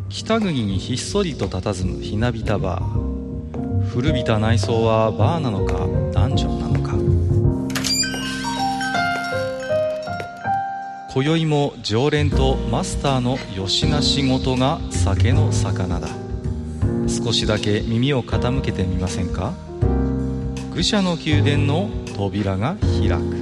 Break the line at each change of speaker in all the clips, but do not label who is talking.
北国にひっそりと佇むひなびたバー。古びた内装はバーなのかダンジョンなのか。今宵も常連とマスターのよしな仕事が酒の魚だ。少しだけ耳を傾けてみませんか。愚者の宮殿の扉が開く。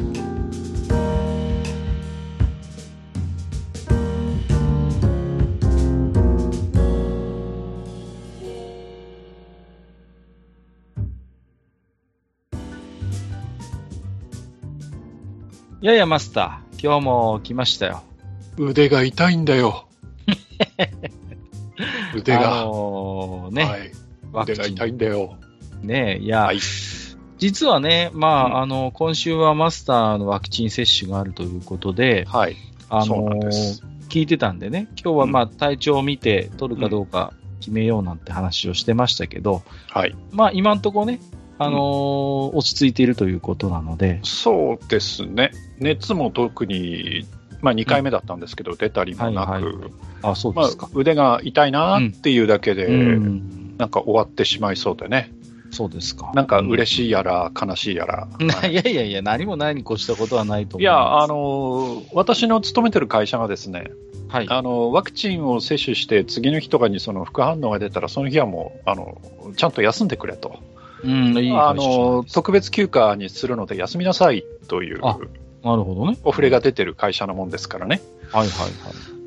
いやいやマスター、今日も来ましたよ。
腕が痛いんだよ。腕が、
ね、
はい、腕が痛いんだよ。
ねえ、いや、はい、実はね、まあ、今週はマスターのワクチン接種があるということで、
はい、そうなんです。
聞いてたんでね、今日はまあ体調を見て取るかどうか決めようなんて話をしてましたけど、
はい、
まあ今んとこね、落ち着いているということなので。
そうですね。熱も特に、まあ2回目だったんですけど、出たりもなく、はいはい、
あ、そうですか。
まあ、腕が痛いなっていうだけで、なんか終わってしまいそうでね。
そうですか。
なんか嬉しいやら、悲しいやら。
はい、いやいやいや、何もないに越したことはないと思い
ます。
い
や、私の勤めてる会社がですね、
はい、
ワクチンを接種して次の日とかにその副反応が出たらその日はもうちゃんと休んでくれと、
いい
特別休暇にするので休みなさいという
なるほどね、
お触れが出てる会社のもんですからね。
はいはいはい。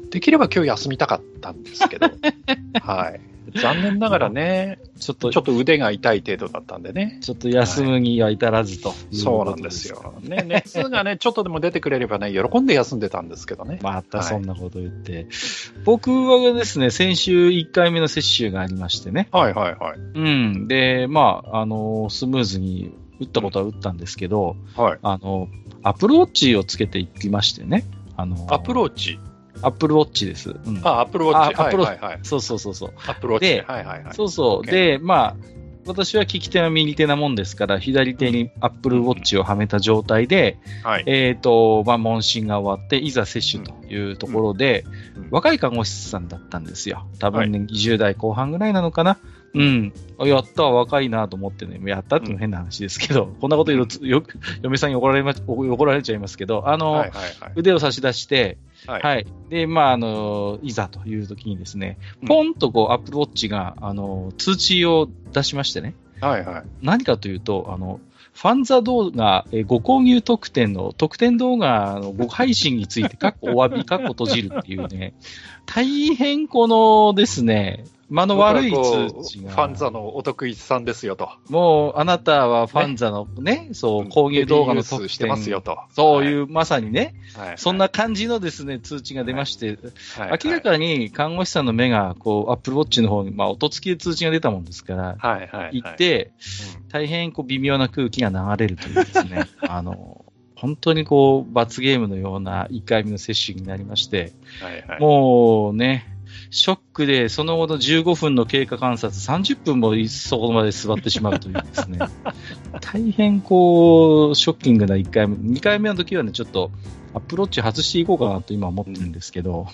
できれば今日休みたかったんですけど、はい、残念ながらね、ちょっと腕が痛い程度だったんでね。
ちょっと休むには至らずということです、
そうなんですよ。ね、熱がね、ちょっとでも出てくれればね、喜んで休んでたんですけどね。
またそんなこと言って。はい、僕はですね、先週1回目の接種がありましてね。
はいはいはい。
うん。で、まあ、スムーズに打ったことは打ったんですけど、
はい、
アプローチをつけていきましてね。
アプローチ
アップルウォッチです。うん、
アップルウォッチ。
アップルウォッチ。
はいはいはい。
そうそうそうそう。
アップルウォッチ。
で、
はいはいはい。
そうそう。で、まあ、私は利き手は右手なもんですから、左手にアップルウォッチをはめた状態で、
はい、
まあ、問診が終わって、いざ接種というところで、若い看護師さんだったんですよ。多分ね、20代後半ぐらいなのかな。うん。やったわ、若いなと思ってね、やったっていうの変な話ですけど、こんなこと言うと、嫁さんに怒られちゃいますけど、
はいはいはい、
腕を差し出して、
はい。
はい。で、まあ、いざという時にですね、ポンとこう、アップルウォッチが、通知を出しましてね。
はいはい。
何かというと、ファンザ動画、ご購入特典の特典動画のご配信について、お詫び、閉じるっていうね、大変このですね、間の悪い通知が。
ファンザのお得意さんですよと。
もう、あなたはファンザのね、そう、購入動画の特典
してますよと。
そういう、まさにね、
はい、
そんな感じのですね、通知が出まして、
はい、
明らかに看護師さんの目が、こう、アップルウォッチの方に、まあ、音付きで通知が出たもんですから、
はいはい、
行って、大変こう、微妙な空気が流れるというですね、本当にこう、罰ゲームのような1回目の接種になりまして、
はいはい、
もうね、ショックで、その後の15分の経過観察、30分もそこまで座ってしまうというですね、大変こう、ショッキングな1回目、2回目の時はね、ちょっとアップローチ外していこうかなと今思ってるんですけど、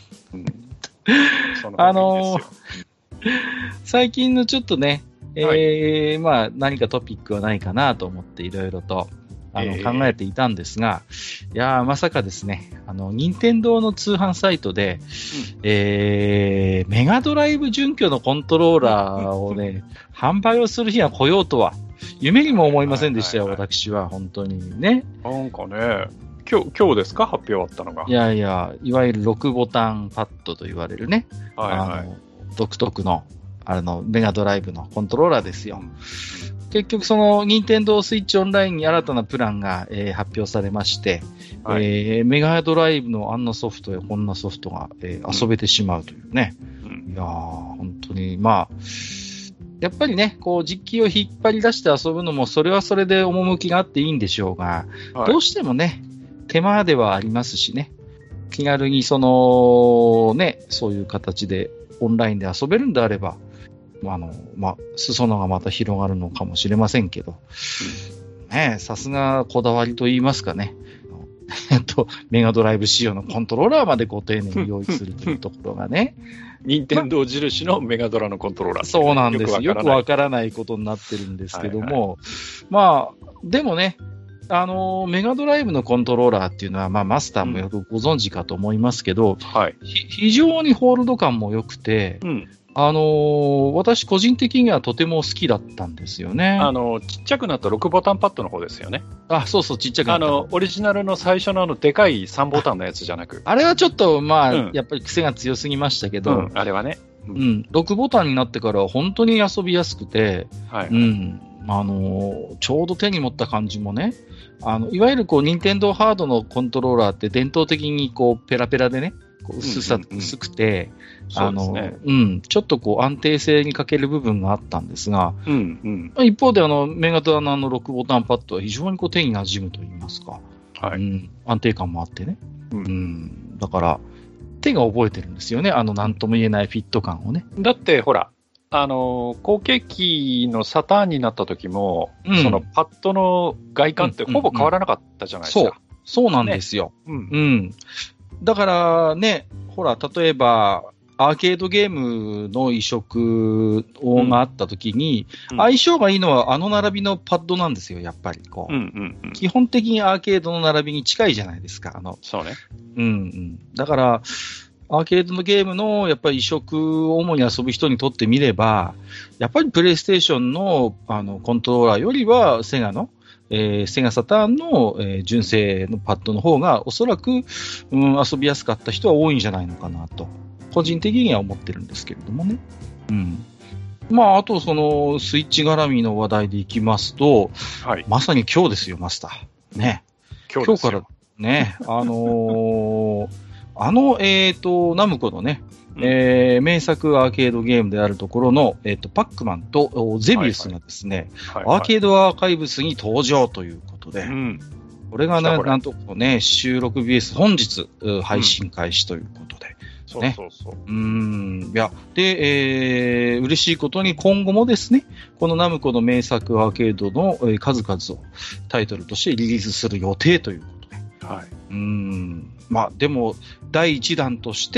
最近のちょっとね、まあ何かトピックはないかなと思っていろいろと考えていたんですが、いやまさかですね、任天堂の通販サイトで、メガドライブ準拠のコントローラーをね、販売をする日が来ようとは、夢にも思いませんでしたよ、私は、本当にね。
なんかね、今日ですか、発表あったのが。
いやいや、いわゆる6ボタンパッドと言われるね、
はいはい、
独特の、メガドライブのコントローラーですよ。結局その任天堂スイッチオンラインに新たなプランが、発表されまして、はい、メガドライブのあんなソフトやこんなソフトが、遊べてしまうというね。いやー、本当に、まあ、やっぱりね、こう実機を引っ張り出して遊ぶのもそれはそれで趣があっていいんでしょうが、はい、どうしてもね、手間ではありますしね、気軽にそのね、そういう形でオンラインで遊べるんであれば、裾野がまた広がるのかもしれませんけど、ね、さすがこだわりと言いますかね。 メガドライブ仕様のコントローラーまでご丁寧に用意するというところがね。
任天堂印のメガドラのコントローラー、
そうなんですよ。よくわからないことになってるんですけども。まあ、でもね、メガドライブのコントローラーっていうのは、まあ、マスターもよくご存知かと思いますけど、非常にホールド感も良くて、私個人的にはとても好きだったんですよね。
ちっちゃくなった6ボタンパッドの方ですよね。
そうそう、ちっちゃくなった。
オリジナルの最初のでかい3ボタンのやつじゃなく。
あれはちょっと、まあ、やっぱり癖が強すぎましたけど、
あれはね。
6ボタンになってからは本当に遊びやすくて、ちょうど手に持った感じもね、いわゆる任天堂ハードのコントローラーって伝統的にペラペラでね、薄くて、ちょっと安定性に欠ける部分があったんですが、一方でメガドラの6ボタンパッドは非常に手に馴染むと言いますか、安定感もあってね。だから、手が覚えてるんですよね、なんとも言えないフィット感をね。
だって、ほら、後継機のサターンになった時も、そのパッドの外観ってほぼ変わらなかったじゃないですか。
そうなんですよ。だからね、ほら、例えば、アーケードゲームの移植があった時に、相性がいいのは並びのパッドなんですよ、やっぱり。基本的にアーケードの並びに近いじゃないですか。
そうね。
だから、アーケードのゲームのやっぱり移植を主に遊ぶ人にとってみれば、やっぱりプレイステーションのコントローラーよりはセガのセガサターンの、純正のパッドの方がおそらく、遊びやすかった人は多いんじゃないのかなと個人的には思ってるんですけれどもね。あとそのスイッチ絡みの話題でいきますと、まさに今日ですよ、マスター。ね。今日からね、ナムコのね、名作アーケードゲームであるところの、パックマンとゼビウスがですね、アーケードアーカイブスに登場ということで、これがなんとね、収録 BS 本日配信開始ということで、いや、で、嬉しいことに今後もですね、このナムコの名作アーケードの、数々をタイトルとしてリリースする予定ということで、でも、第1弾として、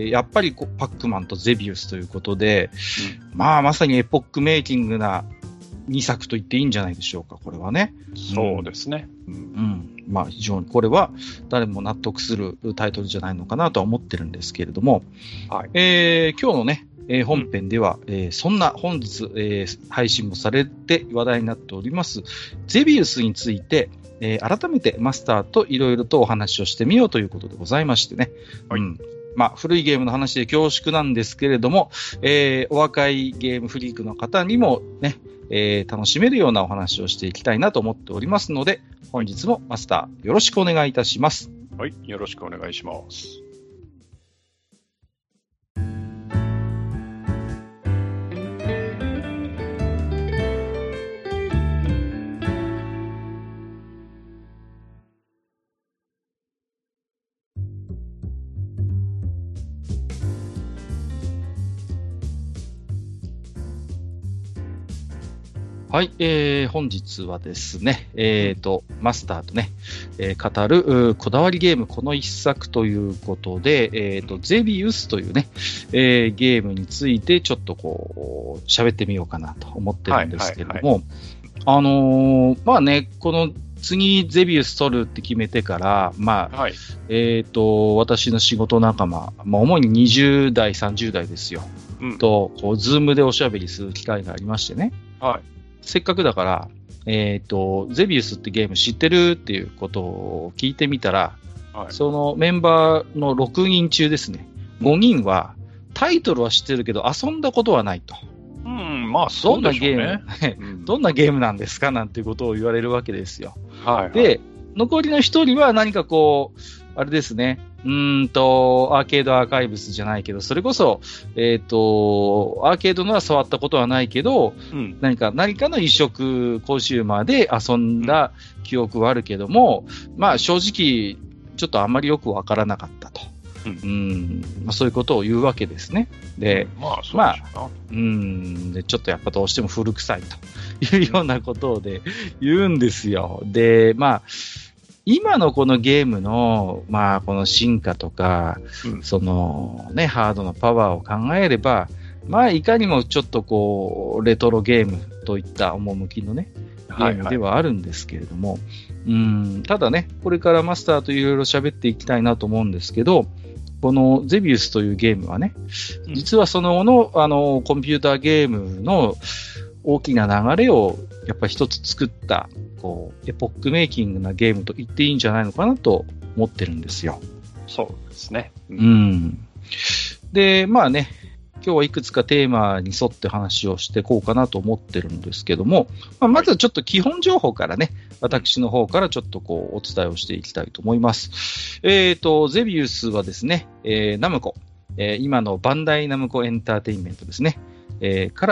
やっぱりパックマンとゼビウスということで、まさにエポックメイキングな2作と言っていいんじゃないでしょうか、これはね。
そうですね。
非常にこれは誰も納得するタイトルじゃないのかなとは思ってるんですけれども、今日のね、本編では、そんな本日、配信もされて話題になっておりますゼビウスについて、改めてマスターといろいろとお話をしてみようということでございましてね。古いゲームの話で恐縮なんですけれども、お若いゲームフリークの方にもね、楽しめるようなお話をしていきたいなと思っておりますので、本日もマスターよろしくお願いいたします。
はい、よろしくお願いします。
はい、本日はですね、マスターとね、語るこだわりゲームこの一作ということで、ゼビウスというね、ゲームについてちょっと喋ってみようかなと思ってるんですけれども、この次ゼビウス取るって決めてから、私の仕事仲間、主に20代、30代ですよ、と、ズームでおしゃべりする機会がありましてね。せっかくだから、ゼビウスってゲーム知ってるっていうことを聞いてみたら、そのメンバーの6人中ですね、5人はタイトルは知ってるけど遊んだことはないと。
そうでしょうね。
どんなゲームなんですかなんていうことを言われるわけですよ。で、残りの1人は何かあれですね、アーケードアーカイブスじゃないけど、それこそ、アーケードのは触ったことはないけど、何かの移植コンシューマーで遊んだ記憶はあるけども、正直、ちょっとあんまりよくわからなかったと。そういうことを言うわけですね。で、でちょっとやっぱどうしても古臭いというようなことで言うんですよ。で、 今のこのゲームの、まあ、この進化とか、そのね、ハードのパワーを考えれば、まあ、いかにもちょっとこう、レトロゲームといった趣のね、ゲームではあるんですけれども、ただね、これからマスターといろいろ喋っていきたいなと思うんですけど、このゼビウスというゲームはね、実はその後の、コンピューターゲームの大きな流れをやっぱり一つ作った、こう、エポックメイキングなゲームと言っていいんじゃないのかなと思ってるんですよ。
そうですね。
で、まあね、今日はいくつかテーマに沿って話をしていこうかなと思ってるんですけども、まずはちょっと基本情報からね、私の方からちょっとこうお伝えをしていきたいと思います。ゼビウスはですね、ナムコ、今のバンダイナムコエンターテインメントですね、から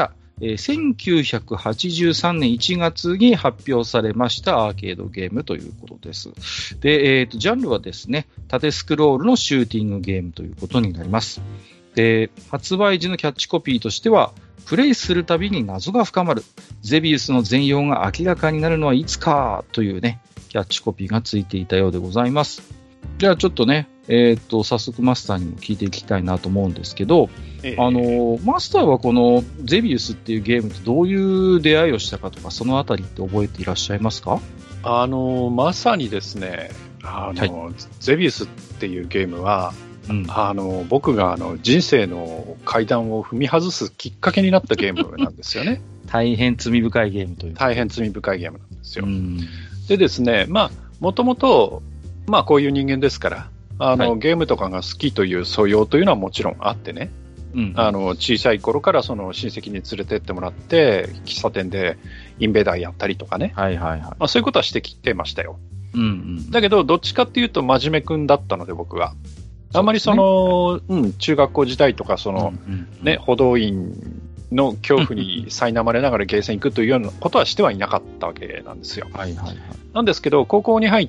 、1983年1月に発表されましたアーケードゲームということです。で、ジャンルはですね、縦スクロールのシューティングゲームということになります。で、発売時のキャッチコピーとしては、プレイするたびに謎が深まる。ゼビウスの全容が明らかになるのはいつかというね、キャッチコピーがついていたようでございます。じゃあちょっとね、早速マスターにも聞いていきたいなと思うんですけど、マスターはこのゼビウスっていうゲームとどういう出会いをしたかとか、そのあたりって覚えていらっしゃいますか？
まさにですね、ゼビウスっていうゲームは、僕が人生の階段を踏み外すきっかけになったゲームなんですよね。
大変罪深いゲームという。
大変罪深いゲームなんですよ。でですね、もともと、こういう人間ですから、ゲームとかが好きという素養というのはもちろんあってね、小さい頃からその親戚に連れてってもらって、喫茶店でインベーダーやったりとかね、そういうことはしてきてましたよ。だけど、どっちかっていうと真面目くんだったので、僕は。あまりその、中学校時代とか、その、補導員の恐怖に苛まれながらゲーセン行くというようなことはしてはいなかったわけなんですよ。なんですけど、高校に入って、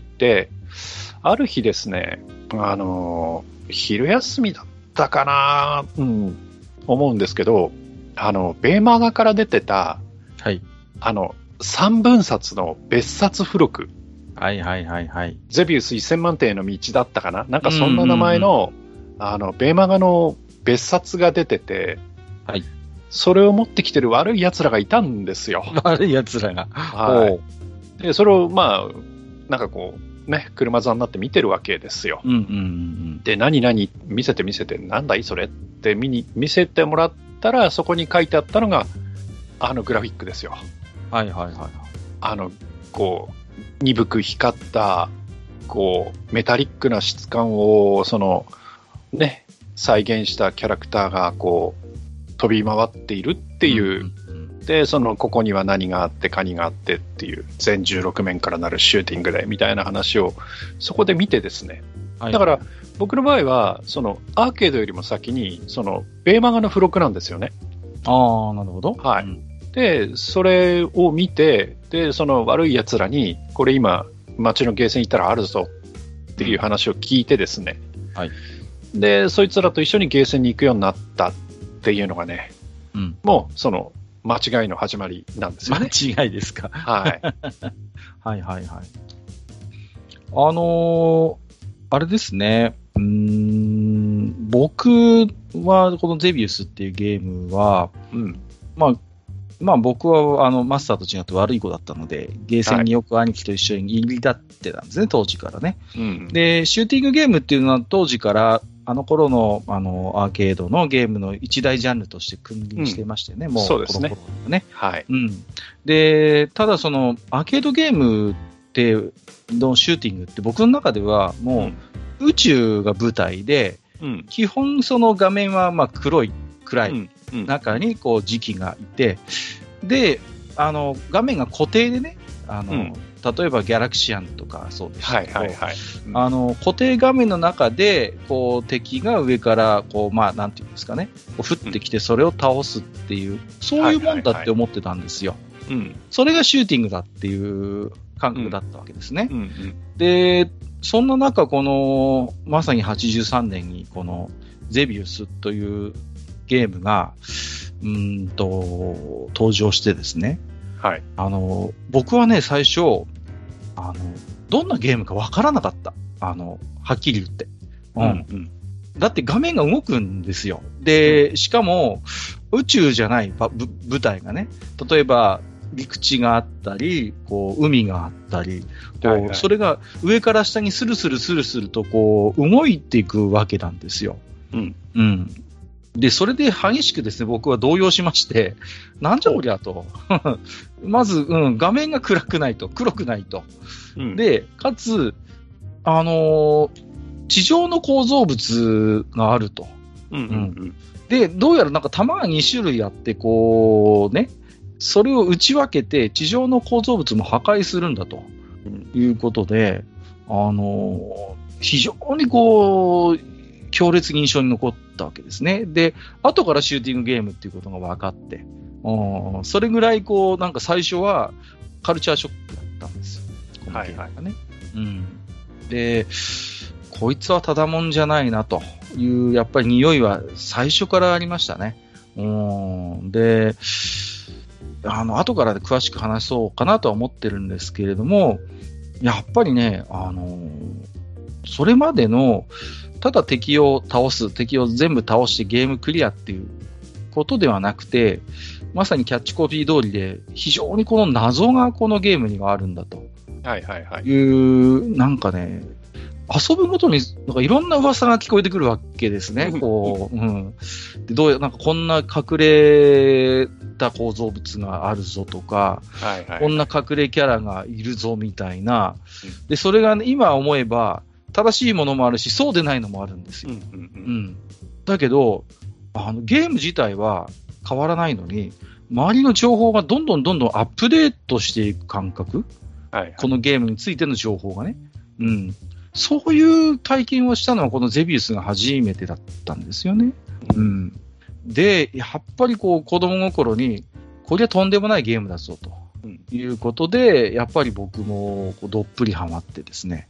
ある日ですね、昼休みだったかな、思うんですけど、ベーマガから出てた、3分冊の別冊付録。ゼビウス1000万点への道だったかな、なんかそんな名前の、ベーマガの別冊が出てて、それを持ってきてる悪い奴らがいたんですよ。
悪い奴らが。
で、それをなんかこう、ね、車座になって見てるわけですよ。で、何見せて、なんだいそれって見せてもらったら、そこに書いてあったのが、グラフィックですよ。こう、鈍く光った、こう、メタリックな質感を、再現したキャラクターが、こう、飛び回っているっていう、で、ここには何があって、カニがあってっていう、全16面からなるシューティングで、みたいな話を、そこで見てですね。だから、僕の場合は、アーケードよりも先に、ベーマガの付録なんですよね。
なるほど。
で、それを見て、で、悪い奴らに、これ今、街のゲーセン行ったらあるぞっていう話を聞いてですね。で、そいつらと一緒にゲーセンに行くようになったっていうのがね、もう、間違いの始まりなんですよね。
間違いですか。あれですね。僕は、このゼビウスっていうゲームは、僕はマスターと違って悪い子だったので、ゲーセンによく兄貴と一緒に入り立ってたんですね、当時からね。で、シューティングゲームっていうのは当時から、あの頃のアーケードのゲームの一大ジャンルとして君臨してましてね、もう
そうですね。
この頃ね。で、ただアーケードゲームのシューティングって僕の中ではもう宇宙が舞台で、基本画面は暗い中にこう磁気がいて、で、画面が固定でね、例えばギャラクシアンとかそうでしたけど、固定画面の中で、こう敵が上から、こう、なんていうんですかね、こう降ってきてそれを倒すっていう、そういうもんだって思ってたんですよ。それがシューティングだっていう感覚だったわけですね。で、そんな中、まさに83年にこのゼビウスというゲームが、登場してですね。僕はね、最初、 どんなゲームかわからなかった。はっきり言って。だって画面が動くんですよ。で、しかも、宇宙じゃない舞台がね、例えば、陸地があったり、こう、海があったり、それが上から下にスルスルと、こう、動いていくわけなんですよ。で、それで激しくですね、僕は動揺しまして、なんじゃこりゃと。まず、画面が黒くないと。で、かつ、地上の構造物があると。で、どうやらなんか弾が2種類あって、こうね、それを打ち分けて地上の構造物も破壊するんだということで、非常にこう、強烈に印象に残ったわけですね。で、後からシューティングゲームっていうことが分かって、それぐらいこう、なんか最初はカルチャーショックだったんですよ。このゲームがね。で、こいつはただもんじゃないなという、やっぱり匂いは最初からありましたね。で、後から詳しく話そうかなとは思ってるんですけれども、やっぱりね、それまでの、ただ敵を全部倒してゲームクリアっていうことではなくて、まさにキャッチコピー通りで、非常にこの謎がこのゲームにはあるんだと。なんかね、遊ぶごとになんかいろんな噂が聞こえてくるわけですね。こう、でなんかこんな隠れた構造物があるぞとか、こんな隠れキャラがいるぞみたいな。で、それが、ね、今思えば正しいものもあるし、そうでないのもあるんですよ。だけど、ゲーム自体は変わらないのに、周りの情報がどんどんアップデートしていく感覚、このゲームについての情報がね。そういう体験をしたのはこのゼビウスが初めてだったんですよね。で、やっぱりこう子供心に、これはとんでもないゲームだぞということで、やっぱり僕もどっぷりハマってですね。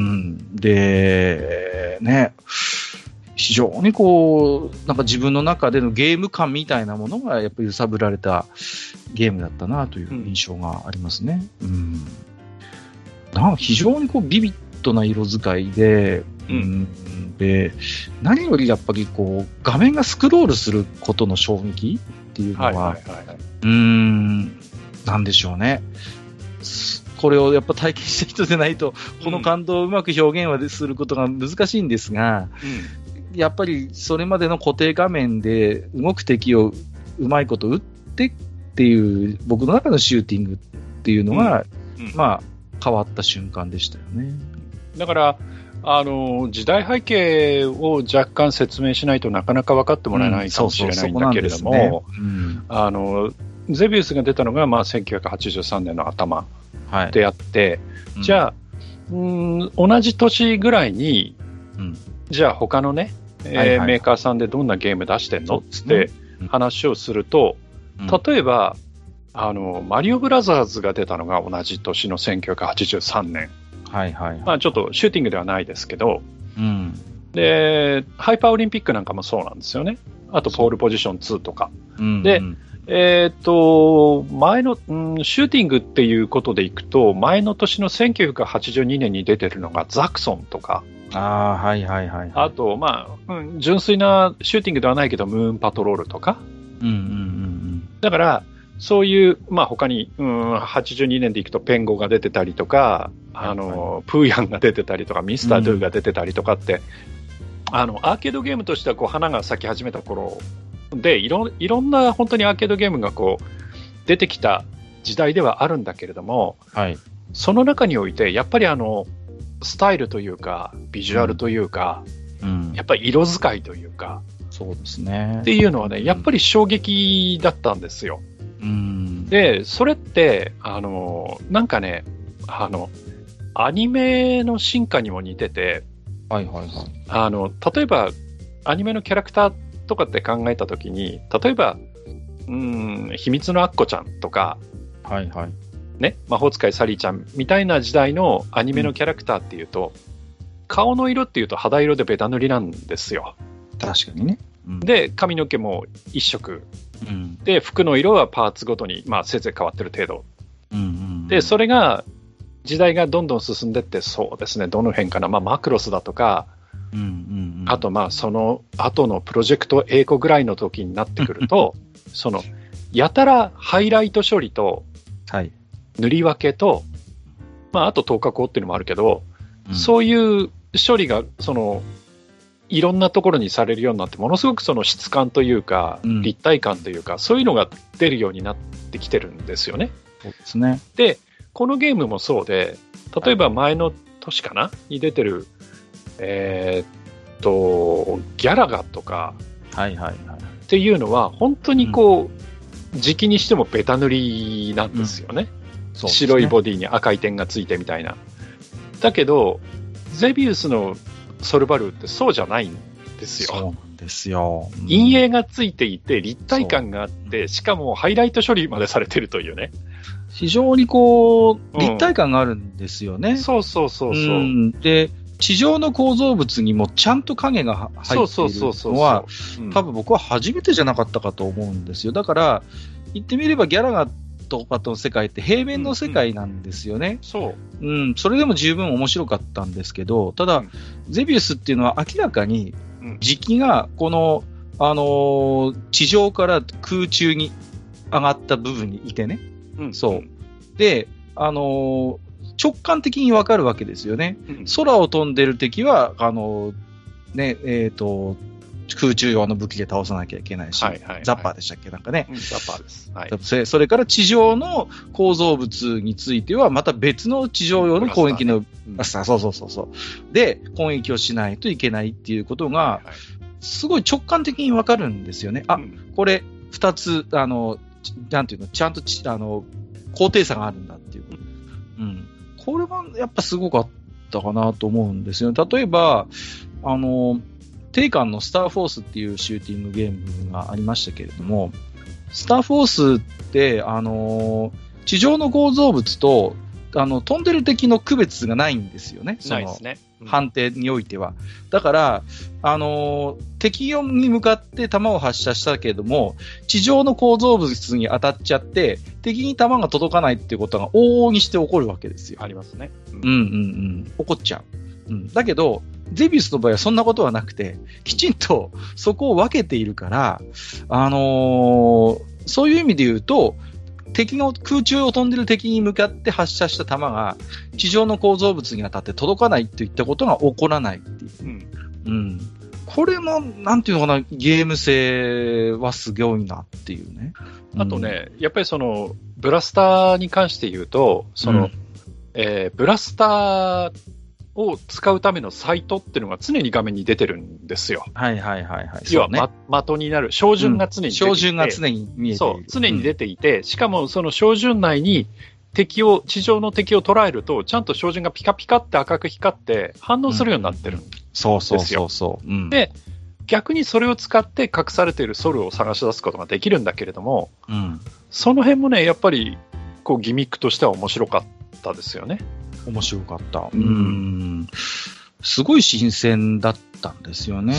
で、ね、非常にこう、なんか自分の中でのゲーム感みたいなものがやっぱり揺さぶられたゲームだったなという印象がありますね。非常にこうビビッドな色使いで、で、何よりやっぱりこう、画面がスクロールすることの衝撃っていうのは、なんでしょうね。これをやっぱ体験した人でないと、この感動をうまく表現はすることが難しいんですが、やっぱりそれまでの固定画面で動く敵をうまいこと撃ってっていう、僕の中のシューティングっていうのが、まあ、変わった瞬間でしたよね。
だから、時代背景を若干説明しないとなかなか分かってもらえないかもしれないんだけれども、ゼビウスが出たのが、まあ、1983年の頭であって、じゃあ、同じ年ぐらいに、じゃあ他のね、メーカーさんでどんなゲーム出してんのって話をすると、例えば、マリオブラザーズが出たのが同じ年の1983年。まあちょっとシューティングではないですけど、で、ハイパーオリンピックなんかもそうなんですよね。あと、ポールポジション2とか。で、前の、シューティングっていうことでいくと、前の年の1982年に出てるのがザクソンとか、あと、まあ、純粋なシューティングではないけど、ムーンパトロールとか。だから、そういう、まあ他に、82年でいくとペンゴが出てたりとか、プーヤンが出てたりとか、ミスタードゥが出てたりとかって、アーケードゲームとしてはこう花が咲き始めた頃で、いろんな本当にアーケードゲームがこう出てきた時代ではあるんだけれども、その中において、やっぱりスタイルというか、ビジュアルというか、やっぱり色使いというか、
そうですね。
っていうのはね、やっぱり衝撃だったんですよ。で、それって、なんかね、アニメの進化にも似てて、例えば、アニメのキャラクターとかって考えたときに、例えば、秘密のアッコちゃんとか、ね、魔法使いサリーちゃんみたいな時代のアニメのキャラクターっていうと、顔の色っていうと肌色でベタ塗りなんですよ。
確かにね。
で、髪の毛も一色。で、服の色はパーツごとに、まあ、せいぜい変わってる程度。で、それが時代がどんどん進んでって、そうですね、どの辺かな、マクロスだとか、あとその後のプロジェクト英語ぐらいの時になってくると、やたらハイライト処理と、塗り分けと、あと透過光っていうのもあるけど、そういう処理が、いろんなところにされるようになって、ものすごく質感というか、立体感というか、そういうのが出るようになってきてるんですよね。
そうですね。
で、このゲームもそうで、例えば前の年かなに出てる、ギャラガとか、っていうのは、本当に時期にしてもベタ塗りなんですよね。白いボディに赤い点がついてみたいな。だけど、ゼビウスのソルバルってそうじゃないんですよ。
そうなんですよ。
陰影がついていて、立体感があって、しかもハイライト処理までされてるというね。
非常に立体感があるんですよね。
そう。
で、地上の構造物にもちゃんと影が入っているのは、多分僕は初めてじゃなかったかと思うんですよ。だから、言ってみればギャラガとかの世界って平面の世界なんですよね。それでも十分面白かったんですけど、ただ、ゼビウスっていうのは明らかに時期がこの、地上から空中に上がった部分にいてね。で、直感的にわかるわけですよね。空を飛んでる敵は、空中用の武器で倒さなきゃいけないし、ザッパーでしたっけなんかね。
ザッパーです。
それから地上の構造物については、また別の地上用の攻撃の、で、攻撃をしないといけないっていうことが、すごい直感的にわかるんですよね。これ、二つ、なんていうの、ちゃんと高低差があるんだっていう。これはやっぱすごかったかなと思うんですよね。例えば、定款のスターフォースっていうシューティングゲームがありましたけれども、スターフォースって、地上の構造物と、飛んでる敵の区別がないんですよね。
ないですね。
判定においては。だから、敵に向かって弾を発射したけれども、地上の構造物に当たっちゃって、敵に弾が届かないっていうことが往々にして起こるわけですよ。
ありますね。
起こっちゃう。だけど、ゼビウスの場合はそんなことはなくて、きちんとそこを分けているから、そういう意味で言うと、敵の空中を飛んでる敵に向かって発射した弾が地上の構造物に当たって届かないといったことが起こらないっていう。これも、なんていうのかな、ゲーム性はすごいなっていうね。
あとね、やっぱりブラスターに関して言うと、ブラスターを使うためのサイトっていうのが常に画面に出てるんですよ。要は、的になる、照準が常に出ていて、
照準が常に見えている。
常に出ていて、しかもその照準内に地上の敵を捉えると、ちゃんと照準がピカピカって赤く光って反応するようになってるんですよ。で、逆にそれを使って隠されているソルを探し出すことができるんだけれども、その辺もね、やっぱりギミックとしては面白かったですよね。
面白かった。すごい新鮮だったんですよね。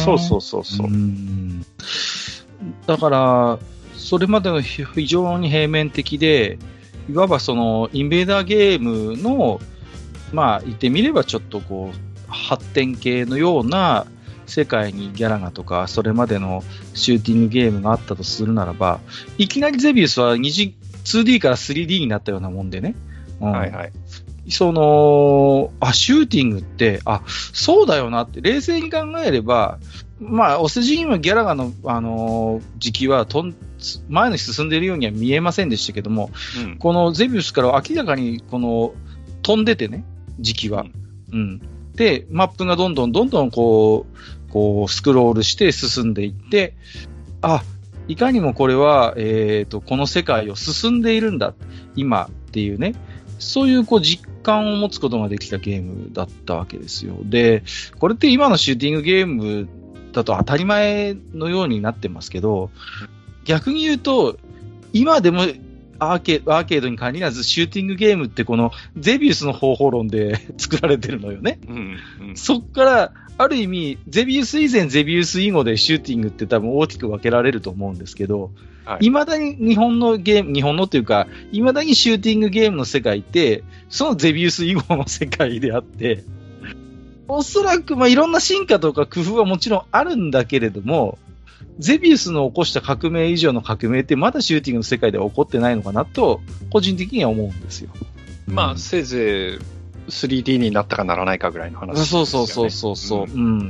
だから、それまでの非常に平面的で、いわばインベーダーゲームの、言ってみればちょっと発展系のような世界にギャラガとか、それまでのシューティングゲームがあったとするならば、いきなりゼビウスは2D から 3D になったようなもんでね。シューティングって、そうだよなって、冷静に考えれば、お世辞にはギャラガの、時期は前に進んでいるようには見えませんでしたけども、このゼビウスから明らかに、飛んでてね、時期は。で、マップがどんどんスクロールして進んでいって、いかにもこれは、この世界を進んでいるんだ、今っていうね、そういう実感を持つことができたゲームだったわけですよ。で、これって今のシューティングゲームだと当たり前のようになってますけど、逆に言うと、今でもアーケードに限らずシューティングゲームってこのゼビウスの方法論で作られてるのよね。そっから、ある意味、ゼビウス以前、ゼビウス以後でシューティングって多分大きく分けられると思うんですけど、未だに日本のというか、未だにシューティングゲームの世界って、そのゼビウス以後の世界であって、おそらくいろんな進化とか工夫はもちろんあるんだけれども、ゼビウスの起こした革命以上の革命ってまだシューティングの世界では起こってないのかなと、個人的には思うんですよ。
せいぜい 3D になったかならないかぐらいの話ですよね。
そう。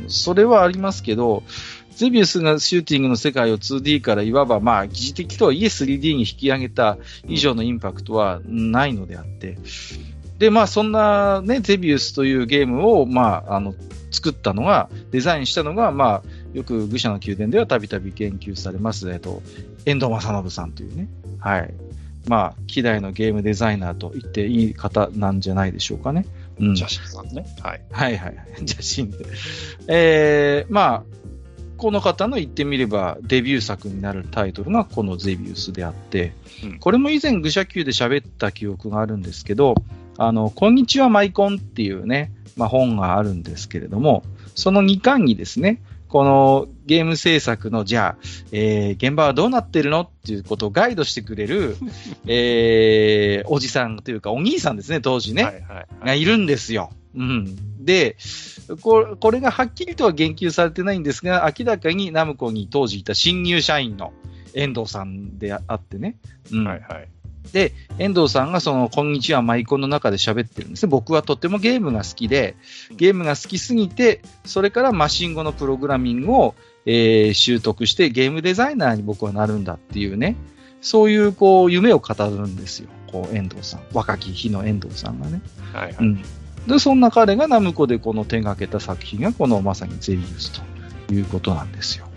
それはありますけど、ゼビウスがシューティングの世界を 2D からいわば疑似的とはいえ 3D に引き上げた以上のインパクトはないのであって、で、そんなね、ゼビウスというゲームを、作ったのが、デザインしたのが、よく愚者の宮殿ではたびたび言及されます、遠藤正信さんというね、はい。希代のゲームデザイナーと言っていい方なんじゃないでしょうかね。
邪神さんね。
はい。邪神で。この方の言ってみればデビュー作になるタイトルがこのゼビウスであって、これも以前愚者級で喋った記憶があるんですけど、こんにちはマイコンっていうね、本があるんですけれども、その2巻にですね、このゲーム制作の、じゃあ、現場はどうなってるのっていうことをガイドしてくれる、おじさんというか、お兄さんですね、当時ね、がいるんですよ。で、これがはっきりとは言及されてないんですが、明らかにナムコに当時いた新入社員の遠藤さんであってね。で、遠藤さんがその、こんにちはマイコンの中で喋ってるんですね。僕はとってもゲームが好きで、ゲームが好きすぎて、それからマシン語のプログラミングを、習得してゲームデザイナーに僕はなるんだっていうね、そういう夢を語るんですよ。遠藤さん。若き日の遠藤さんがね。で、そんな彼がナムコでこの手がけた作品がこのまさにゼビウスということなんですよ。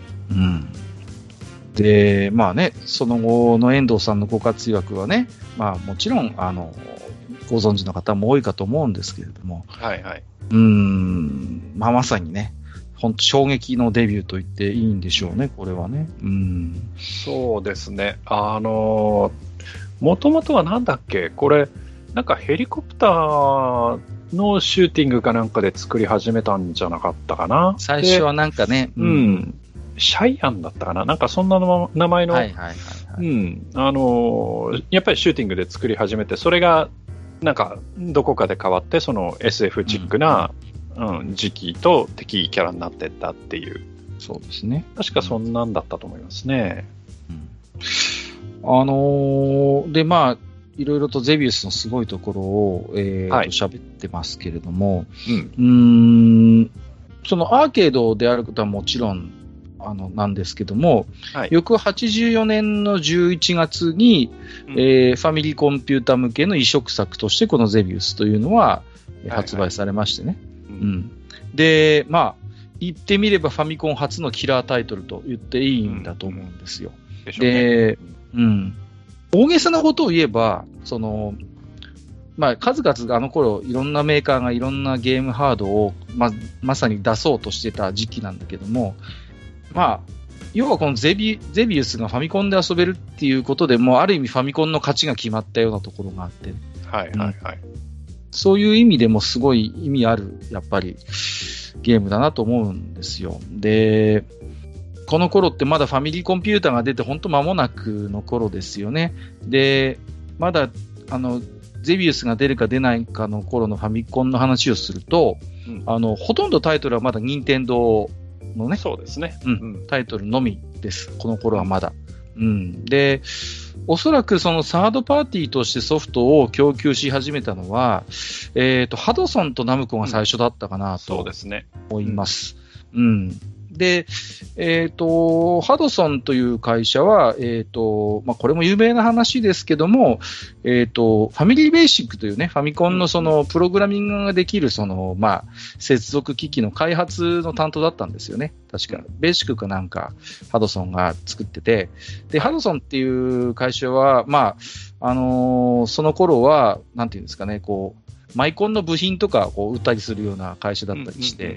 で、その後の遠藤さんのご活躍はね、もちろん、ご存知の方も多いかと思うんですけれども、まさにね、本当衝撃のデビューと言っていいんでしょうね、これはね。
そうですね。もともとはなんだっけ、これ、なんかヘリコプターのシューティングかなんかで作り始めたんじゃなかったかな。
最初はなんかね、
シャイアンだったかな、なんかそんな名前の、やっぱりシューティングで作り始めて、それがなんかどこかで変わって、その SF チックな、時期と敵キャラになっていったっていう。
そうですね。
確かそんなんだったと思いますね。
で、いろいろとゼビウスのすごいところを、喋ってますけれども、そのアーケードであることはもちろん、なんですけども、翌84年の11月に、ファミリーコンピュータ向けの移植作としてこのゼビウスというのは発売されましてね。で、言ってみればファミコン初のキラータイトルと言っていいんだと思うんですよ。で、大げさなことを言えば、数々あの頃いろんなメーカーがいろんなゲームハードをまさに出そうとしてた時期なんだけども、要はこのゼビウスがファミコンで遊べるっていうことでもうある意味ファミコンの勝ちが決まったようなところがあって、そういう意味でもすごい意味あるやっぱりゲームだなと思うんですよ。で、この頃ってまだファミリーコンピューターが出て本当間もなくの頃ですよね。で、まだゼビウスが出るか出ないかの頃のファミコンの話をすると、ほとんどタイトルはまだ任天堂のね、
そうですね。
タイトルのみです。この頃はまだ。で、おそらくそのサードパーティーとしてソフトを供給し始めたのは、ハドソンとナムコが最初だったかなと思います。で、ハドソンという会社は、これも有名な話ですけども、ファミリーベーシックというね、ファミコンのその、プログラミングができるその、接続機器の開発の担当だったんですよね。確か。ベーシックかなんか、ハドソンが作ってて、で、ハドソンっていう会社は、その頃は、なんていうんですかね、マイコンの部品とかを売ったりするような会社だったりして、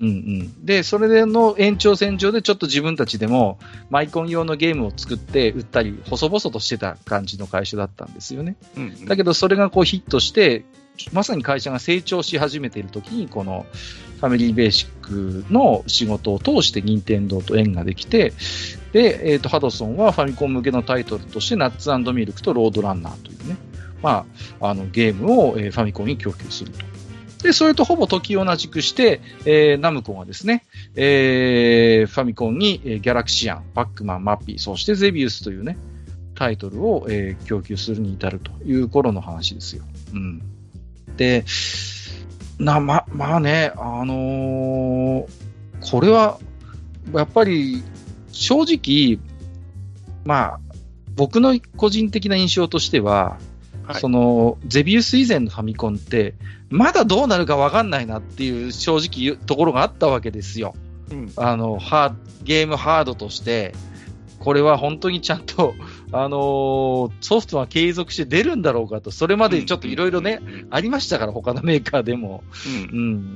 うんうん。で、それの延長線上でちょっと自分たちでもマイコン用のゲームを作って売ったり、細々としてた感じの会社だったんですよね。うんうん、だけどそれがこうヒットして、まさに会社が成長し始めているときに、このファミリーベーシックの仕事を通して任天堂と縁ができて、で、ハドソンはファミコン向けのタイトルとしてナッツ&ミルクとロードランナーというね、まあ、ゲームを、ファミコンに供給すると。で、それとほぼ時を同じくして、ナムコがですね、ファミコンに、ギャラクシアン、パックマン、マッピー、そしてゼビウスというね、タイトルを、供給するに至るという頃の話ですよ。うん。で、まあね、これは、やっぱり、正直、まあ、僕の個人的な印象としては、はい、その、ゼビウス以前のファミコンって、まだどうなるか分かんないなっていう正直ところがあったわけですよ。うん、ゲームハードとして、これは本当にちゃんと、ソフトは継続して出るんだろうかと、それまでちょっといろいろね、ありましたから、他のメーカーでも。うん。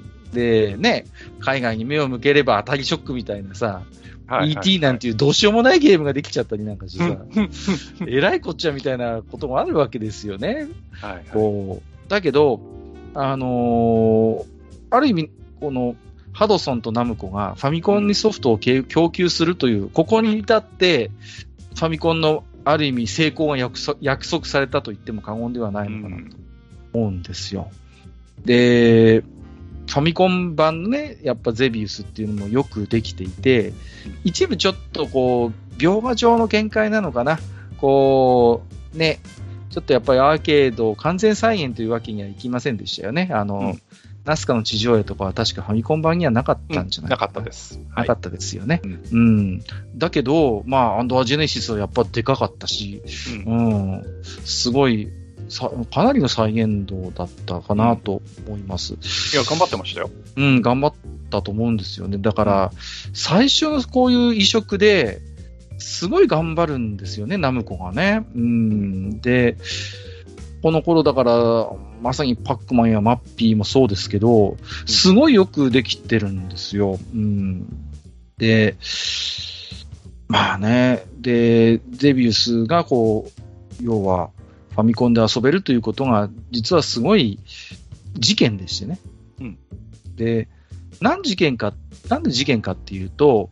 で、ね、海外に目を向ければ当たりショックみたいなさ、ET なんていうどうしようもないゲームができちゃったりなんかしてさ、えらいこっちゃみたいなこともあるわけですよね。はいはい、こうだけど、ある意味、この、ハドソンとナムコがファミコンにソフトを供給するという、ここに至って、ファミコンのある意味成功が約束されたと言っても過言ではないのかなと思うんですよ。で、ファミコン版のね、やっぱゼビウスっていうのもよくできていて、一部ちょっとこう、描画上の限界なのかな。こう、ね、ちょっとやっぱりアーケードを完全再現というわけにはいきませんでしたよね。ナスカの地上絵とかは確かファミコン版にはなかったんじゃないかな。
なかったです。
なかったですよね。うん。だけど、まあ、アンドアジェネシスはやっぱでかかったし、すごい、かなりの再現度だったかなと思います。
いや、頑張ってましたよ。
頑張ったと思うんですよね。だから、最初のこういう移植で、すごい頑張るんですよね、ナムコがね。で、この頃だから、まさにパックマンやマッピーもそうですけど、すごいよくできてるんですよ。で、まあね、で、ゼビウスがこう、要は、ファミコンで遊べるということが、実はすごい事件でしてね。で、なんで事件かっていうと、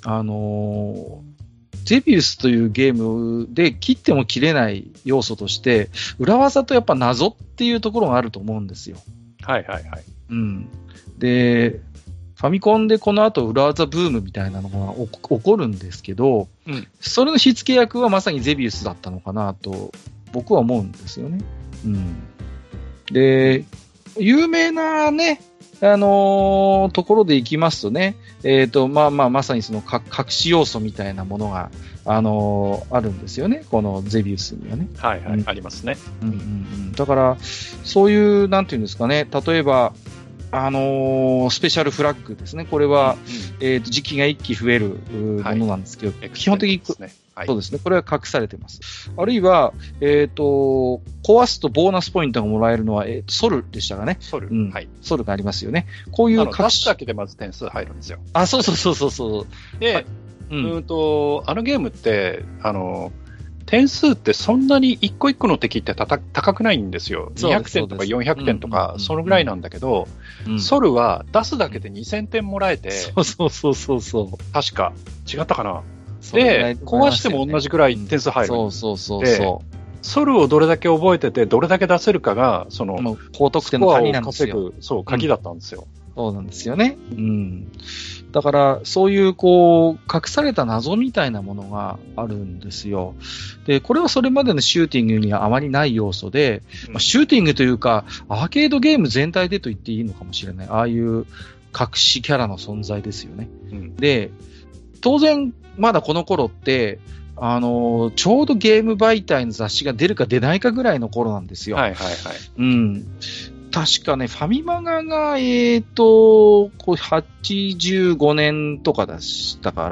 ゼビウスというゲームで切っても切れない要素として、裏技とやっぱ謎っていうところがあると思うんですよ。
はいはいはい。
で、ファミコンでこの後裏技ブームみたいなのが起こるんですけど、それの火付け役はまさにゼビウスだったのかなと僕は思うんですよね。で、有名なね、ところで行きますとね、まさにその隠し要素みたいなものが、あるんですよね。このゼビウスにはね。
はいはい、ありますね。
だから、そういう、なんていうんですかね、例えば、スペシャルフラッグですね。これは、時期が一気増えるものなんですけど、基本的に、そうですね。これは隠されてます。あるいは、壊すとボーナスポイントがもらえるのは、ソルでしたかね。
ソル。はい。
ソルがありますよね。こういう
出すだけでまず点数入るんですよ。
そう。
で、あのゲームって、点数ってそんなに一個一個の敵って高くないんですよ。200点とか400点とか、そのぐらいなんだけど、ソルは出すだけで2000点もらえて、
そう。
確か。違ったかな。で、壊しても同じぐらい点数入る。
そう。
ソルをどれだけ覚えてて、どれだけ出せるかが、その、
高得点の鍵なんですよ。
そう、鍵だったんですよ。
そうなんですよね。だから、そういう、こう、隠された謎みたいなものがあるんですよ。で、これはそれまでのシューティングにはあまりない要素で、シューティングというか、アーケードゲーム全体でと言っていいのかもしれない。ああいう隠しキャラの存在ですよね。で、当然、まだこの頃って、ちょうどゲーム媒体の雑誌が出るか出ないかぐらいの頃なんですよ。確かね、ファミマガが、85年とかでしたから、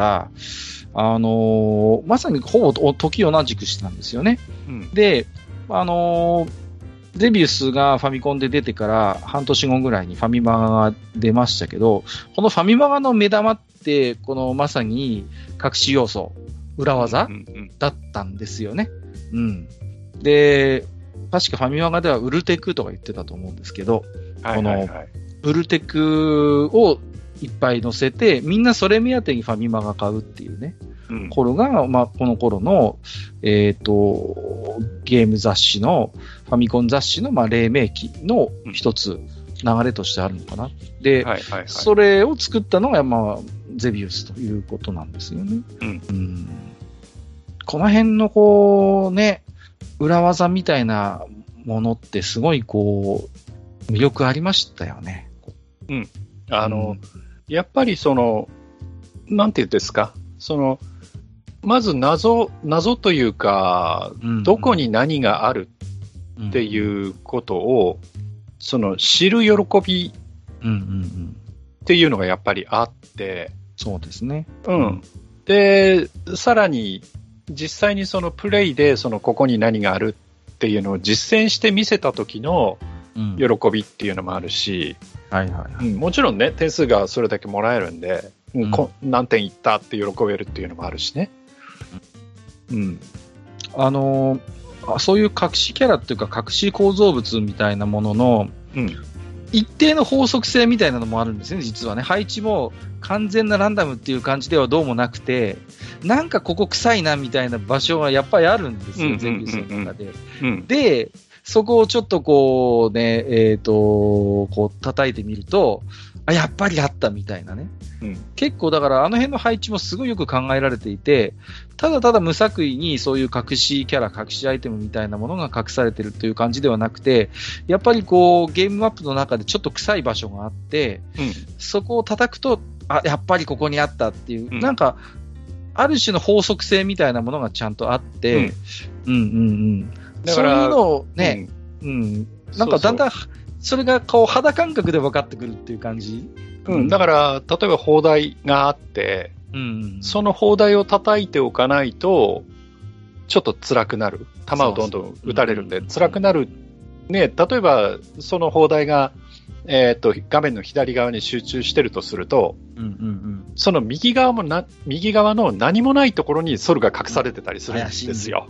まさにほぼ時を同じくしてたんですよね。で、 ゼビウスがファミコンで出てから半年後ぐらいにファミマガが出ましたけど、このファミマガの目玉って、このまさに隠し要素、裏技だったんですよね。うん。で、確かファミマガではウルテクとか言ってたと思うんですけど、このウルテクをいっぱい載せて、みんなそれ目当てにファミマガ買うっていうね、頃が、まあ、この頃の、ゲーム雑誌の、ファミコン雑誌の、まあ、黎明期の一つ流れとしてあるのかな。で、それを作ったのが、まあ、ゼビウスということなんですよね。この辺の、こう、ね、裏技みたいなものってすごい、こう、魅力ありましたよね。
やっぱりなんて言うんですか、まず謎というか、どこに何があるっていうことを、知る喜びっていうのがやっぱりあって、
そうですね。
で、さらに、実際にプレイでここに何があるっていうのを実践して見せた時の喜びっていうのもあるし、もちろんね、点数がそれだけもらえるんで、何点いったって喜べるっていうのもあるしね。
そういう隠しキャラっていうか隠し構造物みたいなものの、一定の法則性みたいなのもあるんですね、実はね。配置も完全なランダムっていう感じではどうもなくて、なんかここ臭いなみたいな場所がやっぱりあるんですよ、ゼビウスの中で。で、そこをちょっとこうね、こう叩いてみると、やっぱりあったみたいなね。結構だからあの辺の配置もすごいよく考えられていて、ただただ無作為にそういう隠しキャラ、隠しアイテムみたいなものが隠されてるという感じではなくて、やっぱりこうゲームマップの中でちょっと臭い場所があって、そこを叩くと、やっぱりここにあったっていう、なんか、ある種の法則性みたいなものがちゃんとあって、そういうのをね、なんかだんだん、それがこう肌感覚で分かってくるっていう感じ。
だから、例えば砲台があって、その砲台を叩いておかないと、ちょっと辛くなる。弾をどんどん撃たれるんで、辛くなる。ね、例えば、その砲台が、画面の左側に集中してるとすると、その右側の何もないところにソルが隠されてたりするんですよ。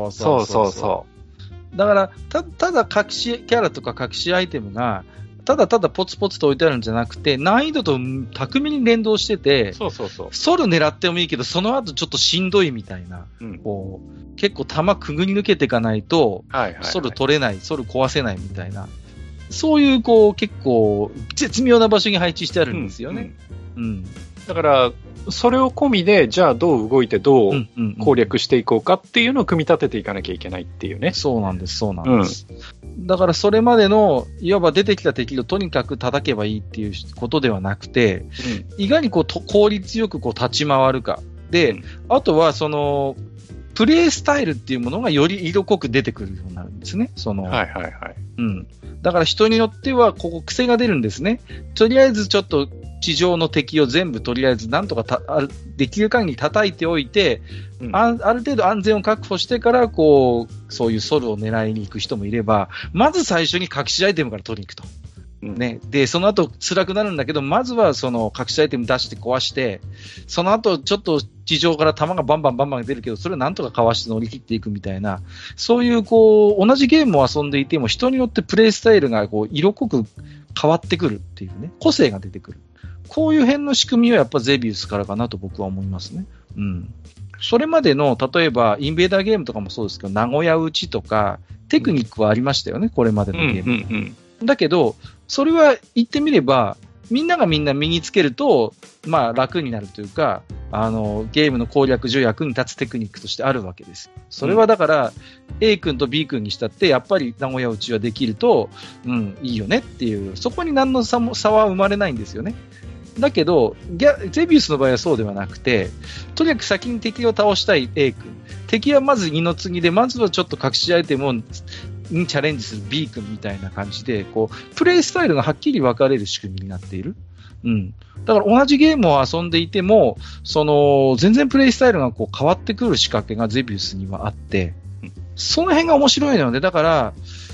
だから、ただ隠しキャラとか隠しアイテムが、ただただポツポツと置いてあるんじゃなくて、難易度と巧みに連動してて、ソル狙ってもいいけど、その後ちょっとしんどいみたいな、こう結構弾くぐり抜けていかないと、ソル取れない、ソル壊せないみたいな、そういうこう結構絶妙な場所に配置してあるんですよね。
だから、それを込みで、じゃあどう動いてどう攻略していこうかっていうのを組み立てていかなきゃいけないっていうね。
そうなんです。だからそれまでの、いわば出てきた敵をとにかく叩けばいいっていうことではなくて、いかにこう効率よくこう立ち回るか。で、あとはプレイスタイルっていうものがより色濃く出てくるようになるんですね。だから人によってはここ癖が出るんですね。とりあえずちょっと地上の敵を全部とりあえずなんとかできる限り叩いておいて、ある程度安全を確保してからこうそういうソルを狙いに行く人もいれば、まず最初に隠しアイテムから取りに行くと。で、その後辛くなるんだけど、まずはその隠しアイテム出して壊して、その後ちょっと地上から弾がバンバン出るけど、それをなんとかかわして乗り切っていくみたいな、そういうこう、同じゲームを遊んでいても人によってプレイスタイルがこう色濃く変わってくるっていうね、個性が出てくる。こういう辺の仕組みはやっぱゼビウスからかなと僕は思いますね。それまでの、例えばインベーダーゲームとかもそうですけど、名古屋打ちとか、テクニックはありましたよね、これまでのゲーム。だけど、それは言ってみれば、みんながみんな身につけると、まあ楽になるというか、ゲームの攻略上役に立つテクニックとしてあるわけです。それはだから、A 君と B 君にしたって、やっぱり名古屋打ちはできると、いいよねっていう、そこに何の差は生まれないんですよね。だけど、ゼビウスの場合はそうではなくて、とにかく先に敵を倒したい A 君。敵はまず二の次で、まずはちょっと隠しアイテムにチャレンジする B 君みたいな感じで、こう、プレイスタイルがはっきり分かれる仕組みになっている。だから同じゲームを遊んでいても、全然プレイスタイルがこう変わってくる仕掛けがゼビウスにはあって、その辺が面白いので、だから、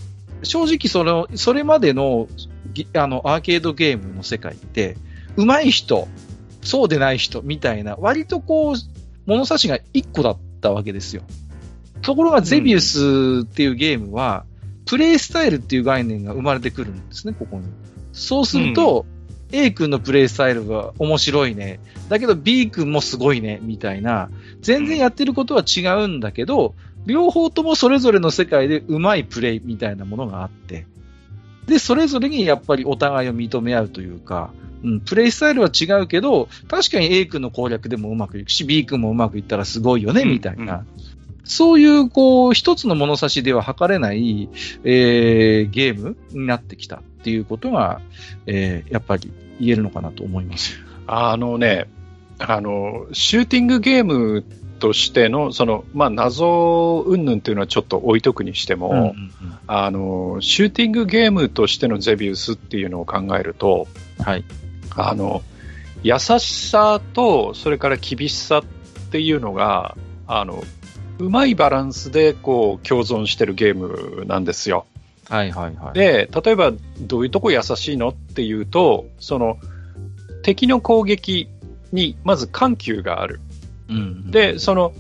正直それまでの、アーケードゲームの世界って、上手い人、そうでない人みたいな、割と物差しが1個だったわけですよ。ところが、ゼビウスっていうゲームは、プレイスタイルっていう概念が生まれてくるんですね、ここに。そうすると、A 君のプレイスタイルは面白いね。だけど B 君もすごいね、みたいな。全然やってることは違うんだけど、両方ともそれぞれの世界で上手いプレイみたいなものがあって。で、それぞれにやっぱりお互いを認め合うというか、プレイスタイルは違うけど、確かに A 君の攻略でもうまくいくし、B 君もうまくいったらすごいよね、みたいな。そういう、一つの物差しでは測れない、ゲームになってきたっていうことが、やっぱり言えるのかなと思います。
シューティングゲームとしての、謎云々というのはちょっと置いとくにしても、シューティングゲームとしてのゼビウスっていうのを考えると、
はい。
優しさと、それから厳しさっていうのが、うまいバランスで共存してるゲームなんですよ。
はいはいはい。
で、例えばどういうとこ優しいのっていうと、敵の攻撃にまず緩急がある。で、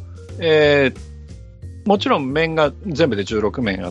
もちろん面が全部で16面あって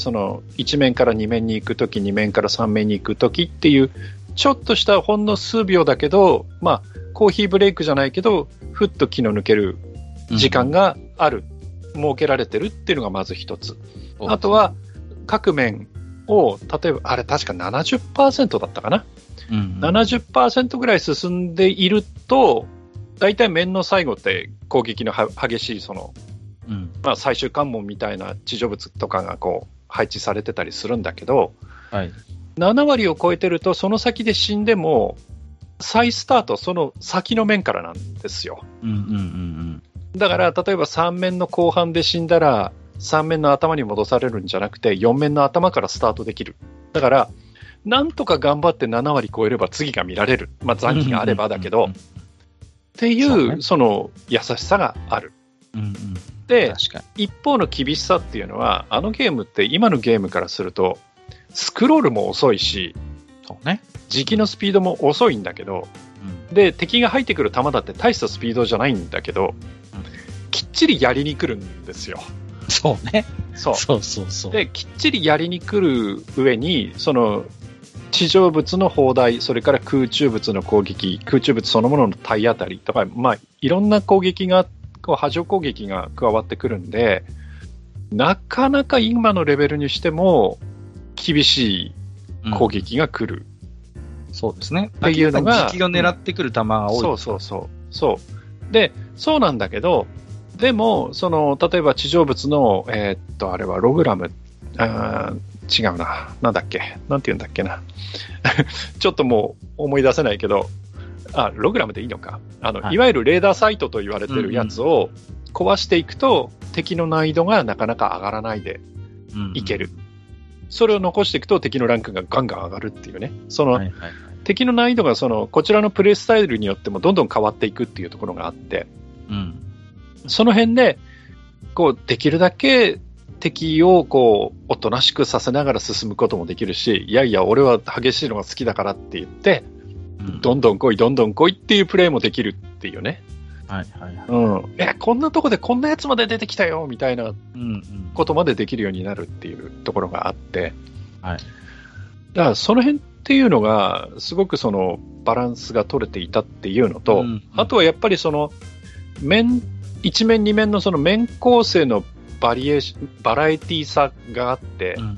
、1面から2面に行くとき、2面から3面に行くときっていう、ちょっとしたほんの数秒だけど、コーヒーブレイクじゃないけど、ふっと気の抜ける時間がある。設けられてるっていうのがまず一つ。あとは、各面を、例えば、あれ確か 70% だったかな、70% ぐらい進んでいると、大体面の最後って攻撃の激しい最終関門みたいな地上物とかが配置されてたりするんだけど、
はい、
7割を超えてると、その先で死んでも、再スタート、その先の面からなんですよ。だから、例えば3面の後半で死んだら、3面の頭に戻されるんじゃなくて、4面の頭からスタートできる。だから、なんとか頑張って7割超えれば次が見られる。残機があればだけど、っていう、その優しさがある。で、一方の厳しさっていうのは、あのゲームって今のゲームからすると、スクロールも遅いし、時期のスピードも遅いんだけど、で、敵が入ってくる弾だって大したスピードじゃないんだけど、きっちりやりに来るんですよ。
そうね。
そう。で、きっちりやりに来る上に、地上物の砲台、それから空中物の攻撃、空中物そのものの体当たりとか、いろんな攻撃が、波状攻撃が加わってくるんで、なかなか今のレベルにしても、厳しい攻撃が来る。
そうですね。
っていうのが、
敵を狙ってくる弾が多い。
そう。で、そうなんだけど、でも、例えば地上物の、あれはログラム、違うな。なんだっけなんて言うんだっけな。ちょっともう思い出せないけど、ログラムでいいのか。いわゆるレーダーサイトと言われてるやつを壊していくと、敵の難易度がなかなか上がらないでいける。それを残していくと敵のランクがガンガン上がるっていうね。敵の難易度がこちらのプレイスタイルによってもどんどん変わっていくっていうところがあって、その辺で、できるだけ敵をおとなしくさせながら進むこともできるし、いやいや、俺は激しいのが好きだからって言って、どんどん来いっていうプレイもできるっていうね。こんなとこでこんなやつまで出てきたよみたいなことまでできるようになるっていうところがあって、だからその辺っていうのがすごくバランスが取れていたっていうのと、あとはやっぱり面1面2面の面構成のバラエティさがあって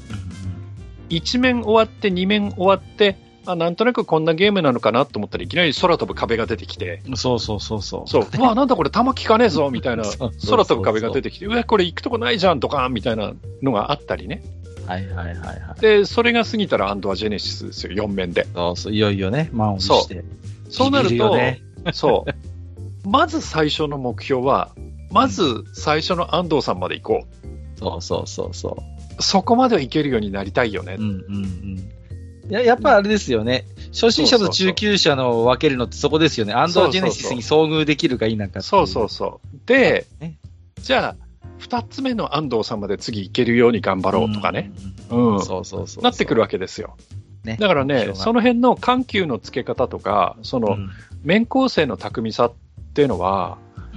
、1面終わって2面終わってなんとなくこんなゲームなのかなと思ったらいきなり空飛ぶ壁が出てきて、うわ、なんだこれ弾効かねえぞみたいな空飛ぶ壁が出てきて、うわ、これ行くとこないじゃんとかみたいなのがあったりね。で、それが過ぎたらアンドアジェネシスですよ、4面で。
いよいよね、満を持して。
そうなると、まず最初の目標は、まず最初の安藤さんまで行こう。そこまでは行けるようになりたいよね。
やっぱあれですよね。初心者と中級者の分けるのってそこですよね。アンドアジェネシスに遭遇できるか否か。
で、じゃあ、 2つ目の安藤さんまで次行けるように頑張ろうとかね。なってくるわけですよ。ね、だからね、その辺の緩急のつけ方とか、面構成の巧みさっていうのは、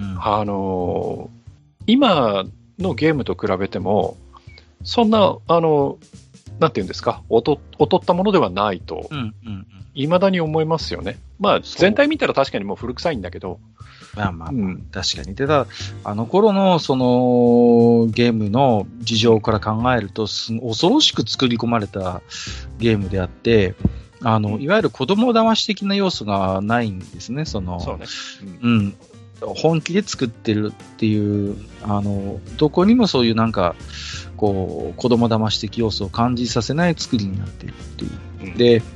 今のゲームと比べても、そんな、なんていうんですか、劣ったものではないと、未だに思いますよね。まあ、全体見たら確かにもう古臭いんだけど。
確かに。で、あの頃の、ゲームの事情から考えると、恐ろしく作り込まれたゲームであって、いわゆる子供騙し的な要素がないんですね、そうね。本気で作ってるっていう、どこにもそういうなんか、こう、子供騙し的要素を感じさせない作りになっているっていう。で、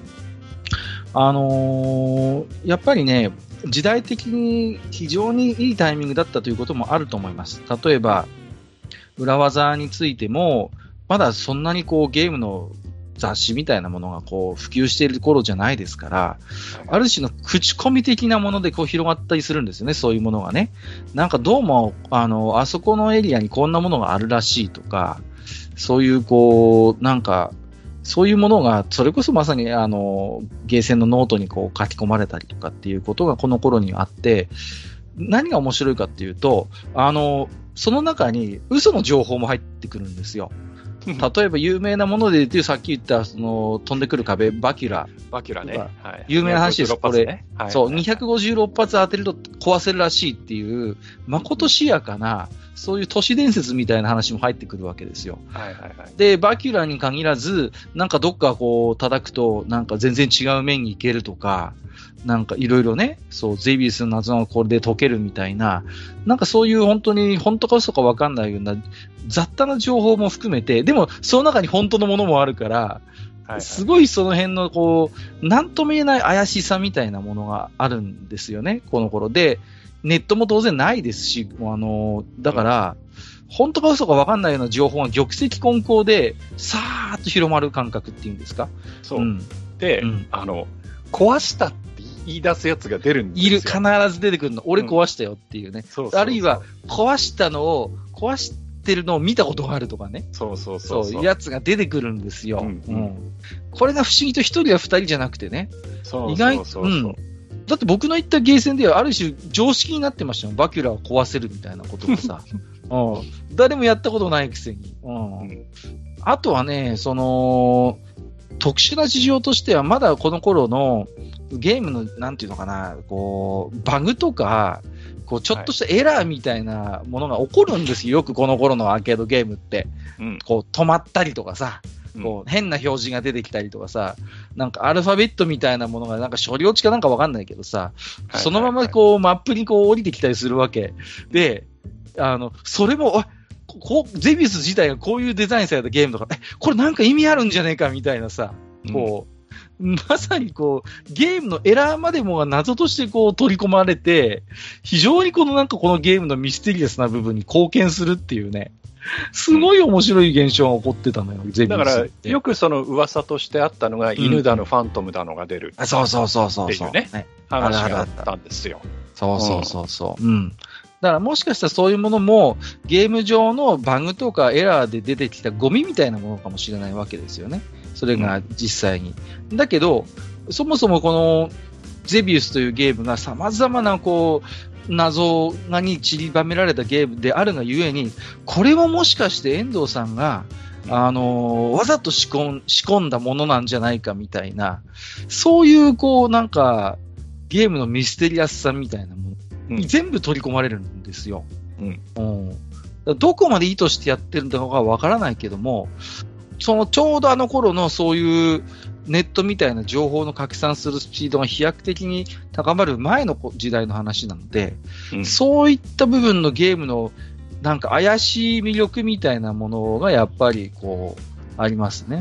やっぱりね、時代的に非常にいいタイミングだったということもあると思います。例えば、裏技についても、まだそんなにこうゲームの雑誌みたいなものがこう普及している頃じゃないですから、ある種の口コミ的なものでこう広がったりするんですよね、そういうものがね。なんかどうも、あそこのエリアにこんなものがあるらしいとか、そういうこう、なんか、そういうものが、それこそまさにゲーセンのノートにこう書き込まれたりとかっていうことがこの頃にあって、何が面白いかっていうと、その中に嘘の情報も入ってくるんですよ。例えば有名なもので言って、さっき言った飛んでくる壁、バキュラね。はい、有名な話です。これ、そう、256発当てると壊せるらしいっていう、まことしやかな、そういう都市伝説みたいな話も入ってくるわけですよ。で、バキュラに限らず、なんかどっかこう叩くと、なんか全然違う面に行けるとか、なんかいろいろね、そう、ゼビウスの謎がこれで解けるみたいな、なんかそういう本当に、本当か嘘かわかんないような雑多な情報も含めて、でもその中に本当のものもあるから、すごいその辺のこう、なんとも言えない怪しさみたいなものがあるんですよね、この頃で。ネットも当然ないですし、だから、本当か嘘か分かんないような情報が玉石混交で、さーっと広まる感覚っていうんですか。
そう。で、壊したって言い出すやつが出るんですよ。
必ず出てくるの。俺壊したよっていうね。あるいは、壊してるのを見たことがあるとかね。そういうやつが出てくるんですよ。これが不思議と一人や二人じゃなくてね。意外と、だって僕の言ったゲーセンではある種常識になってましたよ。バキュラを壊せるみたいなことがさ。誰もやったことないくせに。あとはね、特殊な事情としては、まだこの頃のゲームの、なんていうのかな、こう、バグとか、こう、ちょっとしたエラーみたいなものが起こるんですよ。よくこの頃のアーケードゲームって。こう、止まったりとかさ。こう変な表示が出てきたりとかさ、なんかアルファベットみたいなものがなんか処理落ちかなんかわかんないけどさ、そのままこうマップにこう降りてきたりするわけで、それもゼビウス自体がこういうデザインされたゲームとか、これなんか意味あるんじゃねえかみたいなさ、こう、まさにこうゲームのエラーまでもが謎としてこう取り込まれて、非常にこのゲームのミステリアスな部分に貢献するっていうね。すごい面白い現象が起こってたのよ、ゼビウスって。だから、
よくその噂としてあったのが、犬だのファントムだのが出る。
そう。
っていうね、話があったんですよ。
そう。だからもしかしたらそういうものも、ゲーム上のバグとかエラーで出てきたゴミみたいなものかもしれないわけですよね。それが実際に。だけど、そもそもこの、ゼビウスというゲームが様々なこう、謎に散りばめられたゲームであるがゆえに、これはもしかして遠藤さんが、わざと仕込んだものなんじゃないかみたいな、そういうこうなんか、ゲームのミステリアスさみたいなものに全部取り込まれるんですよ。どこまで意図してやってるのかわからないけども、ちょうどあの頃のそういうネットみたいな情報の拡散するスピードが飛躍的に高まる前の時代の話なので、そういった部分のゲームのなんか怪しい魅力みたいなものがやっぱりこうありますね。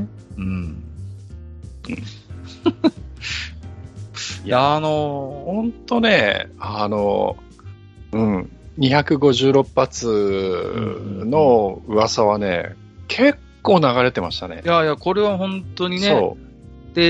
いや、ほんとね、256発の噂はね、結構流れてましたね。
いや、これは本当にね。で、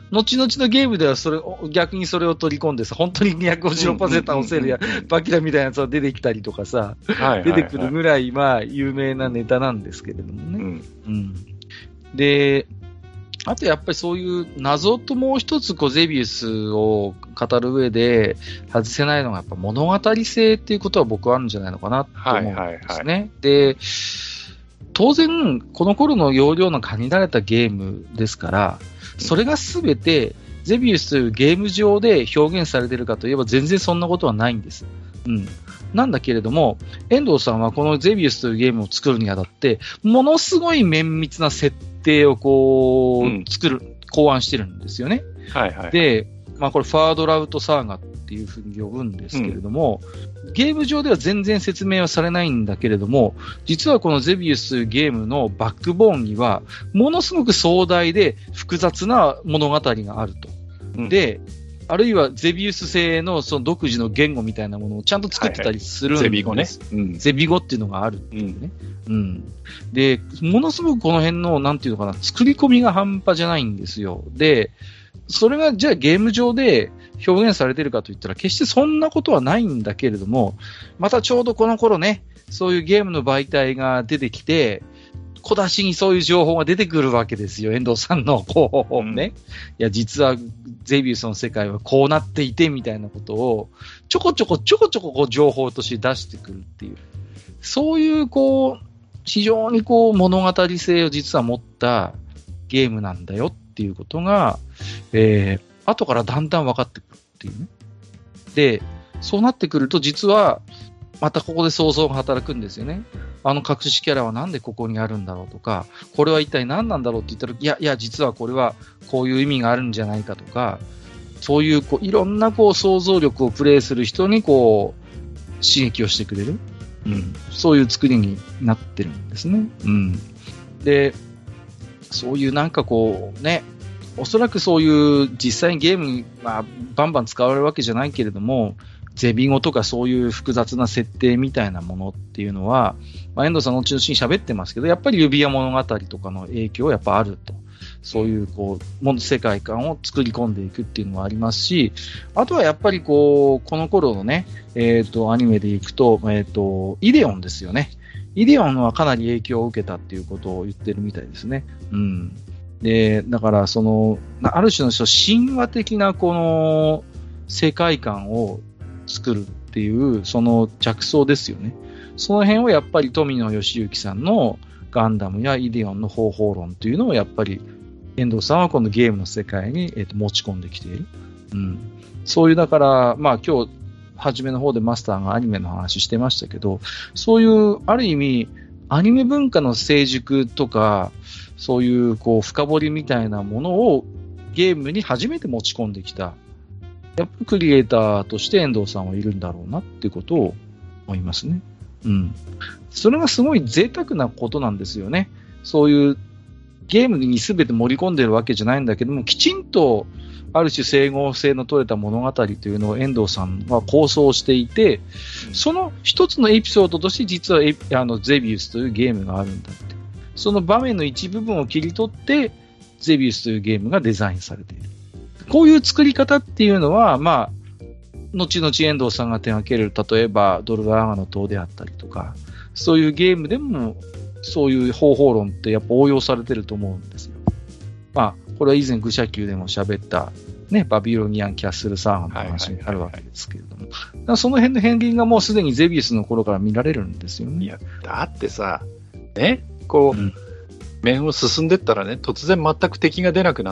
後々のゲームでは逆にそれを取り込んでさ、本当に256%倒せるバキラみたいなやつが出てきたりとかさ、出てくるぐらい、まあ、有名なネタなんですけれどもね。で、あとやっぱりそういう謎ともう一つゼビウスを語る上で外せないのがやっぱ物語性っていうことは僕はあるんじゃないのかなと思うんですね。で、当然この頃の容量の限られたゲームですから、それが全てゼビウスというゲーム上で表現されているかといえば全然そんなことはないんです。なんだけれども、遠藤さんはこのゼビウスというゲームを作るにあたって、ものすごい綿密な設定を考案してるんですよね。で、まあこれファードラウトサーガっていうふうに呼ぶんですけれども、ゲーム上では全然説明はされないんだけれども、実はこのゼビウスというゲームのバックボーンには、ものすごく壮大で複雑な物語があると。で、あるいはゼビウス製のその独自の言語みたいなものをちゃんと作ってたりするんです。ゼビ語ね。ゼビ語っていうのがあるっていうね。で、ものすごくこの辺の、なんていうのかな、作り込みが半端じゃないんですよ。で、それがじゃあゲーム上で表現されているかといったら決してそんなことはないんだけれども、またちょうどこの頃ね、そういうゲームの媒体が出てきて、小出しにそういう情報が出てくるわけですよ、遠藤さんのね。いや、実はゼビウスの世界はこうなっていてみたいなことをちょこちょこ情報として出してくるっていう、そういう非常に物語性を実は持ったゲームなんだよっていうことが、後からだんだん分かってくるっていうね。で、そうなってくると実はまたここで想像が働くんですよね。あの隠しキャラはなんでここにあるんだろうとか、これは一体何なんだろうって言ったら、いや、実はこれはこういう意味があるんじゃないかとか、そういういろんな想像力をプレイする人に刺激をしてくれる、そういう作りになってるんですね。で、そういうなんかね、おそらくそういう実際にゲームに、バンバン使われるわけじゃないけれども、ゼビ語とかそういう複雑な設定みたいなものっていうのは、遠藤さんの後々に喋ってますけど、やっぱり指輪物語とかの影響はやっぱあると。そういう世界観を作り込んでいくっていうのはありますし、あとはやっぱりこの頃のね、アニメでいくと、イデオンですよね。イデオンはかなり影響を受けたっていうことを言ってるみたいですね。で、だからある種の神話的な世界観を作るっていうその着想ですよね。その辺をやっぱり富野義行さんのガンダムやイデオンの方法論というのをやっぱり遠藤さんはこのゲームの世界に、持ち込んできている。そういうだから今日初めの方でマスターがアニメの話してましたけど、そういうある意味アニメ文化の成熟とかそういう深掘りみたいなものをゲームに初めて持ち込んできた。やっぱりクリエイターとして遠藤さんはいるんだろうなっていうことを思いますね。それがすごい贅沢なことなんですよね。そういうゲームに全て盛り込んでるわけじゃないんだけども、きちんとある種整合性の取れた物語というのを遠藤さんは構想していて、その一つのエピソードとして実はゼビウスというゲームがあるんだって。その場面の一部分を切り取ってゼビウスというゲームがデザインされている。こういう作り方っていうのは、後々遠藤さんが手掛ける、例えばドルワーガの塔であったりとか、そういうゲームでもそういう方法論ってやっぱ応用されてると思うんですよ。これは以前愚者級でも喋ったね、バビロニアンキャッスルサーガの話になるわけですけれども、その辺の片鱗がもうすでにゼビウスの頃から見られるんですよね。
いや、だってさ、ね、面を進んでったらね、突然全く敵が出なくなって、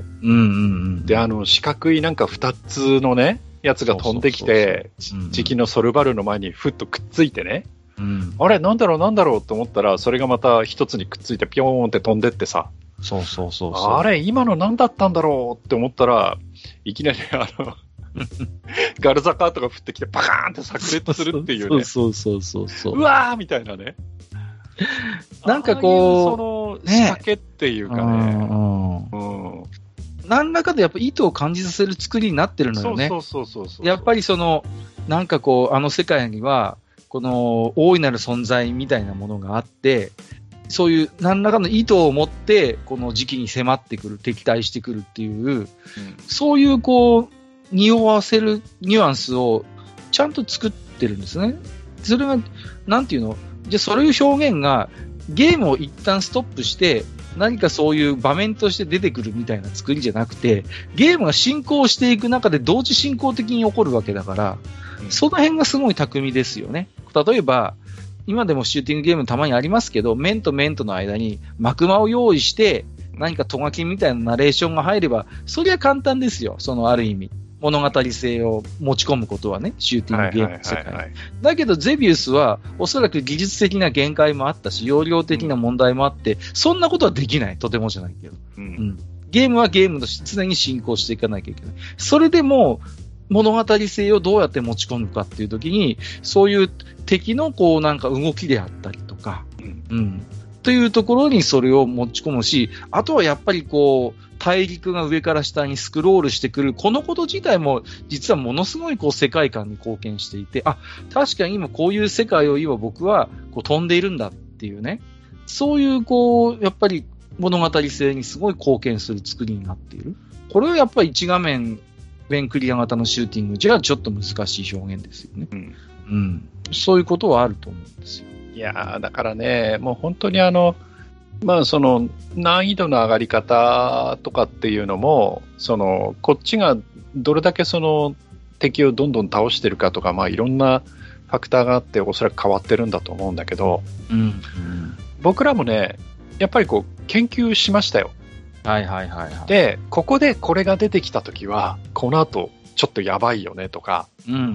で、四角いなんか2つのね、やつが飛んできて、敵のソルバルの前にふっとくっついてね、あれ、なんだろうと思ったら、それがまた一つにくっついてピョーンって飛んでってさ、あれ、今の何だったんだろうって思ったら、いきなりガルザカートが降ってきて、バカーンって炸裂するっていうね。うわーみたいなね。
なんか
その仕掛けっていうかね。
何らかでやっぱ意図を感じさせる作りになってるのよね。やっぱりなんか世界には、この大いなる存在みたいなものがあって、 そういう何らかの意図を持って、この時期に迫ってくる、敵対してくるっていう、そういうこう、匂わせるニュアンスをちゃんと作ってるんですね。それが、なんていうの？じゃあそういう表現が、ゲームを一旦ストップして、何かそういう場面として出てくるみたいな作りじゃなくて、ゲームが進行していく中で同時進行的に起こるわけだから、その辺がすごい巧みですよね。例えば、今でもシューティングゲームたまにありますけど、面と面との間に幕間を用意して、何かト書きみたいなナレーションが入れば、そりゃ簡単ですよ。そのある意味。物語性を持ち込むことはね、シューティングゲームの世界。だけど、ゼビウスは、おそらく技術的な限界もあったし、容量的な問題もあって、そんなことはできない。とてもじゃないけど。ゲームはゲームとして常に進行していかなきゃいけない。それでも、物語性をどうやって持ち込むかっていうときに、そういう敵のこうなんか動きであったりとか、というところにそれを持ち込むし、あとはやっぱりこう、大陸が上から下にスクロールしてくる、このこと自体も実はものすごいこう世界観に貢献していて、確かに今こういう世界を今僕はこう飛んでいるんだっていうね、そういうこう、やっぱり物語性にすごい貢献する作りになっている。これはやっぱり一画面、面クリア型のシューティングじゃちょっと難しい表現ですよね。そういうことはあると思うんですよ。
いやだからね、もう本当にその難易度の上がり方とかっていうのも、こっちがどれだけその敵をどんどん倒してるかとか、いろんなファクターがあっておそらく変わってるんだと思うんだけど、僕らもね、やっぱりこう研究しましたよ。で、ここでこれが出てきたときは、この後ちょっとやばいよねとか、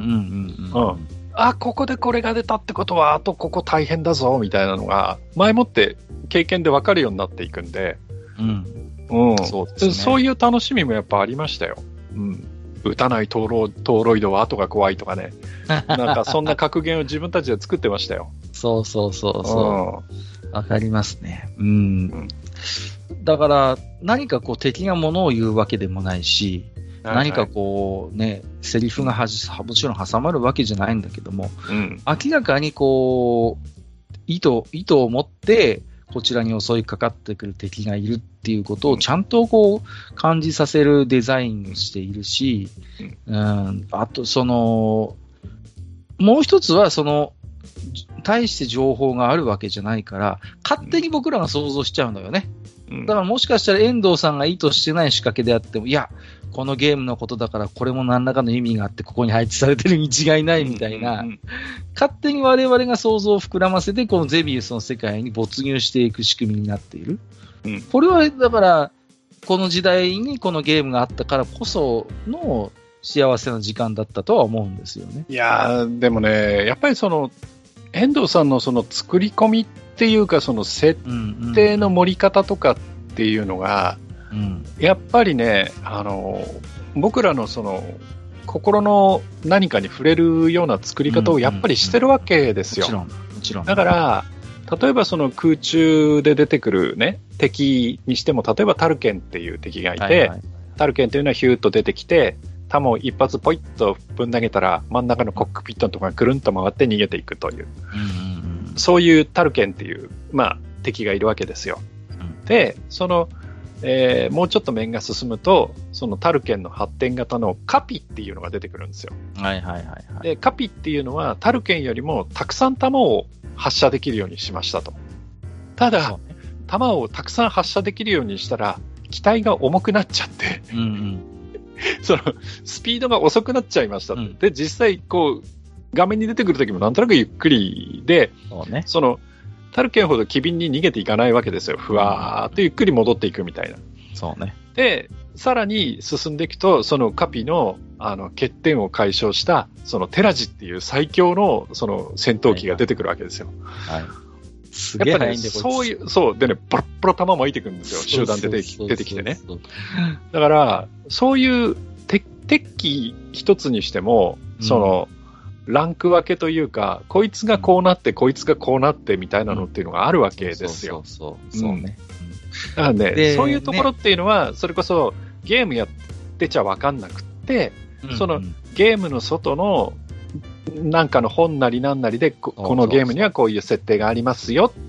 ここでこれが出たってことは、あとここ大変だぞみたいなのが、前もって経験で分かるようになっていくんで、そうですね、そういう楽しみもやっぱありましたよ。撃たないトーロイドは後が怖いとかね、なんかそんな格言を自分たちで作ってましたよ。
わかりますね。だから、何かこう敵が物を言うわけでもないし、何かこうね、セリフがもちろん挟まるわけじゃないんだけども、明らかにこう、意図を持って、こちらに襲いかかってくる敵がいるっていうことをちゃんとこう、感じさせるデザインをしているし、あともう一つは大して情報があるわけじゃないから、勝手に僕らが想像しちゃうのよね。だからもしかしたら遠藤さんが意図してない仕掛けであっても、いや、このゲームのことだからこれも何らかの意味があってここに配置されてるに違いないみたいな、勝手に我々が想像を膨らませてこのゼビウスの世界に没入していく仕組みになっている。これはだからこの時代にこのゲームがあったからこその幸せな時間だったとは思うんですよね。
いやー、でもね、やっぱり遠藤さんの作り込みっていうか設定の盛り方とかっていうのが、やっぱりね、僕らの心の何かに触れるような作り方をやっぱりしてるわけですよ。もちろん。だから、例えば空中で出てくるね、敵にしても、例えばタルケンっていう敵がいて、タルケンというのはヒューッと出てきて、弾を一発ポイッとぶん投げたら真ん中のコックピットのところがぐるんと回って逃げていくという、そういうタルケンっていう、敵がいるわけですよ。で、もうちょっと面が進むと、タルケンの発展型のカピっていうのが出てくるんですよ。で、カピっていうのはタルケンよりもたくさん弾を発射できるようにしましたと。ただ、弾をたくさん発射できるようにしたら、機体が重くなっちゃって、スピードが遅くなっちゃいました。で、実際、画面に出てくるときもなんとなくゆっくりで、タルケンほど機敏に逃げていかないわけですよ。ふわーっとゆっくり戻っていくみたいな。で、さらに進んでいくと、カピの、欠点を解消した、テラジっていう最強の、戦闘機が出てくるわけですよ。
すげえ早いんで、
でね、ポロッポロ弾巻いてくるんですよ。集団で出てきてね。だから、そういう鉄器一つにしても、ランク分けというか、こいつがこうなって、こいつがこうなってみたいなのっていうのがあるわけですよ。だからね、そういうところっていうのは、それこそゲームやってちゃ分かんなくって、ゲームの外のなんかの本なりなんなりで、このゲームにはこういう設定がありますよ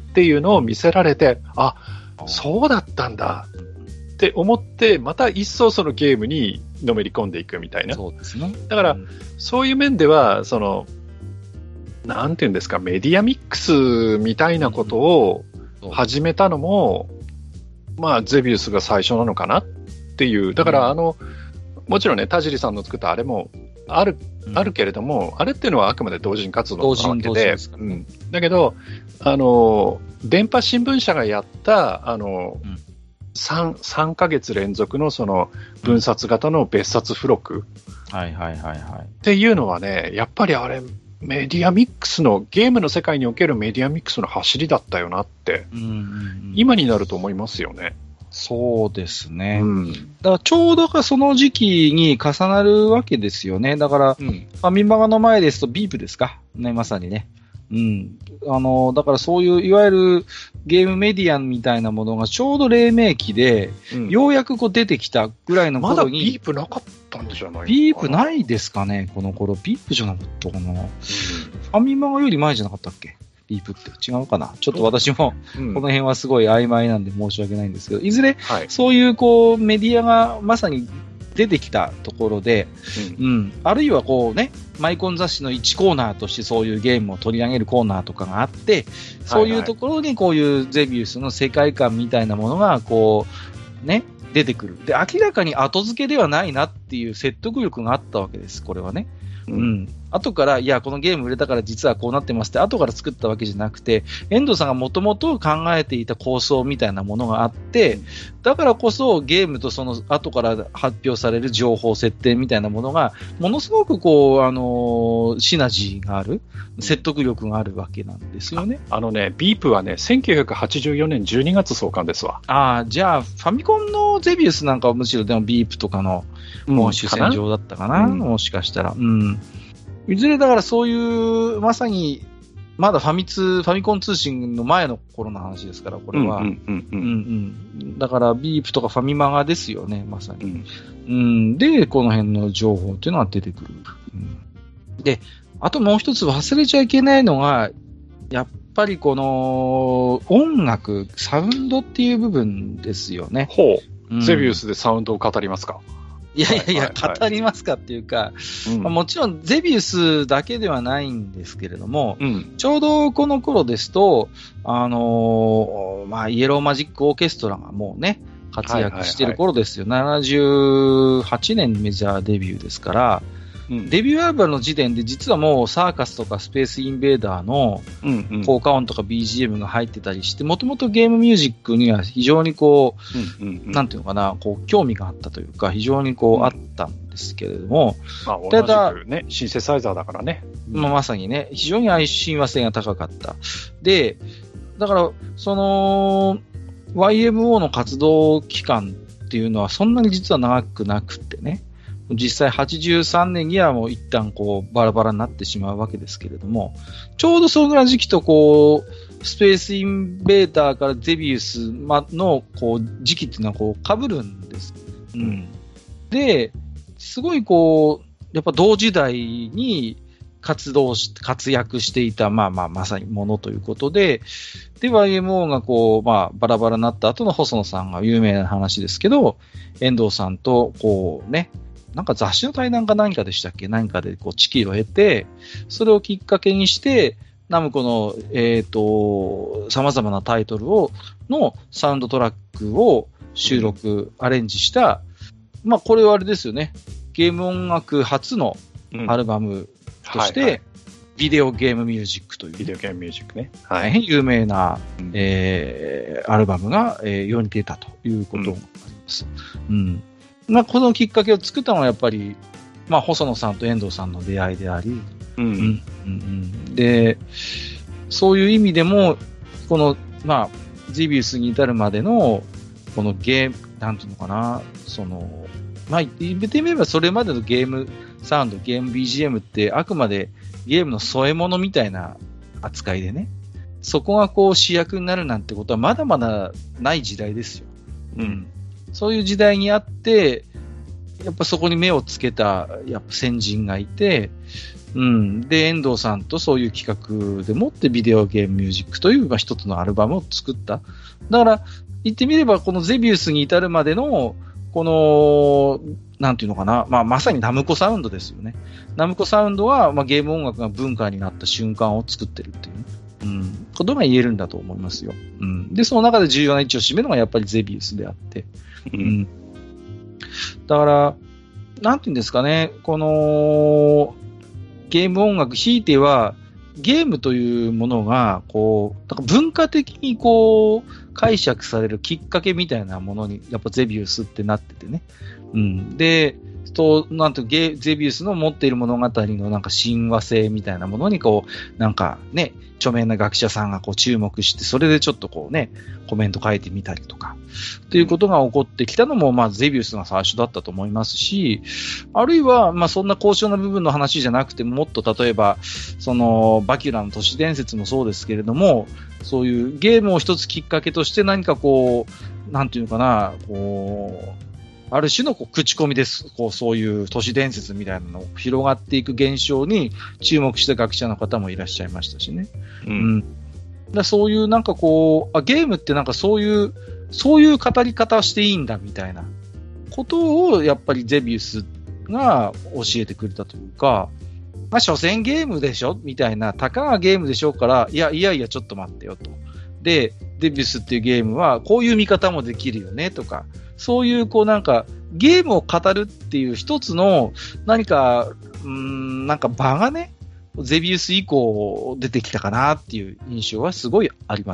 っていうのを見せられて、あ、そうだったんだって思って、また一層そのゲームにのめり込んでいくみたいな。
そうですね。
だから、そういう面では、なんていうんですか、メディアミックスみたいなことを始めたのも、まあ、ゼビウスが最初なのかなっていう。だから、もちろんね、田尻さんの作ったあれもあるけれども、あれっていうのはあくまで同人活動なわけで、だけど、電波新聞社がやった、3ヶ月連続のその分冊型の別冊付録っていうのはね、やっぱりあれ、メディアミックスの、ゲームの世界におけるメディアミックスの走りだったよなって、今になると思いますよね。
そうですね。だからちょうどその時期に重なるわけですよね。だから、ファミマガの前ですとビープですかね、まさにね。だからそういういわゆるゲームメディアみたいなものがちょうど黎明期で、ようやく出てきたぐらいの頃に。
まだビープなかったんじゃないかな。
ビープないですかね、この頃。ビープじゃなかったかな。ファミマガより前じゃなかったっけ、ビープって違うかな。ちょっと私もこの辺はすごい曖昧なんで申し訳ないんですけど、いずれそういうメディアがまさに出てきたところで、あるいはマイコン雑誌の1コーナーとしてそういうゲームを取り上げるコーナーとかがあって、そういうところにこういうゼビウスの世界観みたいなものが出てくる。で、明らかに後付けではないなっていう説得力があったわけです、これはね。後から、いや、このゲーム売れたから実はこうなってますって後から作ったわけじゃなくて、遠藤さんがもともと考えていた構想みたいなものがあって、だからこそゲームとその後から発表される情報設定みたいなものが、ものすごくシナジーがある、説得力があるわけなんですよね。
ビープはね、1984年12月創刊ですわ。
じゃあ、ファミコンのゼビウスなんかはむしろでもビープとかのもう主戦場だったかな、もしかしたら。いずれだからそういう、まさに、まだファミコン通信の前の頃の話ですから、これは。だからビープとかファミマガですよね、まさに。で、この辺の情報っていうのが出てくる。で、あともう一つ忘れちゃいけないのが、やっぱりこの音楽、サウンドっていう部分ですよね。
ゼビウスでサウンドを語りますか？
いや、語りますかっていうか、もちろんゼビウスだけではないんですけれども、ちょうどこの頃ですと、イエローマジックオーケストラがもうね、活躍してる頃ですよ。78年メジャーデビューですから、デビューアルバムの時点で実はもうサーカスとかスペースインベーダーの効果音とか BGM が入ってたりして、もともとゲームミュージックには非常になんていうのかな、興味があったというか、非常にあったんですけれども、
ただ、ね、シンセサイザーだからね。
まさにね、非常に親和性が高かった。で、だから、YMO の活動期間っていうのはそんなに実は長くなくてね、実際83年にはもう一旦バラバラになってしまうわけですけれども、ちょうどそのぐらいの時期とスペースインベーダーからゼビウスの時期っていうのは被るんです。で、すごいやっぱ同時代に活躍していた、まさにものということで、で、YMO がバラバラになった後の細野さんが有名な話ですけど、遠藤さんとなんか雑誌の対談か何かでしたっけ、何かで知己を得て、それをきっかけにして、ナムコの、様々なタイトルのサウンドトラックを収録、アレンジした、これはあれですよね。ゲーム音楽初のアルバムとして、ビデオゲームミュージックという、
ビデオゲームミュージックね。
大変有名な、アルバムが、世に出たということがあります。このきっかけを作ったのはやっぱり、細野さんと遠藤さんの出会いであり、で、そういう意味でも、ゼビウスに至るまでの、このなんていうのかな、言ってみればそれまでのゲームサウンド、ゲーム BGM ってあくまでゲームの添え物みたいな扱いでね、そこが主役になるなんてことはまだまだない時代ですよ。そういう時代にあって、やっぱそこに目をつけたやっぱ先人がいて、 うん。で、遠藤さんとそういう企画でもってビデオゲームミュージックという、一つのアルバムを作った。だから、言ってみれば、このゼビウスに至るまでの、この、なんていうのかな、まさにナムコサウンドですよね。ナムコサウンドは、ゲーム音楽が文化になった瞬間を作ってるっていうね。ことが言えるんだと思いますよ。で、その中で重要な位置を占めるのがやっぱりゼビウスであって。だから、なんていうんですかね、この、ゲーム音楽、ひいては、ゲームというものが、なんか文化的に解釈されるきっかけみたいなものに、やっぱゼビウスってなっててね。で、なんてゼビウスの持っている物語のなんか親和性みたいなものになんかね、著名な学者さんが注目して、それでちょっとコメント書いてみたりとか、っていうことが起こってきたのも、ゼビウスが最初だったと思いますし、あるいは、そんな高尚な部分の話じゃなくて、もっと例えば、バキュラの都市伝説もそうですけれども、そういうゲームを一つきっかけとして何かなんていうのかな、ある種の口コミです。そういう都市伝説みたいなのを広がっていく現象に注目した学者の方もいらっしゃいましたしね。そういうなんかゲームってなんかそういう語り方をしていいんだみたいなことをやっぱりゼビウスが教えてくれたというか、所詮ゲームでしょみたいな、たかがゲームでしょうから、いやちょっと待ってよと。で、ゼビウスっていうゲームはこういう見方もできるよねとか、そういうなんかゲームを語るっていう一つの何か、なんか場がね、ゼビウス以降出てきたかなっていう印象はすごいあります。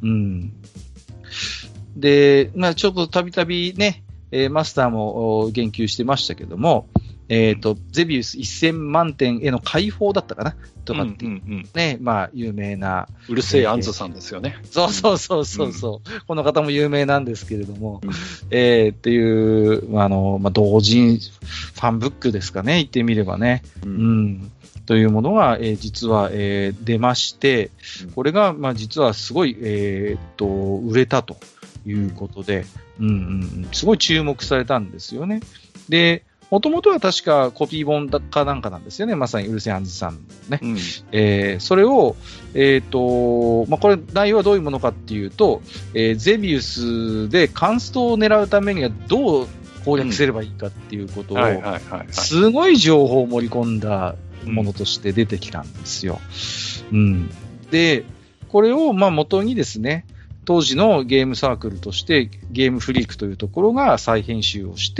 で、ちょっとたびたびね、マスターも言及してましたけども、ゼビウス1000万点への解放だったかなとかってね、有名な。
うるせえアンズさんですよね。
そう。この方も有名なんですけれども、っていう、同人ファンブックですかね、言ってみればね。というものが、実は、出まして、これが、実はすごい、売れたということで、すごい注目されたんですよね。で、もともとは確かコピー本かなんかなんですよね。まさにうるせえアンズさんのね。それを、これ内容はどういうものかっていうと、ゼビウスでカンストを狙うためにはどう攻略すればいいかっていうことを、すごい情報を盛り込んだものとして出てきたんですよ。で、これを元にですね、当時のゲームサークルとしてゲームフリークというところが再編集をして、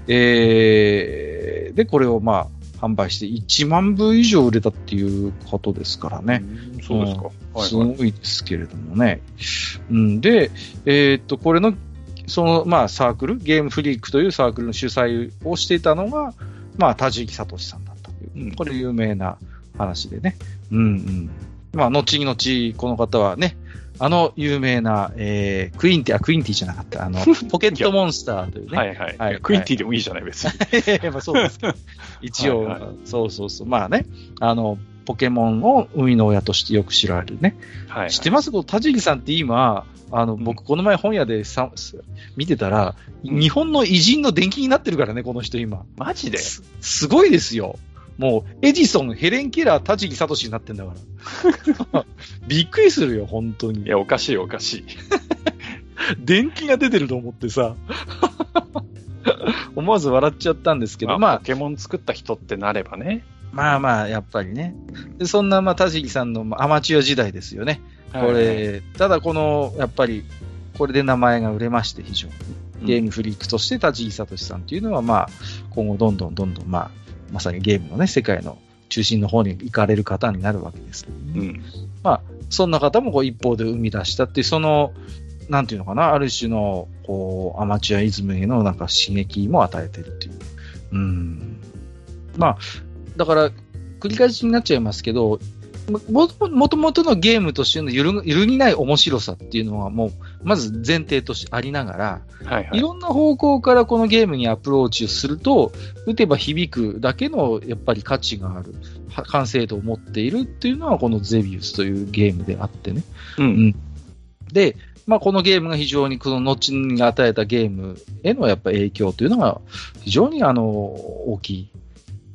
で、これを販売して1万部以上売れたっていうことですからね。
そうですか。
すごいですけれどもね。で、これの、サークル、ゲームフリークというサークルの主催をしていたのが、田尻聡さんだったという、これ有名な話でね。後々この方はね、有名な、クインティじゃなかった、ポケットモンスターというね。
クインティでもいいじゃない、別に。
そうですか。一応、そう。ポケモンを生みの親としてよく知られるね。知ってますか？田尻さんって今、僕この前本屋で見てたら、日本の偉人の伝記になってるからね、この人今。
マジです
ごいですよ。もう、エジソン、ヘレン・ケラー、田尻聡になってんだから。びっくりするよ、本当に。
いや、おかしい。
電気が出てると思ってさ。思わず笑っちゃったんですけど、
ポケモン作った人ってなればね。
やっぱりね。でそんな、田尻さんのアマチュア時代ですよね。これ、ただやっぱり、これで名前が売れまして、非常に。ゲームフリークとして田尻聡さんっていうのは、今後どんどん、まさにゲームのね、世界の中心の方に行かれる方になるわけですけど、ね。そんな方も一方で生み出したっていう、なんていうのかな、ある種の、アマチュアイズムへのなんか刺激も与えてるっていう。だから、繰り返しになっちゃいますけど、もともとのゲームとしての揺るぎない面白さっていうのはもう、まず前提としてありながら、いろんな方向からこのゲームにアプローチをすると、打てば響くだけのやっぱり価値がある、完成度を持っているっていうのはこのゼビウスというゲームであってね。で、このゲームが非常にこの後に与えたゲームへのやっぱ影響というのが非常に大きい。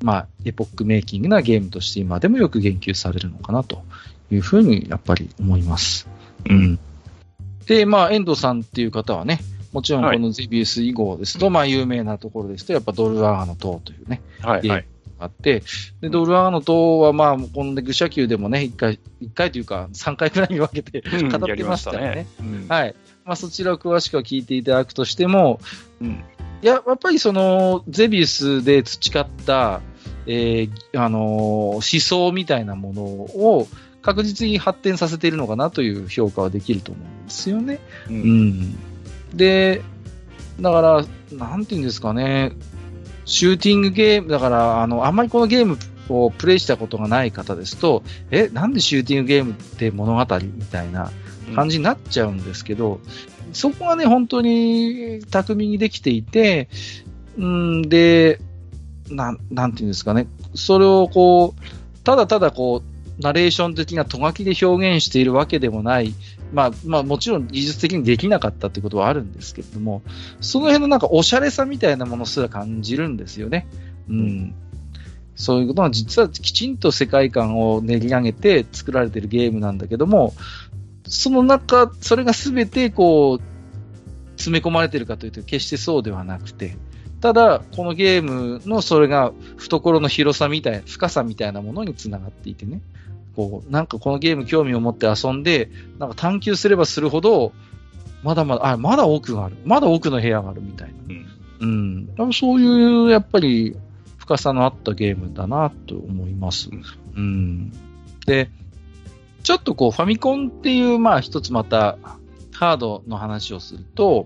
エポックメイキングなゲームとして今でもよく言及されるのかなというふうにやっぱり思います。うん。で、遠藤さんっていう方はね、もちろんこのゼビウス以後ですと、有名なところですと、やっぱドルアガの塔というね、ゲームがあって、で、ドルアガの塔はこの愚者級でもね、1回というか3回くらいに分けて語ってましたよね。はい。そちらを詳しくは聞いていただくとしても、やっぱりそのゼビウスで培った思想みたいなものを確実に発展させているのかなという評価はできると思うんですよね。で、だから、なんていうんですかね、シューティングゲーム、だから、あんまりこのゲームをプレイしたことがない方ですと、なんでシューティングゲームって物語みたいな感じになっちゃうんですけど、そこがね、本当に巧みにできていて、で、なんていうんですかね、それをただただナレーション的なとがきで表現しているわけでもない、もちろん技術的にできなかったってことはあるんですけれども、その辺のおしゃれさみたいなものすら感じるんですよね。そういうことが実はきちんと世界観を練り上げて作られているゲームなんだけども、それが全て詰め込まれているかというと決してそうではなくて、ただ、このゲームのそれが懐の広さみたいな、深さみたいなものにつながっていてね、なんかこのゲーム興味を持って遊んで、なんか探求すればするほど、まだ奥がある。まだ奥の部屋があるみたいな。そういう、やっぱり、深さのあったゲームだなと思います。で、ちょっとファミコンっていう、一つまた、ハードの話をすると、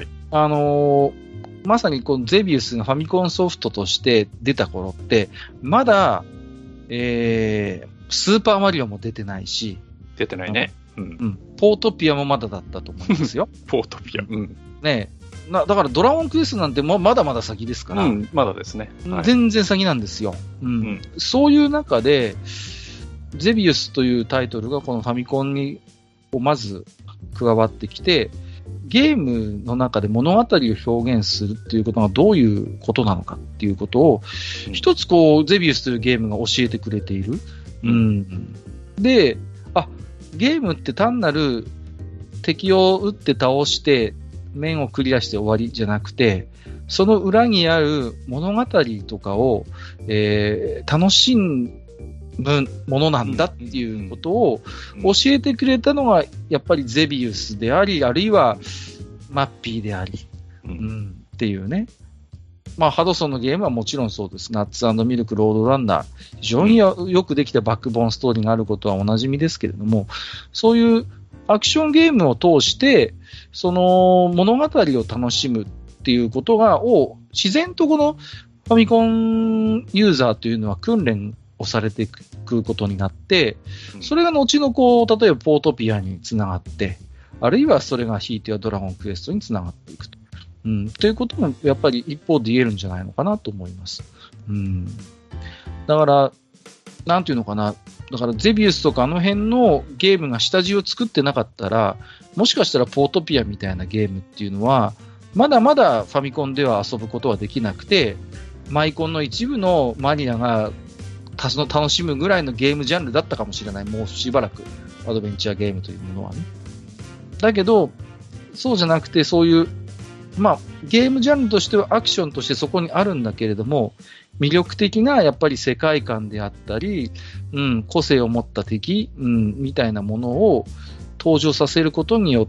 まさにこのゼビウスがファミコンソフトとして出た頃って、まだ、スーパーマリオも出てないし。
出てないね。
ポートピアもまだだったと思いますよ。
ポートピア。
ねえ。だからドラゴンクエストなんてまだまだ先ですから。
まだですね。
全然先なんですよ。そういう中で、ゼビウスというタイトルがこのファミコンにまず加わってきて、ゲームの中で物語を表現するっていうことがどういうことなのかっていうことを、一つゼビウスというゲームが教えてくれている。で、ゲームって単なる敵を撃って倒して面をクリアして終わりじゃなくて、その裏にある物語とかを、楽しむものなんだっていうことを教えてくれたのがやっぱりゼビウスであり、あるいはマッピーであり、っていうね。ハドソンのゲームはもちろんそうです。ナッツ&ミルク、ロードランナー。非常によくできたバックボーンストーリーがあることはおなじみですけれども、そういうアクションゲームを通して、その物語を楽しむっていうことを自然とこのファミコンユーザーというのは訓練をされていくことになって、それが後の例えばポートピアにつながって、あるいはそれがひいてはドラゴンクエストにつながっていくと。ということもやっぱり一方で言えるんじゃないのかなと思います。だから、なんていうのかな。だからゼビウスとかあの辺のゲームが下地を作ってなかったら、もしかしたらポートピアみたいなゲームっていうのは、まだまだファミコンでは遊ぶことはできなくて、マイコンの一部のマニアが楽しむぐらいのゲームジャンルだったかもしれない。もうしばらくアドベンチャーゲームというものはね。だけど、そうじゃなくてそういうゲームジャンルとしてはアクションとしてそこにあるんだけれども、魅力的なやっぱり世界観であったり、個性を持った敵、みたいなものを登場させることによって、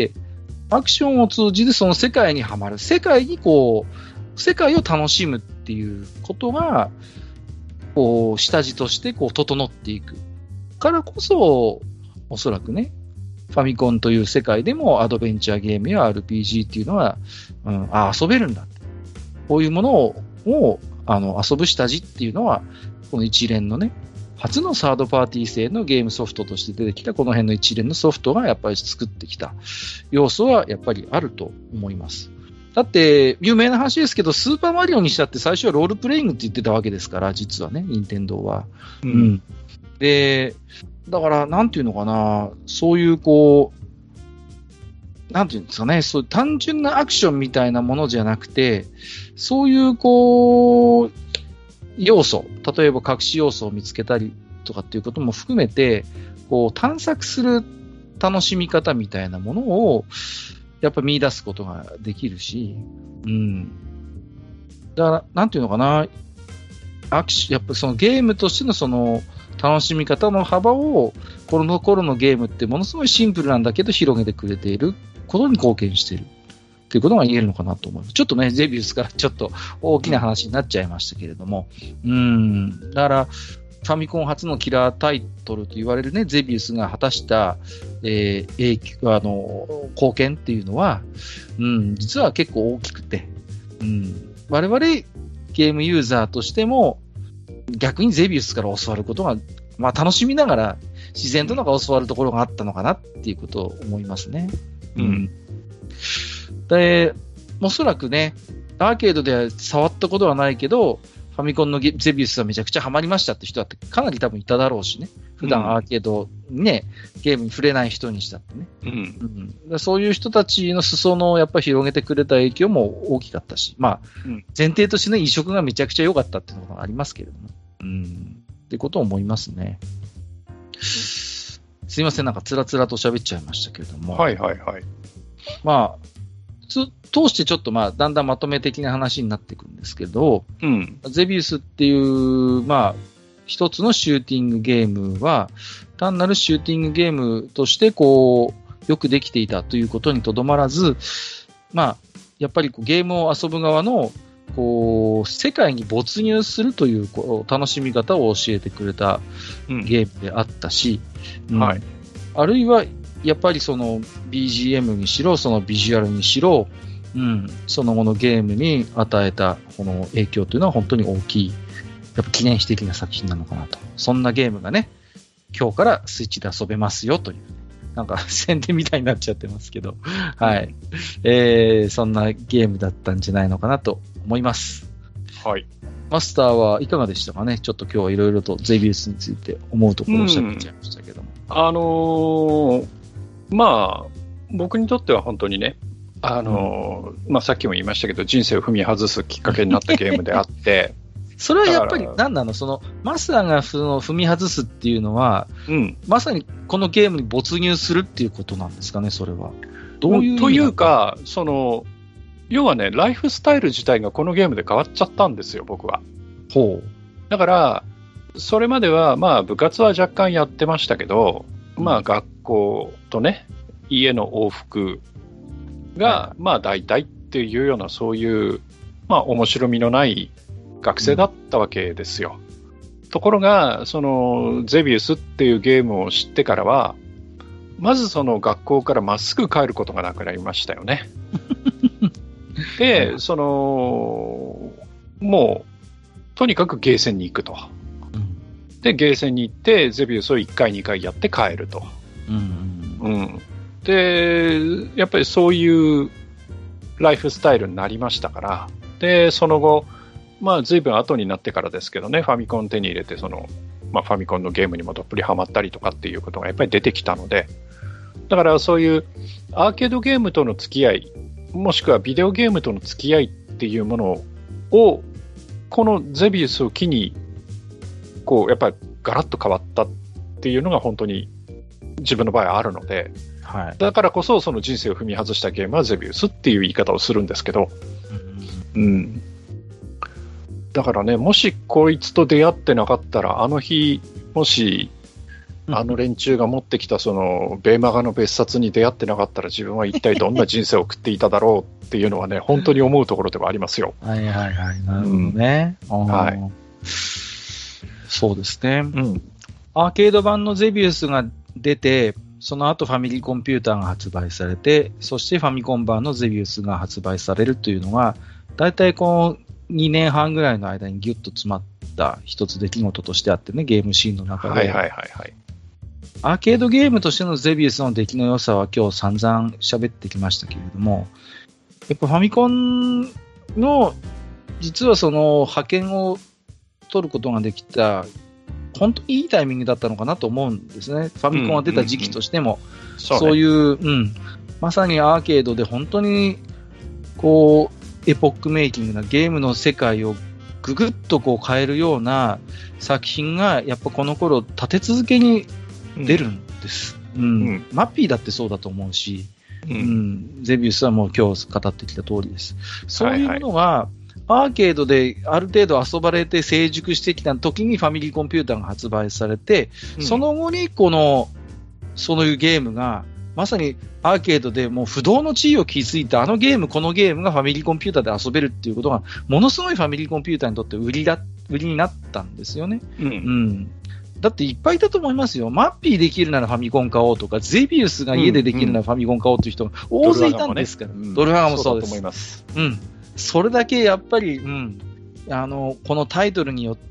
アクションを通じてその世界にはまる。世界を楽しむっていうことが、下地として整っていく。からこそ、おそらくね、ファミコンという世界でもアドベンチャーゲームや RPG っていうのは、遊べるんだ。こういうものを遊ぶ下地っていうのは、この一連のね、初のサードパーティー製のゲームソフトとして出てきたこの辺の一連のソフトがやっぱり作ってきた要素はやっぱりあると思います。だって、有名な話ですけど、スーパーマリオにしたって最初はロールプレイングって言ってたわけですから、実はね、任天堂は。で、だから、なんていうのかな、そういうなんていうんですかね、そういう単純なアクションみたいなものじゃなくて、そういう要素、例えば隠し要素を見つけたりとかっていうことも含めて、こう探索する楽しみ方みたいなものをやっぱ見出すことができるし、うん。だから、なんていうのかな、やっぱそのゲームとしてのその楽しみ方の幅を、この頃のゲームってものすごいシンプルなんだけど広げてくれていることに貢献しているということが言えるのかなと思います。ちょっとね、ゼビウスからちょっと大きな話になっちゃいましたけれども、だから、ファミコン初のキラータイトルと言われるね、ゼビウスが果たした、貢献っていうのは、実は結構大きくて、我々ゲームユーザーとしても、逆にゼビウスから教わることが、まあ楽しみながら、自然となんか教わるところがあったのかなっていうことを思いますね。で、おそらくね、アーケードでは触ったことはないけど、ファミコンのゼビウスはめちゃくちゃハマりましたって人だってかなり多分いただろうしね。普段アーケードね、ゲームに触れない人にしたってね。そういう人たちの裾野をやっぱり広げてくれた影響も大きかったし、まあ、前提としてね、移植がめちゃくちゃ良かったっていうのがありますけれども。ってことを思いますね。すいません、なんかつらつらと喋っちゃいましたけれども。まあ、通してちょっとまあ、だんだんまとめ的な話になっていくんですけど、ゼビウスっていう、まあ、一つのシューティングゲームは、単なるシューティングゲームとして、こう、よくできていたということにとどまらず、まあ、やっぱりこうゲームを遊ぶ側の、こう、世界に没入するというこう楽しみ方を教えてくれたゲームであったし、あるいは、やっぱりその BGM にしろ、そのビジュアルにしろ、その後のゲームに与えたこの影響というのは本当に大きい、やっぱ記念碑的な作品なのかなと。そんなゲームがね、今日からスイッチで遊べますよという、なんか宣伝みたいになっちゃってますけど、はい。そんなゲームだったんじゃないのかなと思います。
はい。
マスターはいかがでしたかね。ちょっと今日はいろいろとゼビウスについて思うところをおっしゃってちゃいましたけども。
まあ、僕にとっては本当にね、まあさっきも言いましたけど、人生を踏み外すきっかけになったゲームであって、
それはやっぱり何なの、そのマスターがその踏み外すっていうのは、まさにこのゲームに没入するっていうことなんですかね、それは。どういうというか、
その要はね、ライフスタイル自体がこのゲームで変わっちゃったんですよ、僕は。だから、それまではまあ部活は若干やってましたけど、まあ学校とね、家の往復がまあ大体っていうような、そういうまあ面白みのない学生だったわけですよ。ところが、そのゼビウスっていうゲームを知ってからは、まずその学校からまっすぐ帰ることがなくなりましたよね。で、そのもうとにかくゲーセンに行くと。で、ゲーセンに行ってゼビウスを1回2回やって帰ると。で、やっぱりそういうライフスタイルになりましたから、で、その後、まあ随分後になってからですけどね、ファミコン手に入れて、その、まあファミコンのゲームにもどっぷりハマったりとかっていうことがやっぱり出てきたので、だからそういうアーケードゲームとの付き合い、もしくはビデオゲームとの付き合いっていうものを、このゼビウスを機に、こう、やっぱりガラッと変わったっていうのが本当に自分の場合はあるので、だからこそその人生を踏み外したゲームはゼビウスっていう言い方をするんですけど、だからね、もしこいつと出会ってなかったら、あの日、もし、あの連中が持ってきたその、ベーマガの別冊に出会ってなかったら、自分は一体どんな人生を送っていただろうっていうのはね、本当に思うところではありますよ。
なるほどね。そうですね。アーケード版のゼビウスが出て、その後ファミリーコンピューターが発売されて、そしてファミコン版のゼビウスが発売されるというのが、だいたいこう2年半ぐらいの間にギュッと詰まった一つ出来事としてあってね、ゲームシーンの中で。アーケードゲームとしてのゼビウスの出来の良さは今日散々喋ってきましたけれども、やっぱファミコンの実はその派遣を取ることができた本当にいいタイミングだったのかなと思うんですね。ファミコンが出た時期としても、そういう、まさにアーケードで本当にこうエポックメイキングなゲームの世界をぐぐっとこう変えるような作品が、やっぱこの頃立て続けに出るんです。マッピーだってそうだと思うし、ゼビウスはもう今日語ってきた通りです。そういうものが、アーケードである程度遊ばれて成熟してきた時にファミリーコンピューターが発売されて、その後にそういうゲームが、まさにアーケードでもう不動の地位を築いたこのゲームがファミリーコンピューターで遊べるっていうことが、ものすごいファミリーコンピューターにとって売りになったんですよね。だっていっぱいいたと思いますよ。マッピーできるならファミコン買おうとか、ゼビウスが家でできるならファミコン買おうという人が大勢いたんですから。ドルハガもそうです。そうだと思います。それだけやっぱり、このタイトルによって、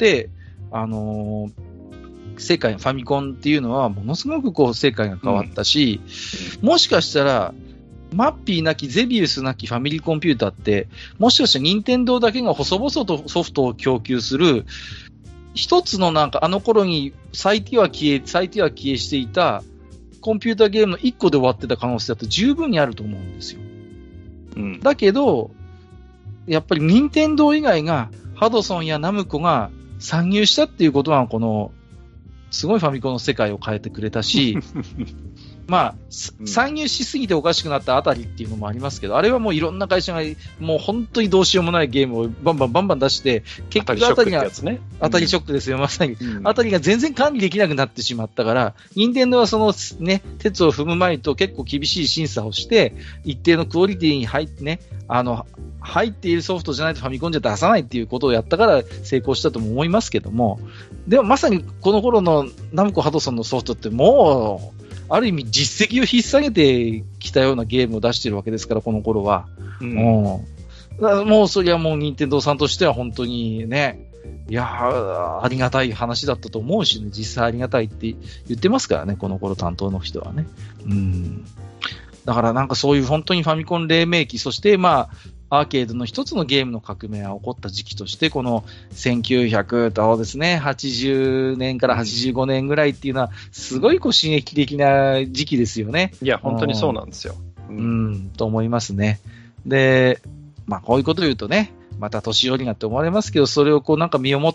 世界、ファミコンっていうのはものすごくこう世界が変わったし、もしかしたら、マッピーなき、ゼビウスなきファミリーコンピューターって、もしかしたら任天堂だけが細々とソフトを供給する、一つのなんかあの頃に最低は消えしていたコンピューターゲームの一個で終わってた可能性だって十分にあると思うんですよ。だけど、やっぱり任天堂以外がハドソンやナムコが参入したっていうことはこのすごいファミコンの世界を変えてくれたし、参入しすぎておかしくなったあたりっていうのもありますけど、あれはもういろんな会社がもう本当にどうしようもないゲームをバンバン出して、結局あたりが、当たりショックですよ、まさに。あたりが全然管理できなくなってしまったから、任天堂はそのね、鉄を踏む前と結構厳しい審査をして、一定のクオリティに入っているソフトじゃないとファミコンじゃ出さないっていうことをやったから成功したとも思いますけども、でもまさにこの頃のナムコハドソンのソフトってもう、ある意味実績を引っ提げてきたようなゲームを出しているわけですから、この頃は。もうそりゃもう任天堂さんとしては本当にね、いやありがたい話だったと思うしね、実際ありがたいって言ってますからね、この頃担当の人はね。だからなんかそういう本当にファミコン黎明期、そしてアーケードの一つのゲームの革命が起こった時期として、この1980年から85年ぐらいっていうのは、すごい刺激的な時期ですよね。
いや、本当にそうなんですよ。
と思いますね。で、こういうことを言うとね、また年寄りがって思われますけど、それをなんか身をもって、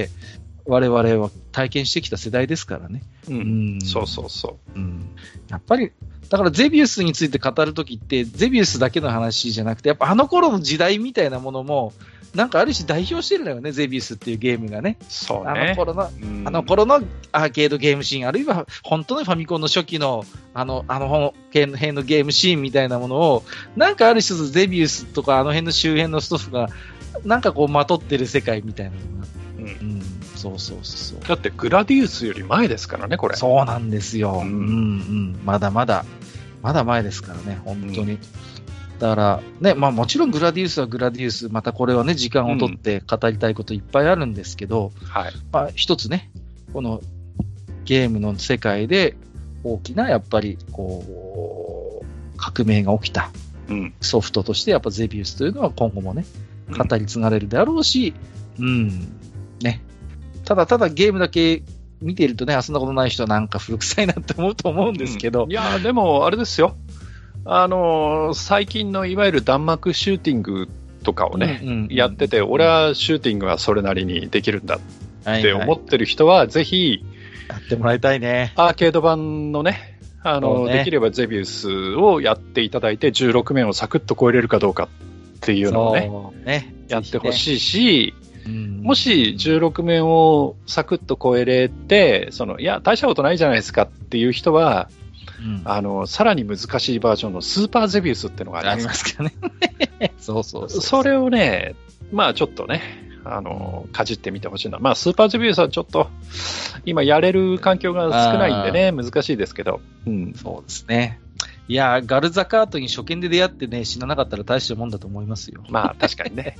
我々は体験してきた世代ですからね。
そうそうそう。
やっぱり、だからゼビウスについて語るときって、ゼビウスだけの話じゃなくて、やっぱあの頃の時代みたいなものも、なんかある種代表してるのよね、ゼビウスっていうゲームがね。
そうね。
あの頃のアーケードゲームシーン、あるいは本当のファミコンの初期のあの辺のゲームシーンみたいなものを、なんかある種ゼビウスとかあの辺の周辺のストッフが、なんかこうまとってる世界みたいなのが。そう
だってグラディウスより前ですからね、これ。
そうなんですよ。まだ前ですからね、本当に。だからね、もちろんグラディウスはグラディウス、またこれはね、時間を取って語りたいこといっぱいあるんですけど、一つね、このゲームの世界で大きなやっぱりこう革命が起きたソフトとしてやっぱゼビウスというのは今後もね、語り継がれるであろうし、ね。ただゲームだけ見ているとね、遊んだことない人はなんか古臭いなって思うと思うんですけど。
いや、でもあれですよ。最近のいわゆる弾幕シューティングとかをね、やってて、俺はシューティングはそれなりにできるんだって思ってる人は、ぜひ、
やってもらいたいね。
アーケード版のね、できればゼビウスをやっていただいて、16面をサクッと超えれるかどうかっていうのをね、やってほしいし、もし16面をサクッと超えれて、いや、大したことないじゃないですかっていう人は、さらに難しいバージョンのスーパーゼビウスっていうのがありますから
ね。そう。
それをね、ちょっとね、かじってみてほしいな。スーパーゼビウスはちょっと、今やれる環境が少ないんでね、難しいですけど。
そうですね。いやガルザカートに初見で出会ってね、死ななかったら大したもんだと思いますよ。
確かにね。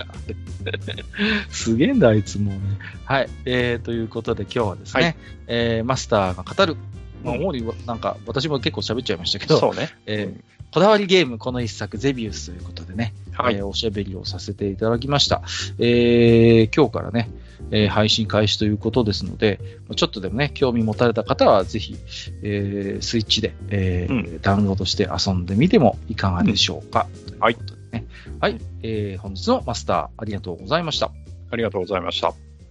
すげえんだ、あいつもね。はい。ということで今日はですね、マスターが語る、主になんか私も結構喋っちゃいましたけど、
そうね。
こだわりゲームこの一作ゼビウスということでね、おしゃべりをさせていただきました。今日からね、配信開始ということですので、ちょっとでもね、興味持たれた方はぜひ、スイッチで、ダウンロードして遊んでみてもいかがでしょうか。ということでね。はい。本日のマスターありがとうございました。
ありがとうございました。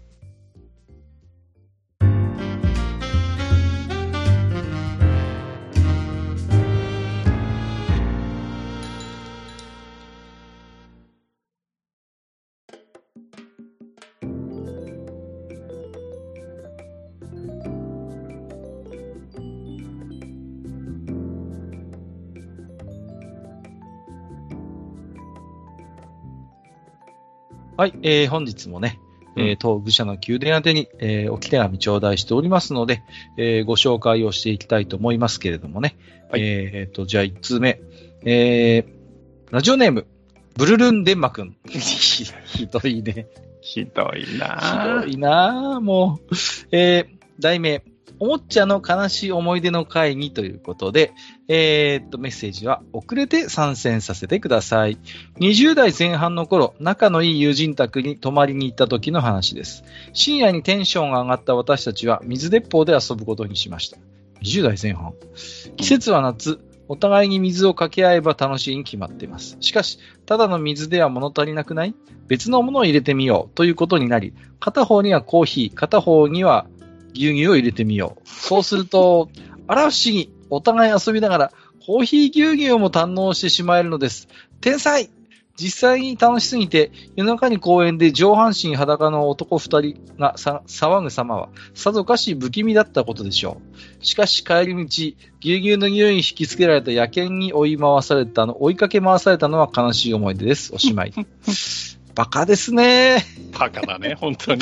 はい、本日もね、当愚者の宮殿宛てに、お手紙頂戴しておりますので、ご紹介をしていきたいと思いますけれどもね。はい、じゃあ1通目。ラジオネーム、ブルルンデンマくん。ひどいね。
ひどいな
ぁ、もう。題名、おもちゃの悲しい思い出の会にということで、メッセージは遅れて参戦させてください。20代前半の頃、仲のいい友人宅に泊まりに行った時の話です。深夜にテンションが上がった私たちは水鉄砲で遊ぶことにしました。20代前半。季節は夏、お互いに水をかけ合えば楽しいに決まっています。しかし、ただの水では物足りなくない？別のものを入れてみようということになり、片方にはコーヒー、片方には牛乳を入れてみよう。そうすると、あら不思議。お互い遊びながら、コーヒー牛乳も堪能してしまえるのです。天才！実際に楽しすぎて、夜中に公園で上半身裸の男二人が騒ぐ様は、さぞかし不気味だったことでしょう。しかし帰り道、牛乳の匂いに引きつけられた野犬に追いかけ回されたのは悲しい思い出です。おしまい。バカですね。
バカだね、本当に。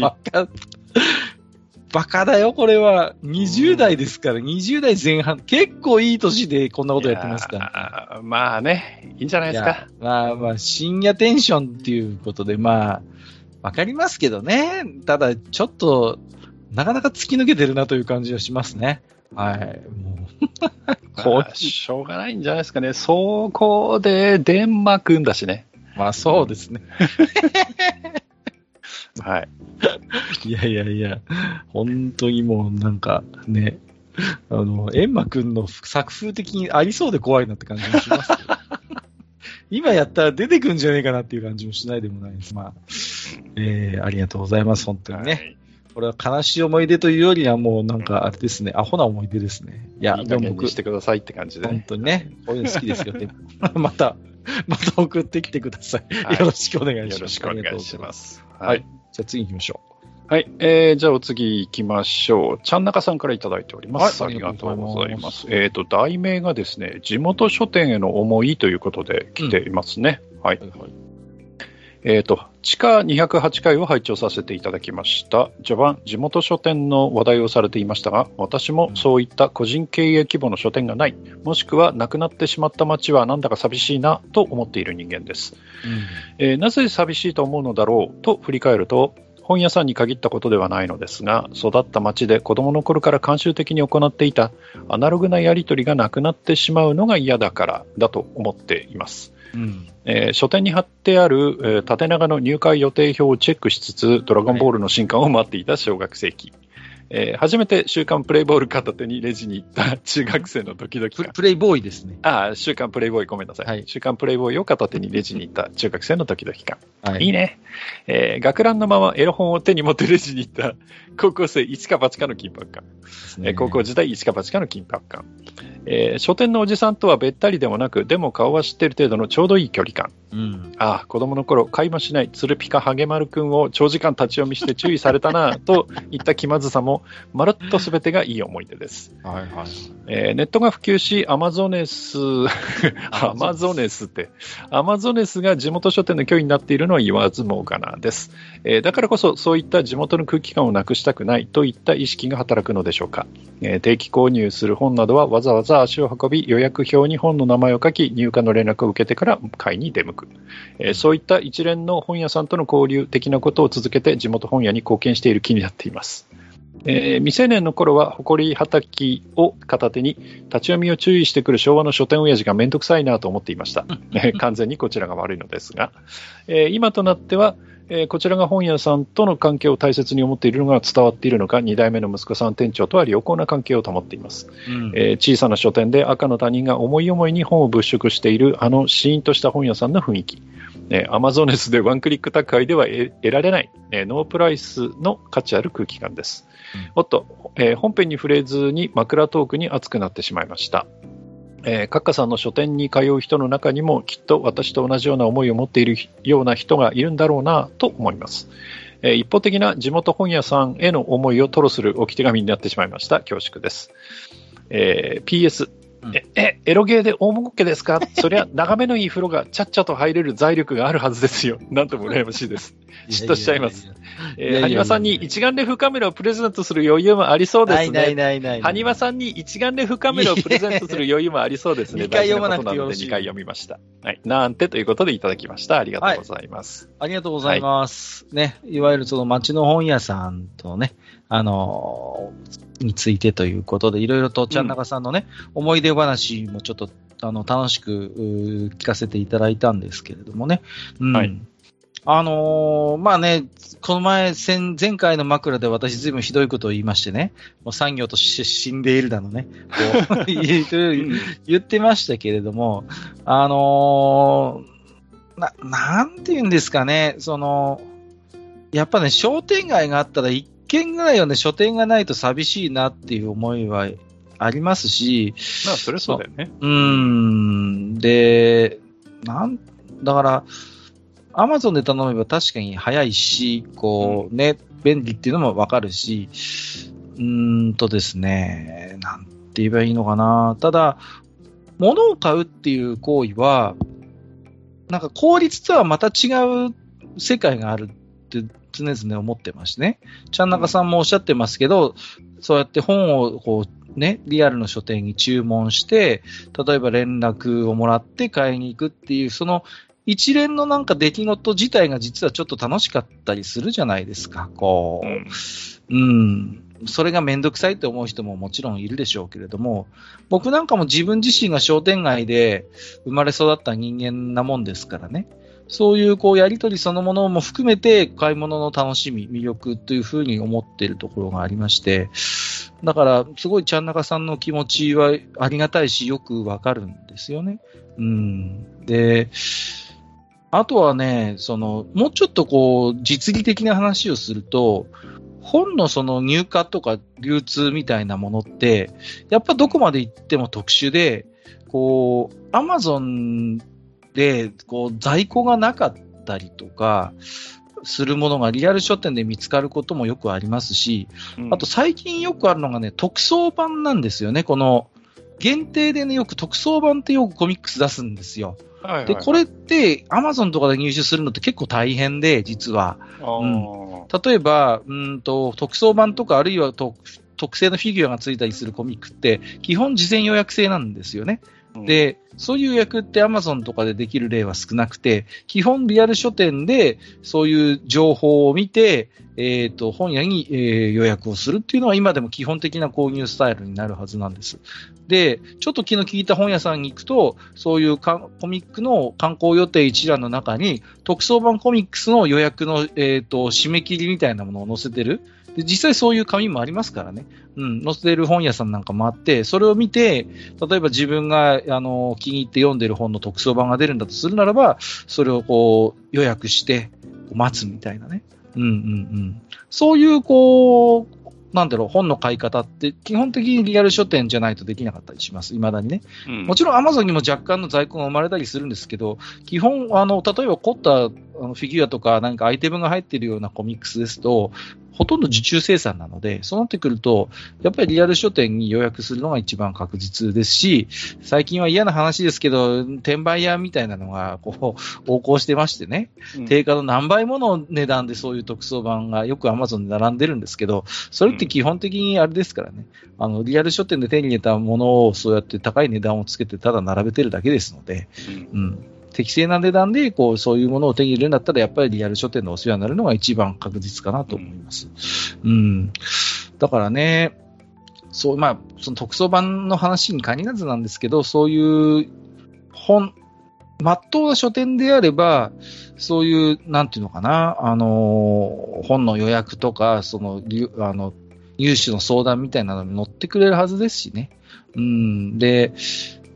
バカだよ、これは。20代ですから、20代前半。結構いい年でこんなことやってますから。
まあね、いいんじゃないですか。
まあ、深夜テンションっていうことで、まあ、わかりますけどね。ただ、ちょっと、なかなか突き抜けてるなという感じはしますね。はい。も
うしょうがないんじゃないですかね。そこで、デンマくんだしね。
まあ、そうですね。
はい。
いや、本当にもうなんかね、エンマくんの作風的にありそうで怖いなって感じもしますけど。今やったら出てくんじゃねえかなっていう感じもしないでもないです。まあ、ありがとうございます、本当にね。はい、これは悲しい思い出というよりはもうなんかあれですね、アホな思い出ですね。
いや、でも僕してくださいって感じで、ね。
本当にね、こういうの好きですよ。でまた送ってきてください。はい、よろしくお願いします。
よろしくお願いします。
はい。じゃあ次行きましょ
う。はい。じゃあお次行きましょう。ちゃんなかさんからいただいております。はい、ありがとうございます。題名がですね、地元書店への思いということで来ていますね。はい。地下208回を拝聴させていただきました。序盤、地元書店の話題をされていましたが、私もそういった個人経営規模の書店がない、もしくはなくなってしまった町はなんだか寂しいなと思っている人間です。なぜ寂しいと思うのだろうと振り返ると、本屋さんに限ったことではないのですが、育った町で子供の頃から慣習的に行っていたアナログなやり取りがなくなってしまうのが嫌だからだと思っています。書店に貼ってある、縦長の入会予定表をチェックしつつドラゴンボールの新刊を待っていた小学生期、初めて週刊プレイボール片手にレジに行った中学生のドキドキ感。
プレイボーイですね。
週刊プレイボーイ、ごめんなさい、
はい、
週刊プレイボーイを片手にレジに行った中学生のドキドキ感、
はい、
いいね。学ランのままエロ本を手に持ってレジに行った高校生一か八かの緊迫感、高校時代一か八かの緊迫感、書店のおじさんとはべったりでもなく、でも顔は知ってる程度のちょうどいい距離感、子供の頃買いもしない鶴ピカハゲマルくんを長時間立ち読みして注意されたなといった気まずさもまるっと全てがいい思い出です。はいはい。ネットが普及しアマゾネスが地元書店の脅威になっているのは言わずもがなです。だからこそそういった地元の空気感をなくしたくないといった意識が働くのでしょうか。定期購入する本などはわざわざ足を運び予約表に本の名前を書き入荷の連絡を受けてから買いに出向く。そういった一連の本屋さんとの交流的なことを続けて地元本屋に貢献している気になっています。未成年の頃は誇りはたきを片手に立ち読みを注意してくる昭和の書店親父がめんどくさいなと思っていました。完全にこちらが悪いのですが、今となってはこちらが本屋さんとの関係を大切に思っているのが伝わっているのか、2代目の息子さん店長とは良好な関係を保っています。小さな書店で赤の他人が思い思いに本を物色しているあのシーンとした本屋さんの雰囲気、 アマゾネスでワンクリック宅配では得られない、ノープライスの価値ある空気感です。おっと、本編に触れずに枕トークに熱くなってしまいました。カッカさんの書店に通う人の中にもきっと私と同じような思いを持っているような人がいるんだろうなと思います。一方的な地元本屋さんへの思いを吐露する置き手紙になってしまいました。恐縮です。PS、エロゲーで大儲けですか？そりゃ眺めのいい風呂がちゃっちゃと入れる財力があるはずですよ。なんとも羨ましいです。嫉妬しちゃいます。ハニワさんに一眼レフカメラをプレゼントする余裕もありそうですね。ハニワさんに一眼レフカメラをプレゼントする余裕もありそうですね。
2回読まなくてよろしい。
2回読みました。はい。なんてということでいただきました。ありがとうございます。
ありがとうございます。ね。いわゆるその町の本屋さんとね、についてということで、いろいろとちゃんなかさんのね、思い出話もちょっと、楽しく聞かせていただいたんですけれどもね。はい。まあね、この前回の枕で私ずいぶんひどいことを言いましてね、もう産業として死んでいるだのね、こう言ってましたけれども、なんて言うんですかね、やっぱね、商店街があったら一軒ぐらいはね、書店がないと寂しいなっていう思いはありますし、
まあ、それそうだよね。
で、だから、アマゾンで頼めば確かに早いし、こうね、便利っていうのもわかるし、ですね、なんて言えばいいのかな。ただ、物を買うっていう行為は、なんか効率とはまた違う世界があるって常々思ってましてね。ちゃんなかさんもおっしゃってますけど、そうやって本をこうね、リアルの書店に注文して、例えば連絡をもらって買いに行くっていう、その一連のなんか出来事自体が実はちょっと楽しかったりするじゃないですか。こう、それがめんどくさいって思う人ももちろんいるでしょうけれども、僕なんかも自分自身が商店街で生まれ育った人間なもんですからね。そういうこうやりとりそのものも含めて買い物の楽しみ、魅力というふうに思っているところがありまして、だからすごいちゃんなかさんの気持ちはありがたいしよくわかるんですよね。で、あとはね、もうちょっとこう実利的な話をすると、本のその入荷とか流通みたいなものって、やっぱどこまで行っても特殊で、こう、アマゾンで、こう、在庫がなかったりとか、するものがリアル書店で見つかることもよくありますし、あと最近よくあるのがね、特装版なんですよね。この、限定でね、よく特装版ってよくコミックス出すんですよ。で、これって、アマゾンとかで入手するのって結構大変で、実は。例えば、特装版とか、あるいは特製のフィギュアがついたりするコミックって、基本事前予約制なんですよね。で、そういう予約って Amazon とかでできる例は少なくて、基本リアル書店でそういう情報を見て、本屋に、予約をするっていうのは今でも基本的な購入スタイルになるはずなんです。で、ちょっと気の利いた本屋さんに行くと、そういうコミックの観光予定一覧の中に、特装版コミックスの予約の、締め切りみたいなものを載せてる。で、実際そういう紙もありますからね。載せてる本屋さんなんかもあって、それを見て、例えば自分が、気に入って読んでる本の特装版が出るんだとするならば、それをこう、予約して、待つみたいなね。そういう、こう、本の買い方って、基本的にリアル書店じゃないとできなかったりします。未だにね。もちろん Amazon にも若干の在庫が生まれたりするんですけど、基本、例えば凝ったフィギュアとか何かアイテムが入っているようなコミックスですと、ほとんど受注生産なので、そうなってくると、やっぱりリアル書店に予約するのが一番確実ですし、最近は嫌な話ですけど、転売屋みたいなのが、こう、横行してましてね、定価の何倍もの値段でそういう特装版がよく Amazon で並んでるんですけど、それって基本的にあれですからね、リアル書店で手に入れたものをそうやって高い値段をつけてただ並べてるだけですので、適正な値段でそういうものを手に入れるんだったらやっぱりリアル書店のお世話になるのが一番確実かなと思います。だからね、その特装版の話に限らずなんですけど、そういう真っ当な書店であれば、そういう、なんていうのかな、本の予約とか、入手の相談みたいなのに載ってくれるはずですしね。で、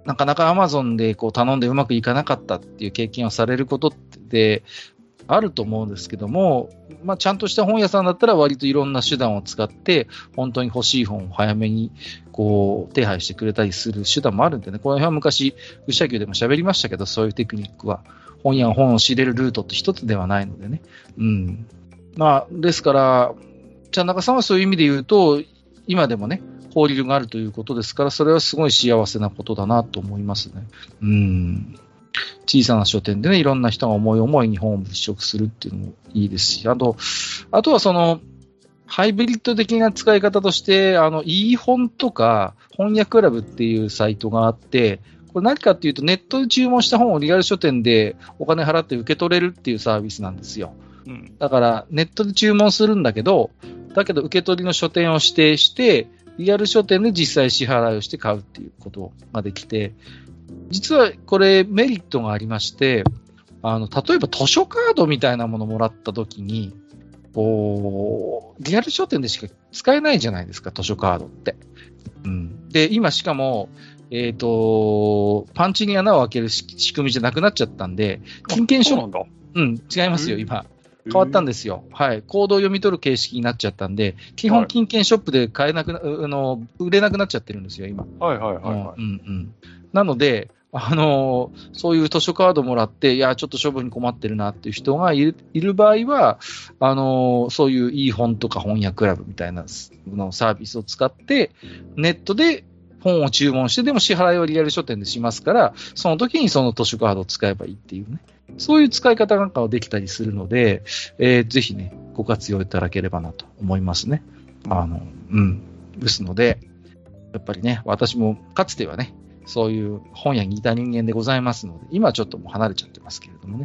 なかなか Amazon でこう頼んでうまくいかなかったっていう経験をされることってあると思うんですけども、まあ、ちゃんとした本屋さんだったら割といろんな手段を使って本当に欲しい本を早めにこう手配してくれたりする手段もあるんでね、この辺は昔愚者級でも喋りましたけど、そういうテクニックは本屋が本を仕入れるルートって一つではないのでね。まあ、ですから、ちゃんなかさんはそういう意味で言うと、今でもね、交流があるということですから、それはすごい幸せなことだなと思いますね。小さな書店でね、いろんな人が思い思いに本を物色するっていうのもいいですし、あとはその、ハイブリッド的な使い方として、いい本とか、本屋クラブっていうサイトがあって、これ何かっていうと、ネットで注文した本をリアル書店でお金払って受け取れるっていうサービスなんですよ。だから、ネットで注文するんだけど受け取りの書店を指定して、リアル書店で実際支払いをして買うっていうことができて、実はこれメリットがありまして、例えば図書カードみたいなものをもらったときに、リアル書店でしか使えないじゃないですか、図書カードって。で、今しかも、パンチに穴を開ける仕組みじゃなくなっちゃったんで、金券ショップ、違いますよ、今。変わったんですよ。はい。コードを読み取る形式になっちゃったんで、基本金券ショップで買えなくな、売れなくなっちゃってるんですよ、今。なので、そういう図書カードもらって、いや、ちょっと処分に困ってるなっていう人がいる場合は、そういういい本とか本屋クラブみたいなのサービスを使って、ネットで本を注文して、でも支払いはリアル書店でしますから、その時にその図書カードを使えばいいっていうね。そういう使い方なんかはできたりするので、ぜひね、ご活用いただければなと思いますね。ですので、やっぱりね、私もかつてはね、そういう本屋にいた人間でございますので、今はちょっともう離れちゃってますけれどもね。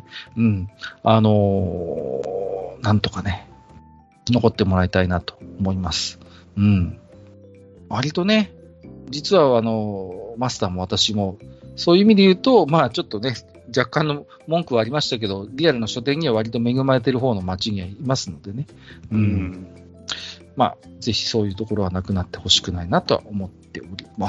なんとかね、残ってもらいたいなと思います。割とね、実はマスターも私も、そういう意味で言うと、まあちょっとね、若干の文句はありましたけど、リアルの書店には割と恵まれている方の町にはいますのでね。まあ、ぜひそういうところはなくなってほしくないなとは思っております。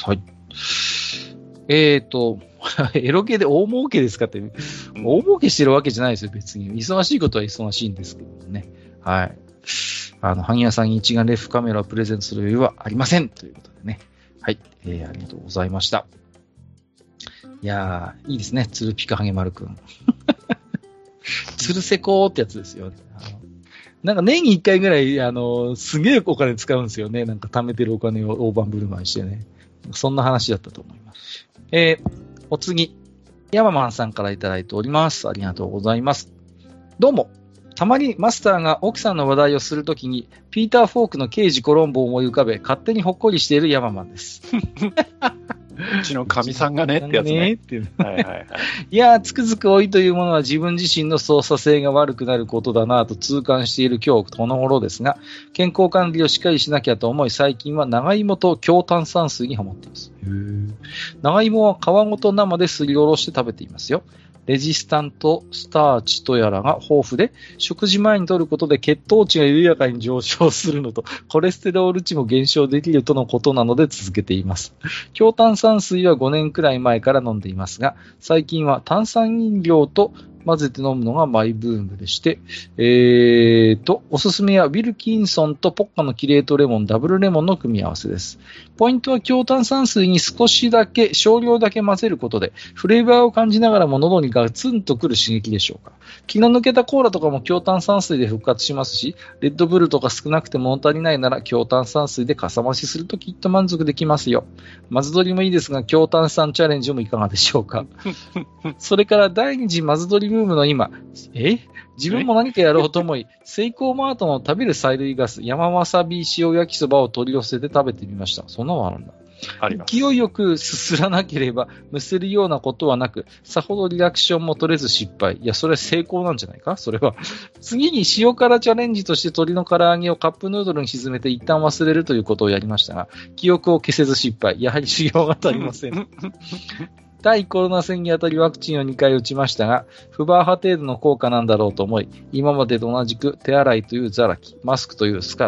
はい。エロ系で大儲けですかって、大儲けしてるわけじゃないですよ、別に。忙しいことは忙しいんですけどね。はい。萩谷さんに一眼レフカメラをプレゼントする余裕はありません。ということでね。はい。ありがとうございました。いやー、いいですね。つるピカハゲマルくん。つるせこーってやつですよね。なんか年に1回ぐらい、すげえお金使うんですよね。なんか貯めてるお金を大盤振る舞いしてね。そんな話だったと思います。お次、ヤママンさんからいただいております。ありがとうございます。どうも。たまにマスターが奥さんの話題をするときに、ピーター・フォークの刑事コロンボを思い浮かべ、勝手にほっこりしているヤママンです。
うちの神さんがねってやつね。
いやー、つくづく老いというものは自分自身の操作性が悪くなることだなと痛感している今日この頃ですが、健康管理をしっかりしなきゃと思い、最近は長芋と強炭酸水にハマっています。長芋は皮ごと生ですりおろして食べていますよ。レジスタントスターチとやらが豊富で、食事前に摂ることで血糖値が緩やかに上昇するのと、コレステロール値も減少できるとのことなので続けています。強炭酸水は5年くらい前から飲んでいますが、最近は炭酸飲料と混ぜて飲むのがマイブームでして、おすすめはウィルキンソンとポッカのキレートレモンダブルレモンの組み合わせです。ポイントは強炭酸水に少量だけ混ぜることで、フレーバーを感じながらも喉にガツンとくる刺激でしょうか。気の抜けたコーラとかも強炭酸水で復活しますし、レッドブルとか少なくて物足りないなら強炭酸水でかさ増しするときっと満足できますよ。マズドリもいいですが、強炭酸チャレンジもいかがでしょうか。それから第二次マズドリブームの今、自分も何かやろうと思い、セイコーマートの食べる催涙ガス、山わさび塩焼きそばを取り寄せて食べてみました。そんなのあるんだ。勢いよくすすらなければむせるようなことはなく、さほどリアクションも取れず失敗。いや、それは成功なんじゃないかそれは。次に塩辛チャレンジとして鶏の唐揚げをカップヌードルに沈めて一旦忘れるということをやりましたが、記憶を消せず失敗。やはり修行が足りません。対コロナ戦にあたりワクチンを2回打ちましたが、不バー派程度の効果なんだろうと思い、今までと同じく手洗いというザラキ、マスクというスカラ、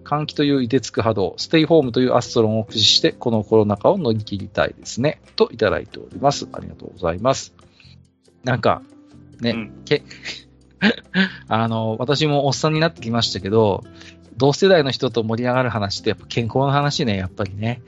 換気という凍てつく波動、ステイホームというアストロンを駆使して、このコロナ禍を乗り切りたいですね。といただいております。ありがとうございます。なんか、ね、私もおっさんになってきましたけど、同世代の人と盛り上がる話ってやっぱ健康の話ね、やっぱりね。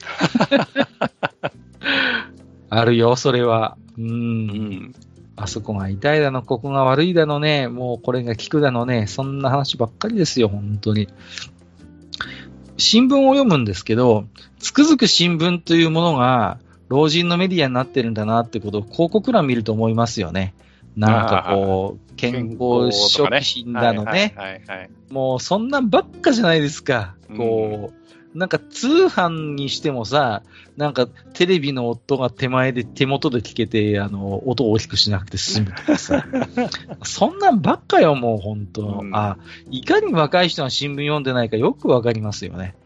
あるよ、それは。あそこが痛いだの、ここが悪いだのね、もうこれが効くだのね、そんな話ばっかりですよ、本当に。新聞を読むんですけど、つくづく新聞というものが老人のメディアになってるんだなってことを広告欄見ると思いますよね。なんかこう、健康食品だのね。もうそんなんばっかじゃないですか。こう、なんか通販にしてもさ、なんかテレビの音が手元で聞けて、音を大きくしなくて済むとかさ。そんなんばっかよ、もう本当。いかに若い人が新聞読んでないかよくわかりますよね。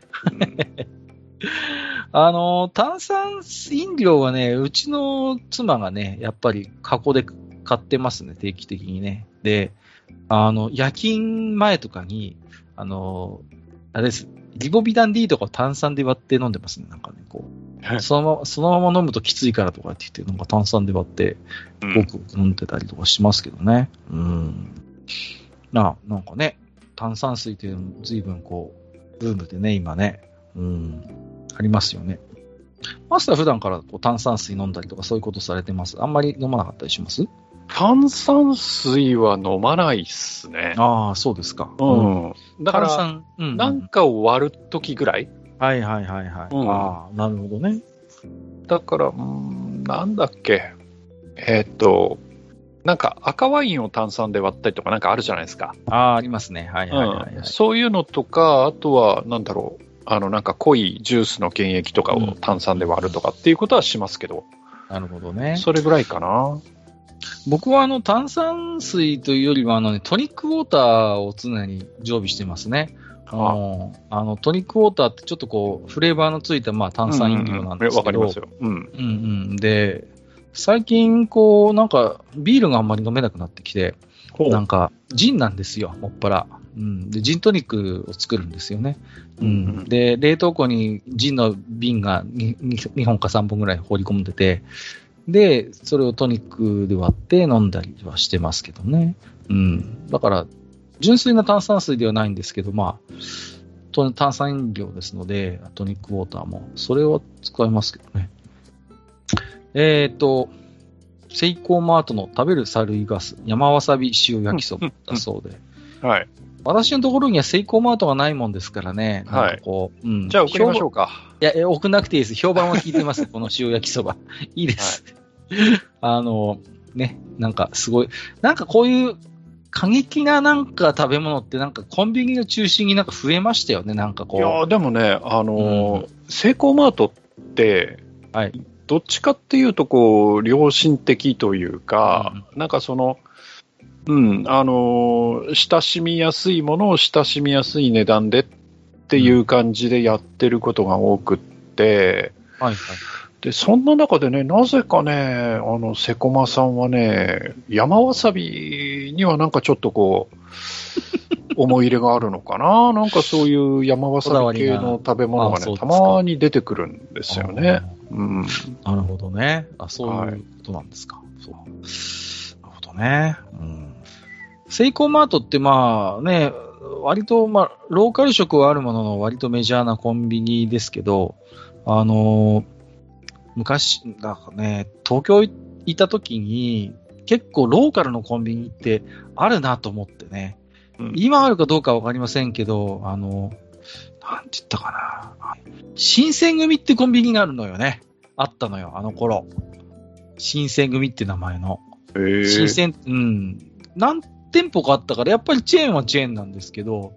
炭酸飲料はね、うちの妻がね、やっぱり箱で買ってますね、定期的にね。で、夜勤前とかに、あれです。リボビタン D とかを炭酸で割って飲んでますね、なんかね、こう。そのまま飲むときついからとかって言って、なんか炭酸で割って、僕飲んでたりとかしますけどね。なんかね、炭酸水っていうのも随分こう、ブームでね、今ね。ありますよね。マスター普段からこう炭酸水飲んだりとかそういうことされてます？あんまり飲まなかったりします？
炭酸水は飲まないっすね。
ああ、そうですか。
だから、なんかを割るときぐらい。
ああ、なるほどね。
だから、なんだっけ。なんか赤ワインを炭酸で割ったりとかなんかあるじゃないですか。
ありますね。
そういうのとか、あとは、なんだろう。なんか濃いジュースの原液とかを炭酸で割るとかっていうことはしますけど。
なるほどね。
それぐらいかな。
僕は炭酸水というよりはトニックウォーターを常に常備してますね。トニックウォーターってちょっとこうフレーバーのついた炭酸飲料なんですけど。
わかりますよ。
で、最近こうなんかビールがあんまり飲めなくなってきて、なんかジンなんですよ、もっぱら。で、ジントニックを作るんですよね。で、冷凍庫にジンの瓶が 2本か3本ぐらい放り込んでて、で、それをトニックで割って飲んだりはしてますけどね。だから、純粋な炭酸水ではないんですけど、炭酸飲料ですので、トニックウォーターも、それは使いますけどね。セイコーマートの食べるサルイガス、山わさび塩焼きそばだそうで。私のところにはセイコーマートがないもんですからね。なんかこう、
じゃあ送りましょうか。
いや、送んなくていいです。評判は聞いてます。この塩焼きそば。いいです。ね、なんかすごい、なんかこういう過激ななんか食べ物ってなんかコンビニを中心になんか増えましたよね、なんかこう。
いや、でもね、セイコーマートって、どっちかっていうとこう、良心的というか、なんかその、親しみやすいものを親しみやすい値段でっていう感じでやってることが多くって、で、そんな中でね、なぜかね、セコマさんはね、山わさびにはなんかちょっとこう、思い入れがあるのかな。なんかそういう山わさび系の食べ物がね、たまに出てくるんですよね。
なるほどね。そういうことなんですか。なるほどね。セイコーマートって割とローカル色はあるものの割とメジャーなコンビニですけど、昔、なんかね、東京行った時に結構ローカルのコンビニってあるなと思ってね。今あるかどうかわかりませんけど、なんて言ったかな。新選組ってコンビニがあるのよね。あったのよ、あの頃。新選組って名前の。何店舗かあったから、やっぱりチェーンはチェーンなんですけど、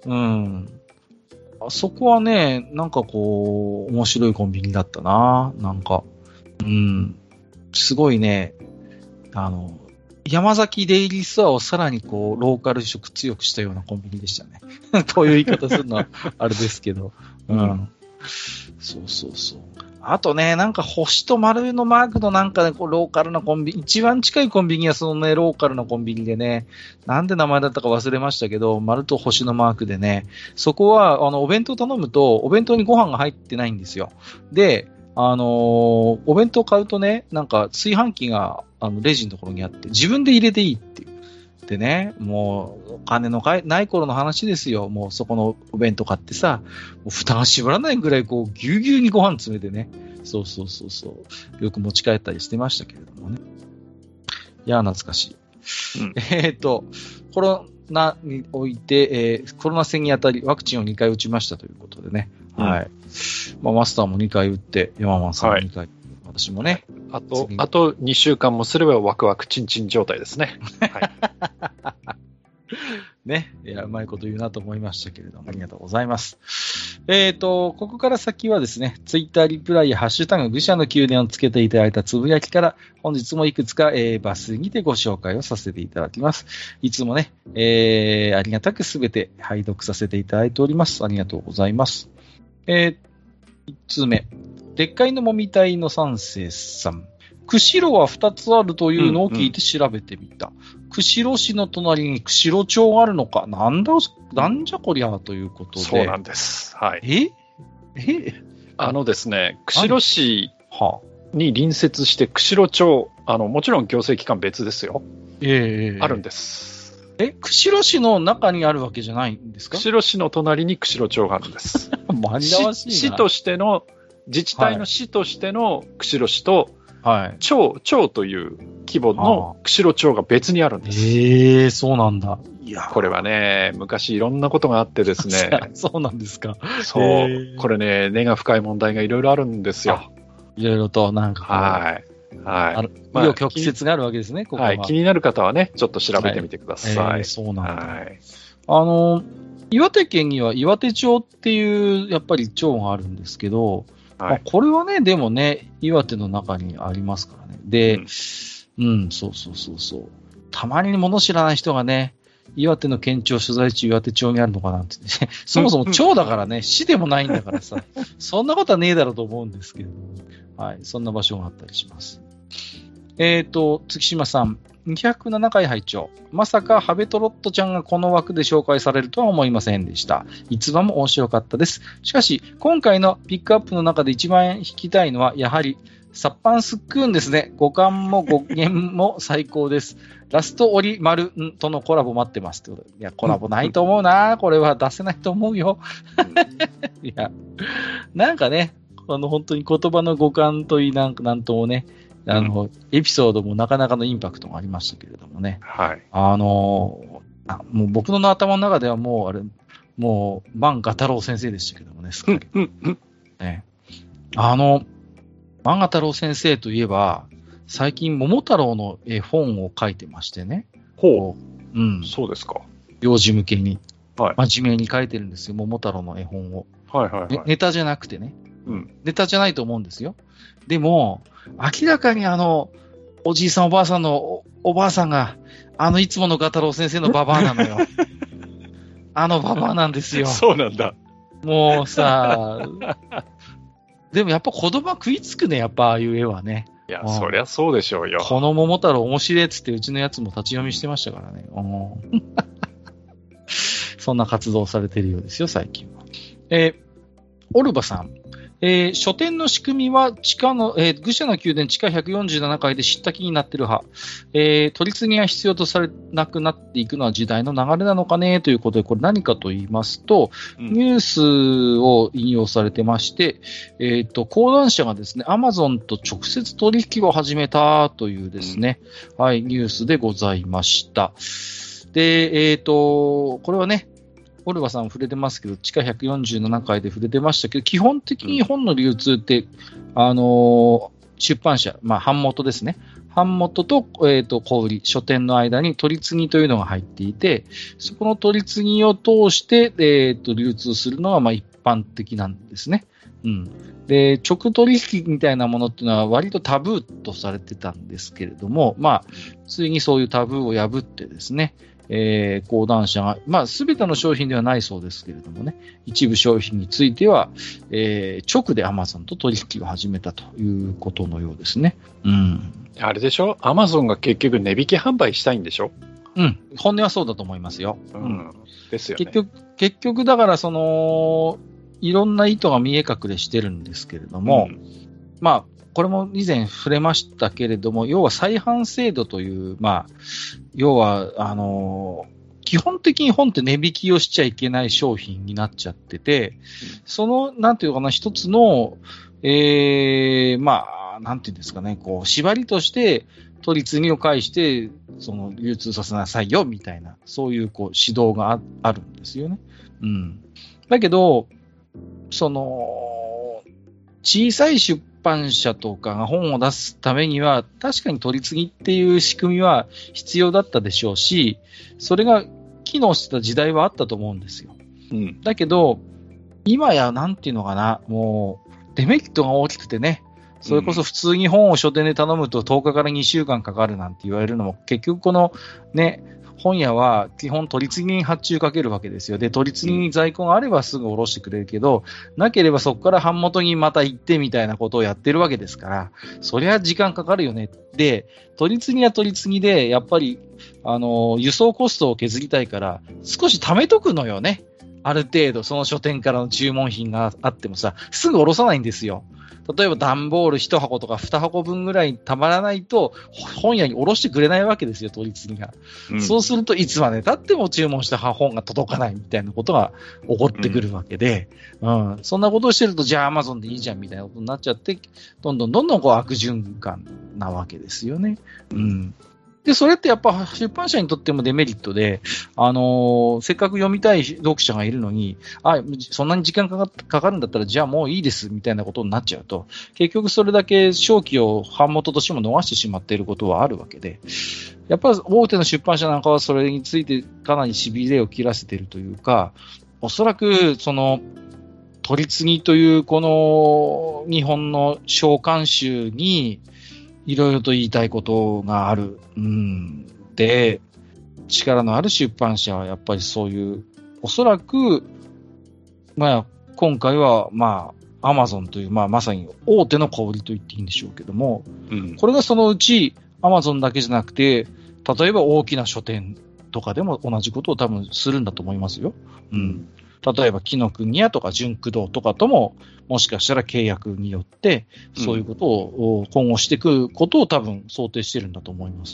そこはね、なんかこう、面白いコンビニだったな。なんか、すごいね、山崎デイリーストアをさらにこう、ローカル色強くしたようなコンビニでしたね。こういう言い方するのはあれですけど。そう。 あとね、なんか星と丸のマークのなんかね、こうローカルなコンビニ、一番近いコンビニはそのね、ローカルなコンビニでね、なんで名前だったか忘れましたけど、丸と星のマークでね、そこは、お弁当頼むと、お弁当にご飯が入ってないんですよ。で、お弁当買うとね、なんか炊飯器が、レジのところにあって、自分で入れていいっていう。でね、もう、お金のない頃の話ですよ。もうそこのお弁当買ってさ、もう蓋が閉まらないぐらいこう、ぎゅうぎゅうにご飯詰めてね。そう。よく持ち帰ったりしてましたけれどもね。いや、懐かしい。うん、コロナにおいて、コロナ戦にあたりワクチンを2回打ちましたということでね。うん、はい。まあ、マスターも2回打って、山間さんも2回、はい、私もね。
あと2週間もすればワクワクチンチン状態ですね。はい。
ね。いや、うまいこと言うなと思いましたけれども、ありがとうございます。ここから先はですね、ツイッターリプライやハッシュタグ愚者の宮殿をつけていただいたつぶやきから、本日もいくつか、抜粋にてご紹介をさせていただきます。いつもね、ありがたくすべて拝読させていただいております。ありがとうございます。1通目。でっかいのもみたいの三世さん。釧路は2つあるというのを聞いて調べてみた。釧路市の隣に釧路町があるのか。なんじゃこりゃということで。
そうなんです。はい。ですね、釧路市に隣接して釧路町、もちろん行政機関別ですよ。あるんです。
釧路市の中にあるわけじゃないんですか？
釧路市の隣に釧路町があるんです。
紛らわしいな。
市としての、自治体の市としての釧路市と、はい、町という規模の釧路町が別にあるんです。
そうなんだ。
いや、これはね、昔いろんなことがあってですね。
そうなんですか。
そう。これね、根が深い問題がいろいろあるんですよ。
いろいろと、なんか
はい。
紆余曲折があるわけですね、ここは。
はい。気になる方はね、ちょっと調べてみてください。
そうなんだ。岩手県には岩手町っていう、やっぱり町があるんですけど、これはね、でもね、岩手の中にありますからね。で、そう。たまに物知らない人がね、岩手の県庁所在地岩手町にあるのかなって、ね、そもそも町だからね、市でもないんだからさ、そんなことはねえだろうと思うんですけれども、はい、そんな場所があったりします。月島さん、207回拝聴。まさかハベトロットちゃんがこの枠で紹介されるとは思いませんでした。逸話も面白かったです。しかし、今回のピックアップの中で一番弾きたいのは、やはり、サッパンスックーンですね。5巻も5弦も最高です。ラストオリマルとのコラボ待ってます。いや、コラボないと思うな。これは出せないと思うよ。いや、なんかね、本当に言葉の語感といいなんともね、エピソードもなかなかのインパクトがありましたけれどもね。
はい。
もう僕の頭の中ではもう、万画太郎先生でしたけどもね、すっかり。ね、万画太郎先生といえば、最近桃太郎の絵本を書いてましてね。
そうですか。
幼児向けに。
はい。
真面目に書いてるんですよ、桃太郎の絵本を。
はい。
ネタじゃなくてね。ネタじゃないと思うんですよ。でも、明らかにおじいさんおばあさんのおばあさんが、いつもの画太郎先生のババアなのよ。ババアなんですよ。
そうなんだ。
もうさ、でもやっぱ子供は食いつくね、やっぱああいう絵はね。
いや、そりゃそうでしょうよ。
この桃太郎面白いっつってうちのやつも立ち読みしてましたからね。そんな活動されているようですよ、最近は。オルバさん。書店の仕組みは愚者の宮殿地下147階で知った気になってる派。取り次ぎが必要とされなくなっていくのは時代の流れなのかねということで、これ何かと言いますと、ニュースを引用されてまして、講談社がですね、アマゾンと直接取引を始めたというですね、はい、ニュースでございました。で、これはね、オルバさん触れてますけど、地下147階で触れてましたけど、基本的に本の流通って、出版社、版元ですね。版元と、小売り、書店の間に取り次ぎというのが入っていて、そこの取り次ぎを通して、流通するのが、一般的なんですね。で、直取引みたいなものっていうのは割とタブーとされてたんですけれども、ついにそういうタブーを破ってですね、 講談社が、まあ、すべての商品ではないそうですけれどもね、一部商品については、直で Amazon と取引を始めたということのようですね。うん。
あれでしょ？ Amazon が結局値引き販売したいんでしょ？
うん。本音はそうだと思いますよ。
うん。ですよね。
結局だからいろんな意図が見え隠れしてるんですけれども、まあ、これも以前触れましたけれども、要は再販制度という、まあ、要は、基本的に本って値引きをしちゃいけない商品になっちゃってて、なんていうかな、一つの、まあ、なんていうんですかね、こう、縛りとして、取り次ぎを介して、流通させなさいよ、みたいな、そういう、こう、指導があるんですよね。うん。だけど、小さい出版社とかが本を出すためには、確かに取り次ぎっていう仕組みは必要だったでしょうし、それが機能してた時代はあったと思うんですよ。うん。だけど、今やなんていうのかな、もう、デメリットが大きくてね、それこそ普通に本を書店で頼むと10日から2週間かかるなんて言われるのも、結局このね、本屋は基本取り次ぎに発注かけるわけですよ。で、取り次ぎに在庫があればすぐ下ろしてくれるけど、なければそこから版元にまた行ってみたいなことをやってるわけですから、そりゃ時間かかるよね。で、取り次ぎは取り次ぎで、やっぱり、輸送コストを削りたいから、少し貯めとくのよね。ある程度、その書店からの注文品があってもさ、すぐ下ろさないんですよ。例えば段ボール1箱とか2箱分ぐらいたまらないと本屋に下ろしてくれないわけですよ、取り次ぎが。そうするといつまで経っても注文した本が届かないみたいなことが起こってくるわけで、そんなことをしてるとじゃあ Amazon でいいじゃんみたいなことになっちゃって、どんどんこう悪循環なわけですよね。で、それってやっぱ出版社にとってもデメリットで、せっかく読みたい読者がいるのに、そんなに時間かかるんだったら、じゃあもういいですみたいなことになっちゃうと、結局それだけ商機を版元としても逃してしまっていることはあるわけで、やっぱり大手の出版社なんかはそれについてかなり痺れを切らせているというか、おそらく取り次ぎというこの日本の商慣習に、いろいろと言いたいことがある。で、力のある出版社はやっぱりそういう、おそらく、まあ、今回は、まあ、アマゾンという、まあ、まさに大手の小売りと言っていいんでしょうけども、これがそのうち、アマゾンだけじゃなくて、例えば大きな書店とかでも同じことを多分するんだと思いますよ。例えば、紀ノ国屋とか純駆動とかとも、もしかしたら契約によって、そういうことを今後していくことを多分想定してるんだと思います。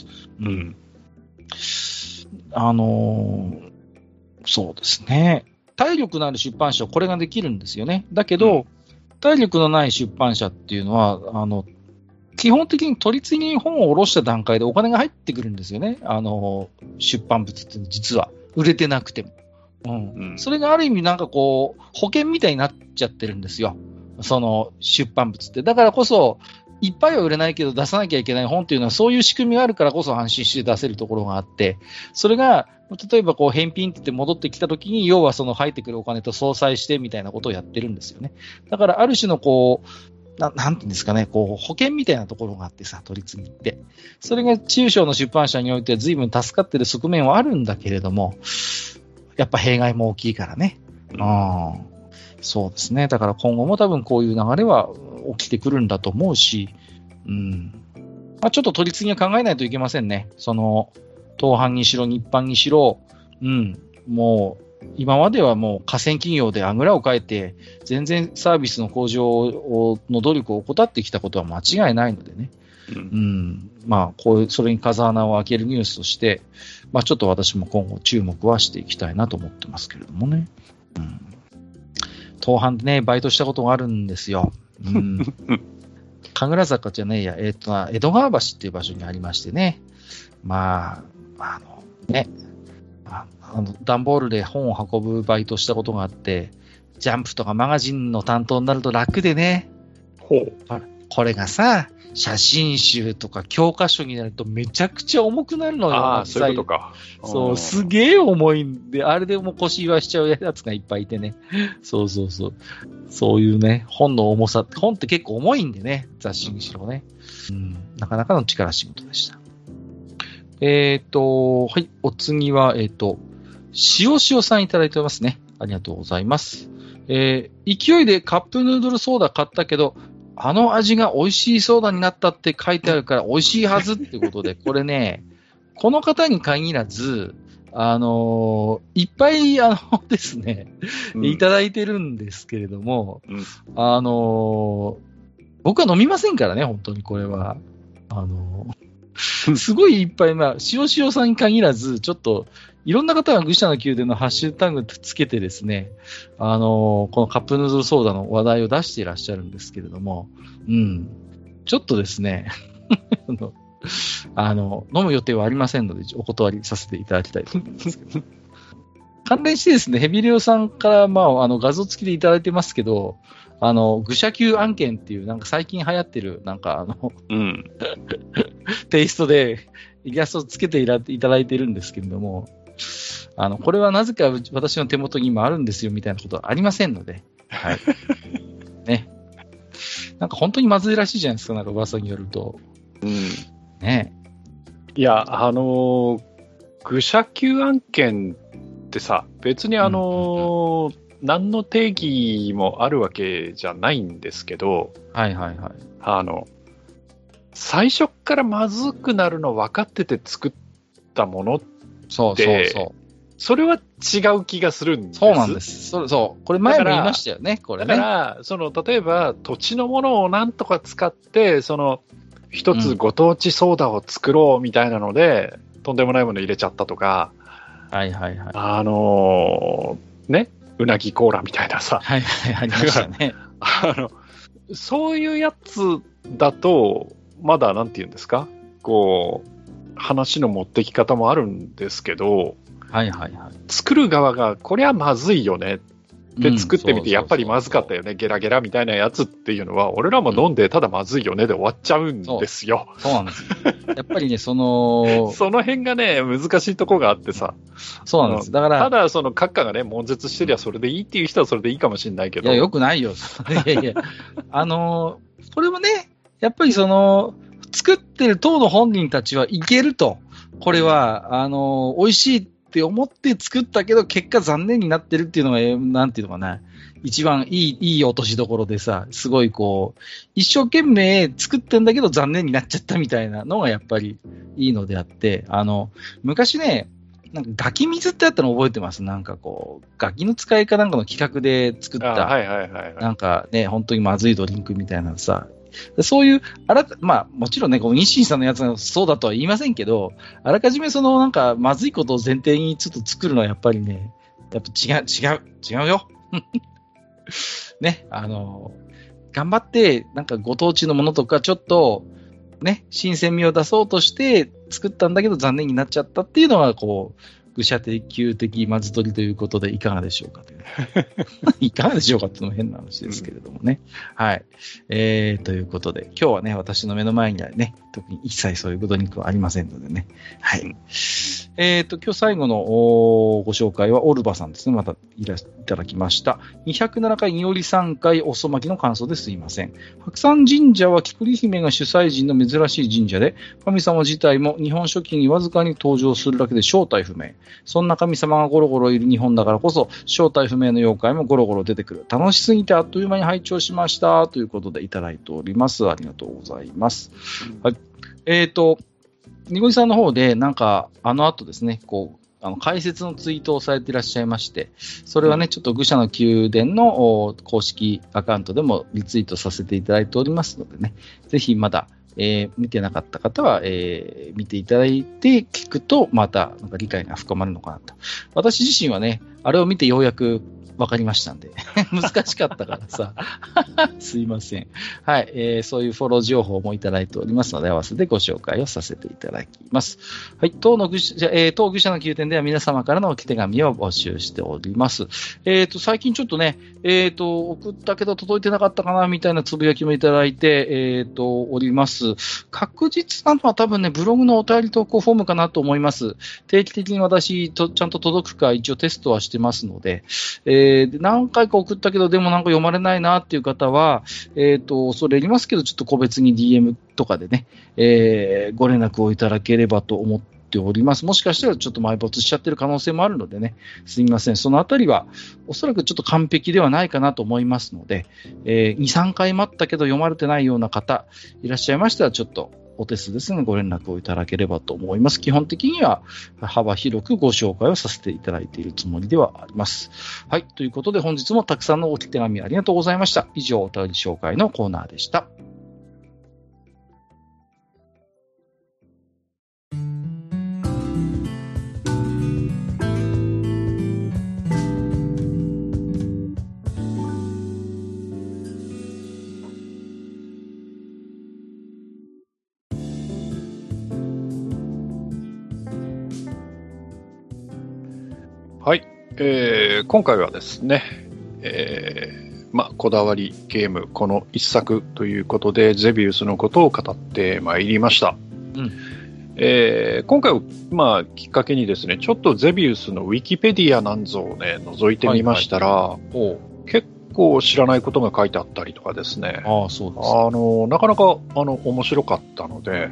そうですね。体力のある出版社はこれができるんですよね。だけど、体力のない出版社っていうのは、基本的に取り次ぎに本を下ろした段階でお金が入ってくるんですよね。出版物って実は。売れてなくても。それがある意味なんかこう、保険みたいになっちゃってるんですよ。その出版物って。だからこそ、いっぱいは売れないけど出さなきゃいけない本っていうのはそういう仕組みがあるからこそ安心して出せるところがあって、それが、例えばこう返品って言って戻ってきたときに、要はその入ってくるお金と相殺してみたいなことをやってるんですよね。だからある種のこう、なんていうんですかね、こう、保険みたいなところがあってさ、取り次ぎって。それが中小の出版社においては随分助かってる側面はあるんだけれども、やっぱ弊害も大きいからね。そうですね。だから今後も多分こういう流れは起きてくるんだと思うし、ちょっと取り次ぎは考えないといけませんね。東販にしろ、日販にしろ、もう、今まではもう河川企業であぐらをかいて、全然サービスの向上の努力を怠ってきたことは間違いないのでね。それに風穴を開けるニュースとして、ちょっと私も今後注目はしていきたいなと思ってますけれどもね。東販でね、バイトしたことがあるんですよ。神楽坂じゃねえや、江戸川橋っていう場所にありましてね。段ボールで本を運ぶバイトしたことがあって、ジャンプとかマガジンの担当になると楽でね。これがさ、写真集とか教科書になるとめちゃくちゃ重くなるのよ。
そういうことか。
そう、すげえ重いんで、あれでもう腰言わしちゃうやつがいっぱいいてね。そう。そういうね、本の重さ、本って結構重いんでね、雑誌にしろね。なかなかの力仕事でした。 はい、お次は、塩塩さんいただいておりますね。ありがとうございます。勢いでカップヌードルソーダ買ったけど、あの味が美味しいソーダになったって書いてあるから美味しいはずっていうことで、これね、この方に限らず、いっぱい、ですね、いただいてるんですけれども、僕は飲みませんからね、本当にこれは。すごいいっぱい、塩塩さんに限らず、ちょっと、いろんな方が愚者の宮殿のハッシュタグつけてですね、このカップヌードルソーダの話題を出していらっしゃるんですけれども、ちょっとですね、飲む予定はありませんので、お断りさせていただきたいと思いますけど。関連してですね、ヘビレオさんから、画像付きでいただいてますけど、愚者級案件っていう、なんか最近流行ってる、なんかテイストでイラストをつけていただいてるんですけれども、これはなぜか私の手元に今あるんですよみたいなことはありませんので、はい。ね。なんか本当にまずいらしいじゃないですか、なんか噂によると。ね。
いや、愚者級案件ってさ、別に何の定義もあるわけじゃないんですけど、
はいはいはい。
最初からまずくなるの分かってて作ったものって、それは違う気がするんです。
そうなんです。そう。これ前も言いましたよね、これね。
だから、例えば土地のものをなんとか使って、一つご当地ソーダを作ろうみたいなので、とんでもないもの入れちゃったとか、
はいはいはい。
ね、うなぎコーラみたいなさ。
はいはい、ありましたね。
そういうやつだと、まだなんて言うんですか、話の持ってき方もあるんですけど、
はいはいはい。
作る側が、これはまずいよねって作ってみて、やっぱりまずかったよね、ゲラゲラみたいなやつっていうのは、俺らも飲んでただまずいよねで終わっちゃうんですよ。
そうなんです。やっぱりね、そ
の辺がね、難しいとこがあってさ。
そうなんです。だから。
ただ、閣下がね、悶絶してりゃそれでいいっていう人はそれでいいかもしれないけど。
いや、よくないよ。いやいや。これもね、やっぱり作ってる当の本人たちはいけると。これは、美味しいって思って作ったけど、結果残念になってるっていうのが、なんていうのかな。一番いい落としどころでさ、すごい一生懸命作ってんだけど残念になっちゃったみたいなのがやっぱりいいのであって、昔ね、なんかガキ水ってあったの覚えてます？なんかガキの使いかなんかの企画で作った、なんかね、本当にまずいドリンクみたいなさ、そういう、もちろんね、日清さんのやつがそうだとは言いませんけど、あらかじめなんか、まずいことを前提にちょっと作るのはやっぱりね、やっぱ違うよ。ね、頑張って、なんかご当地のものとか、ちょっと、ね、新鮮味を出そうとして作ったんだけど残念になっちゃったっていうのが、愚者級的まず取りということでいかがでしょうかという。いかがでしょうかっていうのも変な話ですけれどもね。はい。ということで、今日はね、私の目の前にはね、特に一切そういうドリンクはありませんのでね。はい。今日最後のご紹介はオルバさんですね。またいただきました。207回により3回おそまきの感想ですいません。白山神社は菊里姫が主催人の珍しい神社で、神様自体も日本書紀にわずかに登場するだけで正体不明。そんな神様がゴロゴロいる日本だからこそ、正体不明の妖怪もゴロゴロ出てくる。楽しすぎてあっという間に拝聴しました。ということでいただいております。ありがとうございます。はい。にごりさんの方で、なんか、後ですね、解説のツイートをされていらっしゃいまして、それはね、ちょっと愚者の宮殿の公式アカウントでもリツイートさせていただいておりますのでね、ぜひまだ、見てなかった方は、見ていただいて聞くと、またなんか理解が深まるのかなと。私自身はね、あれを見てようやく分かりましたんで難しかったからさすいません。はい、そういうフォロー情報もいただいておりますので、合わせてご紹介をさせていただきます。はい、当愚者の宮殿では皆様からの置き手紙を募集しております。最近ちょっとね、送ったけど届いてなかったかなみたいなつぶやきもいただいて、おります。確実なのは多分ね、ブログのお便り投稿フォームかなと思います。定期的に私ちゃんと届くか一応テストはしてますので、何回か送ったけど、でもなんか読まれないなっていう方は、それやりますけど、ちょっと個別に DM とかでね、ご連絡をいただければと思ってっております。もしかしたらちょっと埋没しちゃってる可能性もあるのでね、すみません。そのあたりは、おそらくちょっと完璧ではないかなと思いますので、2、3回待ったけど読まれてないような方、いらっしゃいましたら、ちょっとお手数ですね、ご連絡をいただければと思います。基本的には幅広くご紹介をさせていただいているつもりではあります。はい。ということで本日もたくさんのお手紙ありがとうございました。以上、お便り紹介のコーナーでした。
はい、今回はですね、こだわりゲームこの一作ということでゼビウスのことを語ってまいりました。今回を、きっかけにですね、ちょっとゼビウスのウィキペディアなんぞをね覗いてみましたら、結構知らないことが書いてあったりとかですね、
そうですね、
なかなか面白かったので、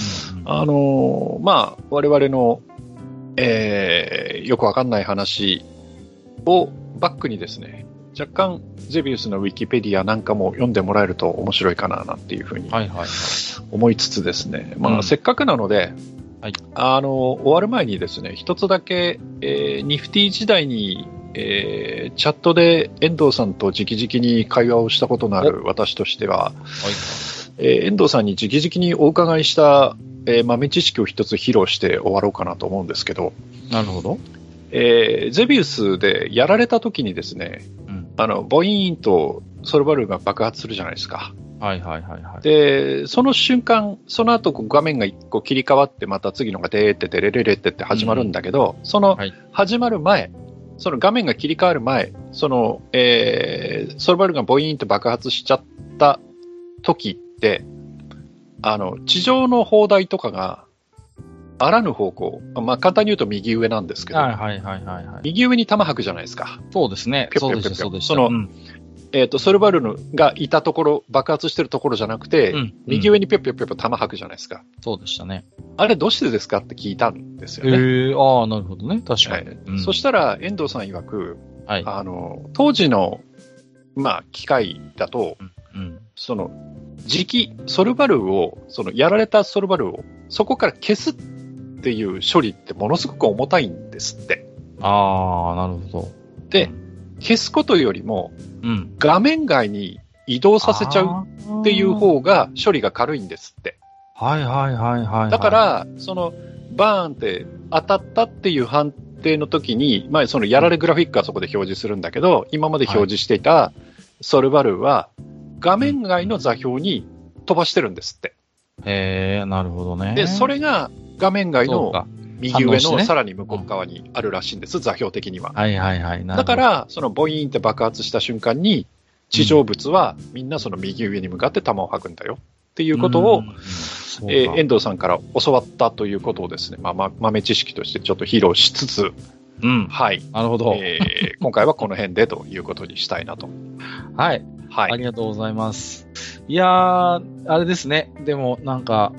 我々のよくわかんない話をバックにですね、若干ゼビウスのウィキペディアなんかも読んでもらえると面白いかななんていうふうに思いつつですね、せっかくなので、終わる前にですね、一つだけ、ニフティ時代に、チャットで遠藤さんと直々に会話をしたことのある私としては、遠藤さんに直々にお伺いした豆知識を一つ披露して終わろうかなと思うんですけど。
なるほど。
ゼビウスでやられた時にですね、ボイーンとソルバルーンが爆発するじゃないですか。で、その瞬間、その後画面が一個切り替わってまた次のがデーってデレレレって始まるんだけど、その始まる前、その画面が切り替わる前、その、ソルバルーンがボイーンと爆発しちゃった時って、地上の砲台とかがあらぬ方向、簡単に言うと右上なんですけど、右上に弾吐くじゃないですか。
そうですね。
そうでした。ソルバルーンがいたところ、爆発してるところじゃなくて、右上にぴょぴょぴょぴょ弾吐くじゃないですか。
そうでしたね。
あれどうしてですかって聞いたんですよね。
なるほどね。確かに。
そしたら遠藤さん曰く、当時の機械だと、そのソルバルーを、やられたソルバルーをそこから消すっていう処理ってものすごく重たいんですって。
なるほど。
で、消すことよりも、画面外に移動させちゃうっていう方が処理が軽いんですって。だから、バーンって当たったっていう判定の時に、そのやられグラフィックはそこで表示するんだけど、今まで表示していたソルバルーは、画面外の座標に飛ばしてるんですって。
なるほどね。
で、それが画面外の右上のさらに向こう側にあるらしいんです、座標的には。だから、そのボイーンって爆発した瞬間に、地上物はみんなその右上に向かって弾を吐くんだよっていうことを、遠藤さんから教わったということをですね、豆知識としてちょっと披露しつつ、
なるほど。
今回はこの辺でということにしたいなと。
ありがとうございます。いやー、あれですね。でも、なんか、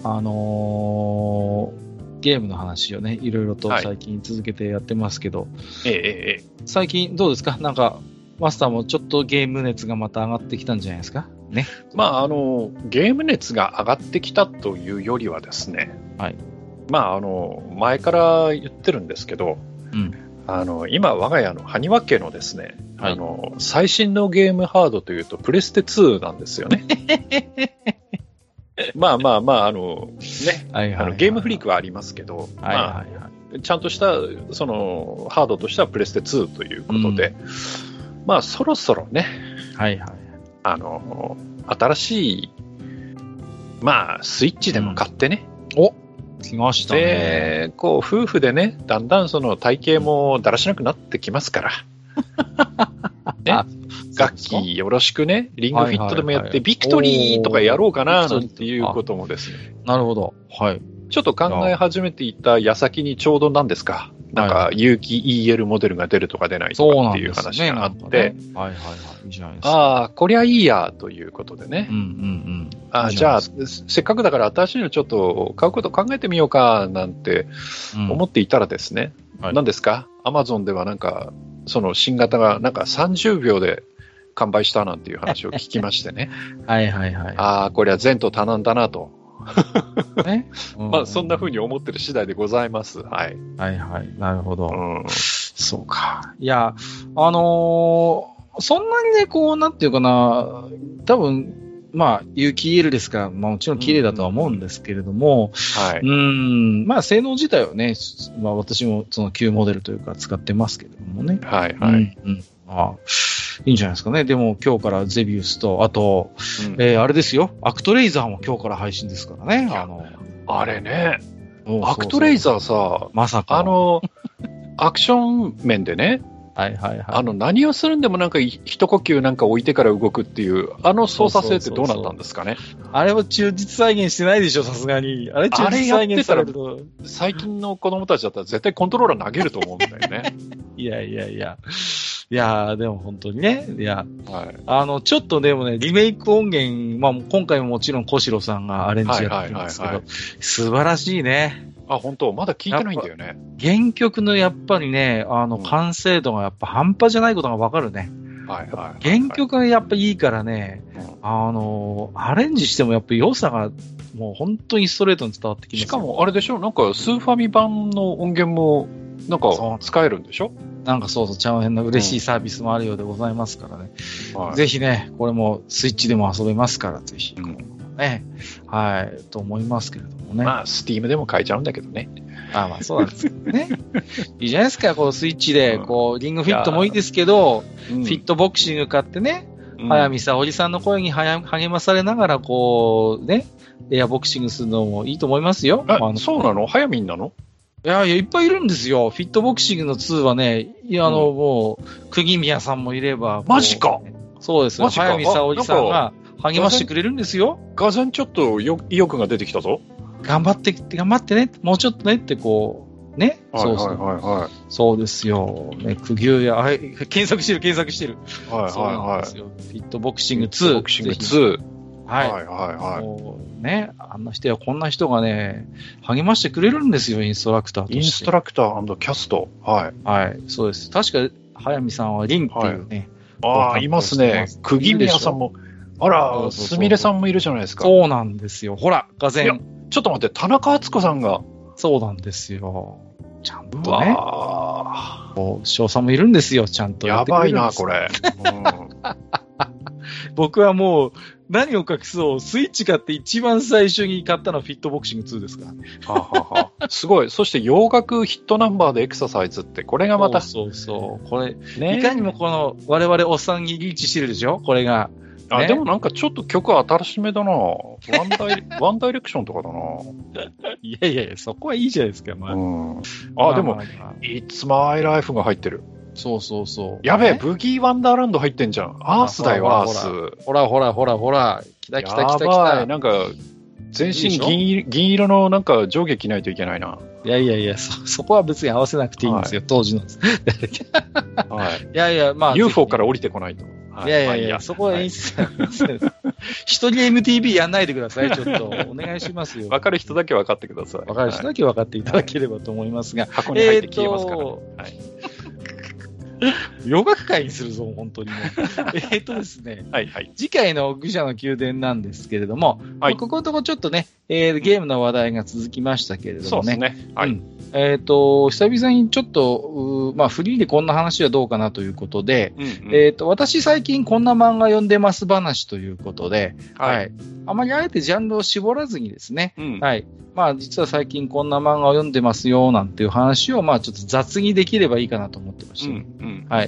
ゲームの話をね、いろいろと最近続けてやってますけど、最近どうですか？なんか、マスターもちょっとゲーム熱がまた上がってきたんじゃないですかね。
ゲーム熱が上がってきたというよりはですね、前から言ってるんですけど、今、我が家の埴輪家のですね、最新のゲームハードというと、プレステ2なんですよね。ゲームフリークはありますけど、ちゃんとした、その、ハードとしてはプレステ2ということで、そろそろね、新しい、スイッチでも買ってね、
来ましたね。
で、夫婦でね、だんだんその体型もだらしなくなってきますから。楽器よろしくね、リングフィットでもやって、ビクトリーとかやろうかな、なんていうこともですね。
なるほど。
ちょっと考え始めていた矢先にちょうど何ですか、 なんか有機 EL モデルが出るとか出ないとかっていう話があって、
はいはいはい、いいじゃないですか。
ああ、こりゃいいやということでね。じゃあ、せっかくだから新しいのちょっと買うこと考えてみようかなんて思っていたらですね、何ですか、アマゾンではなんか、その新型がなんか30秒で完売したなんていう話を聞きましてね。
はいはいはい。
ああ、これは前途多難だなと。
ね、
まあそんな風に思ってる次第でございます。はい。
はいはい。なるほど。そうか。いや、そんなにね、こう、なんていうかな、多分、まあ、有機 EL ですから、まあもちろん綺麗だとは思うんですけれども、
はい。
まあ性能自体はね、まあ私もその旧モデルというか使ってますけれどもね。
はいはい。
まあ、いいんじゃないですかね。でも今日からゼビウスと、あと、あれですよ、アクトレイザーも今日から配信ですからね。
あれね、アクトレイザーさ、
まさか
アクション面でね、
はいはいはい。
何をするんでもなんか一呼吸なんか置いてから動くっていう、操作性ってどうなったんですかね。
あれは忠実再現してないでしょ、さすがに。あれ忠実再現されると。
最近の子供たちだったら絶対コントローラー投げると思うんだよね。
いや、でも本当にね。いや、はい、ちょっとでもね、リメイク音源、まあ今回ももちろん小城さんがアレンジやってるんですけど、素晴らしいね。
あ、本当まだ聞いてないんだよね。
原曲のやっぱりね、完成度がやっぱ半端じゃないことがわかるね。原曲がやっぱいいからね、アレンジしてもやっぱ良さがもう本当にストレートに伝わってきます。
しかもあれでしょ、なんかスーファミ版の音源もなんか使えるんでしょ。
なんかそう、チャンネルの嬉しいサービスもあるようでございますからね。ぜひね、これもスイッチでも遊べますから、ぜひ。ね。はい。と思いますけれどもね。
まあ、スティームでも買えちゃうんだけどね。
まあ、そうなんですけどね。いいじゃないですか、こう、スイッチで、こう、リングフィットもいいですけど、フィットボクシング買ってね、早見沙織さんの声に励まされながら、こう、ね、エアボクシングするのもいいと思いますよ。
そうなの？早見なの？
いや、いっぱいいるんですよ。フィットボクシングの2はね、もう、釘宮さんもいれば。
マジか！
そうですよ。早見沙織さんが励ましてくれるんですよ。
がぜんちょっと意欲が出てきたぞ。
頑張ってね。もうちょっとねってこう、ね。そうですよ。ね、釘や、検索してる。そうなんですよ。フィットボクシング2。
フィットボクシング2。
もうね、あんな人やこんな人がね、励ましてくれるんですよ、インストラクターとして。
インストラクター&キャスト。はい。
そうです。確か、早見さんはリンっていうね。
いますね。釘宮さんも。あら、すみれさんもいるじゃないですか。
そうなんですよ。ほら、がぜん。
ちょっと待って、田中敦子さんが。
そうなんですよ。ちゃんとね。翔さんもいるんですよ、ちゃんと。
やばいな、これ。
僕はもう、何を隠そう、スイッチ買って一番最初に買ったのはフィットボクシング2ですからね。
すごい。そして洋楽ヒットナンバーでエクササイズって、これがまた。
そう。これ、ね、いかにもこの、我々おっさんにリーチしてるでしょこれが。
ね、でもなんかちょっと曲新しめだな。ワンダイレクションとかだな。
いや、そこはいいじゃないですか、ま
あ。でも、It's My Life が入ってる。
そう。
やべえ、ブギーワンダーランド入ってんじゃん。アースだよ、アース。
ほら。来た。
やばい、なんか、全身銀色のなんか上下着ないといけないな。
いや、そこは別に合わせなくていいんですよ、当時の。いや、まあ。
UFO から降りてこないと。
いや、そこは演出一人 MTV やんないでください、ちょっと。お願いしますよ。
分かる人だけ分かってください。
分かる人だけ分かっていただければと思いますが。
箱に入って消えますから。
洋楽会にするぞ、本当にもう。ですね。次回の愚者の宮殿なんですけれども、ここのとこちょっとね、ゲームの話題が続きましたけれどもね。
そうですね。
久々にちょっと、フリーでこんな話はどうかなということで、私最近こんな漫画読んでます話ということで、あまりあえてジャンルを絞らずにですね、実は最近こんな漫画を読んでますよ、なんていう話を、ちょっと雑にできればいいかなと思ってまして、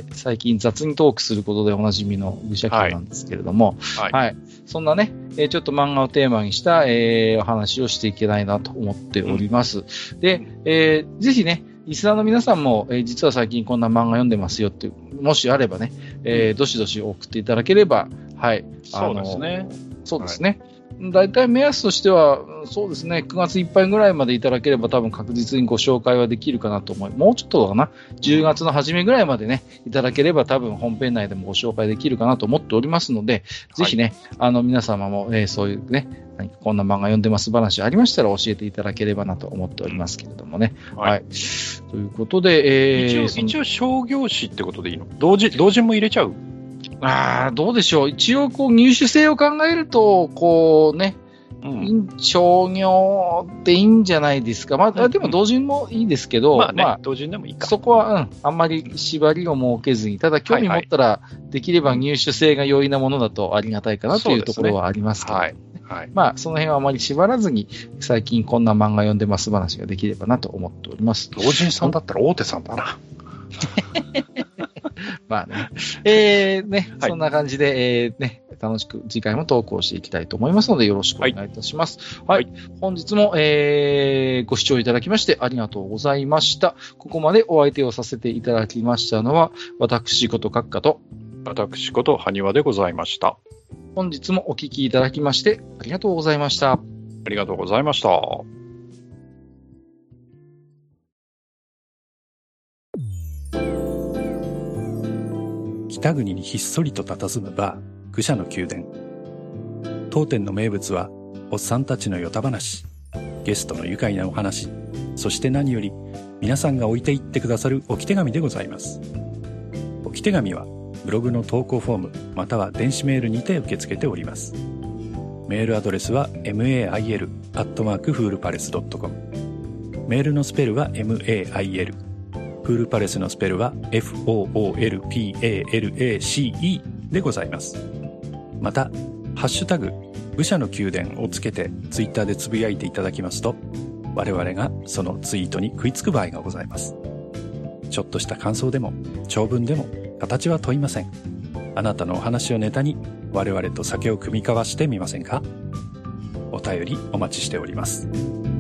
最近雑にトークすることでおなじみの愚者級なんですけれども、そんなね、ちょっと漫画をテーマにした、お話をしていけないなと思っております。で、ぜひね、リスナーの皆さんも、実は最近こんな漫画読んでますよっていう、もしあればね、どしどし送っていただければ、
そうですね。
そうですね。 大体目安としては、そうですね、9月いっぱいぐらいまでいただければ多分確実にご紹介はできるかなと思います。もうちょっとかな、10月の初めぐらいまでね、いただければ多分本編内でもご紹介できるかなと思っておりますので、ぜひね、皆様も、そういうね、こんな漫画読んでます話ありましたら教えていただければなと思っておりますけれどもね。はい。ということで、
一応商業誌ってことでいいの？同人も入れちゃう？
どうでしょう。一応、入手性を考えると、商業でいいんじゃないですか。でも同人もいいですけど、
同人でもいいか。
そこは、あんまり縛りを設けずに、ただ興味持ったら、できれば入手性が良いなものだとありがたいかなというところはありますけど、ね。その辺はあまり縛らずに、最近こんな漫画読んでます話ができればなと思っております。
同人さんだったら大手さんだな。
そんな感じで、楽しく次回も投稿していきたいと思いますのでよろしくお願いいたします。本日も、ご視聴いただきましてありがとうございました。ここまでお相手をさせていただきましたのは、私こと閣下と、
私こと埴輪でございました。
本日もお聞きいただきましてありがとうございました。
ありがとうございました。
北国にひっそりと佇むバー、愚者の宮殿。当店の名物はおっさんたちのヨタ話、ゲストの愉快なお話、そして何より皆さんが置いていってくださる置き手紙でございます。置き手紙はブログの投稿フォームまたは電子メールにて受け付けております。メールアドレスは mail@foolpalace.com。 メールのスペルは mail、フールパレスのスペルは FOOLPALACE でございます。またハッシュタグ愚者の宮殿をつけてツイッターでつぶやいていただきますと、我々がそのツイートに食いつく場合がございます。ちょっとした感想でも長文でも形は問いません。あなたのお話をネタに我々と酒を酌み交わしてみませんか？お便りお待ちしております。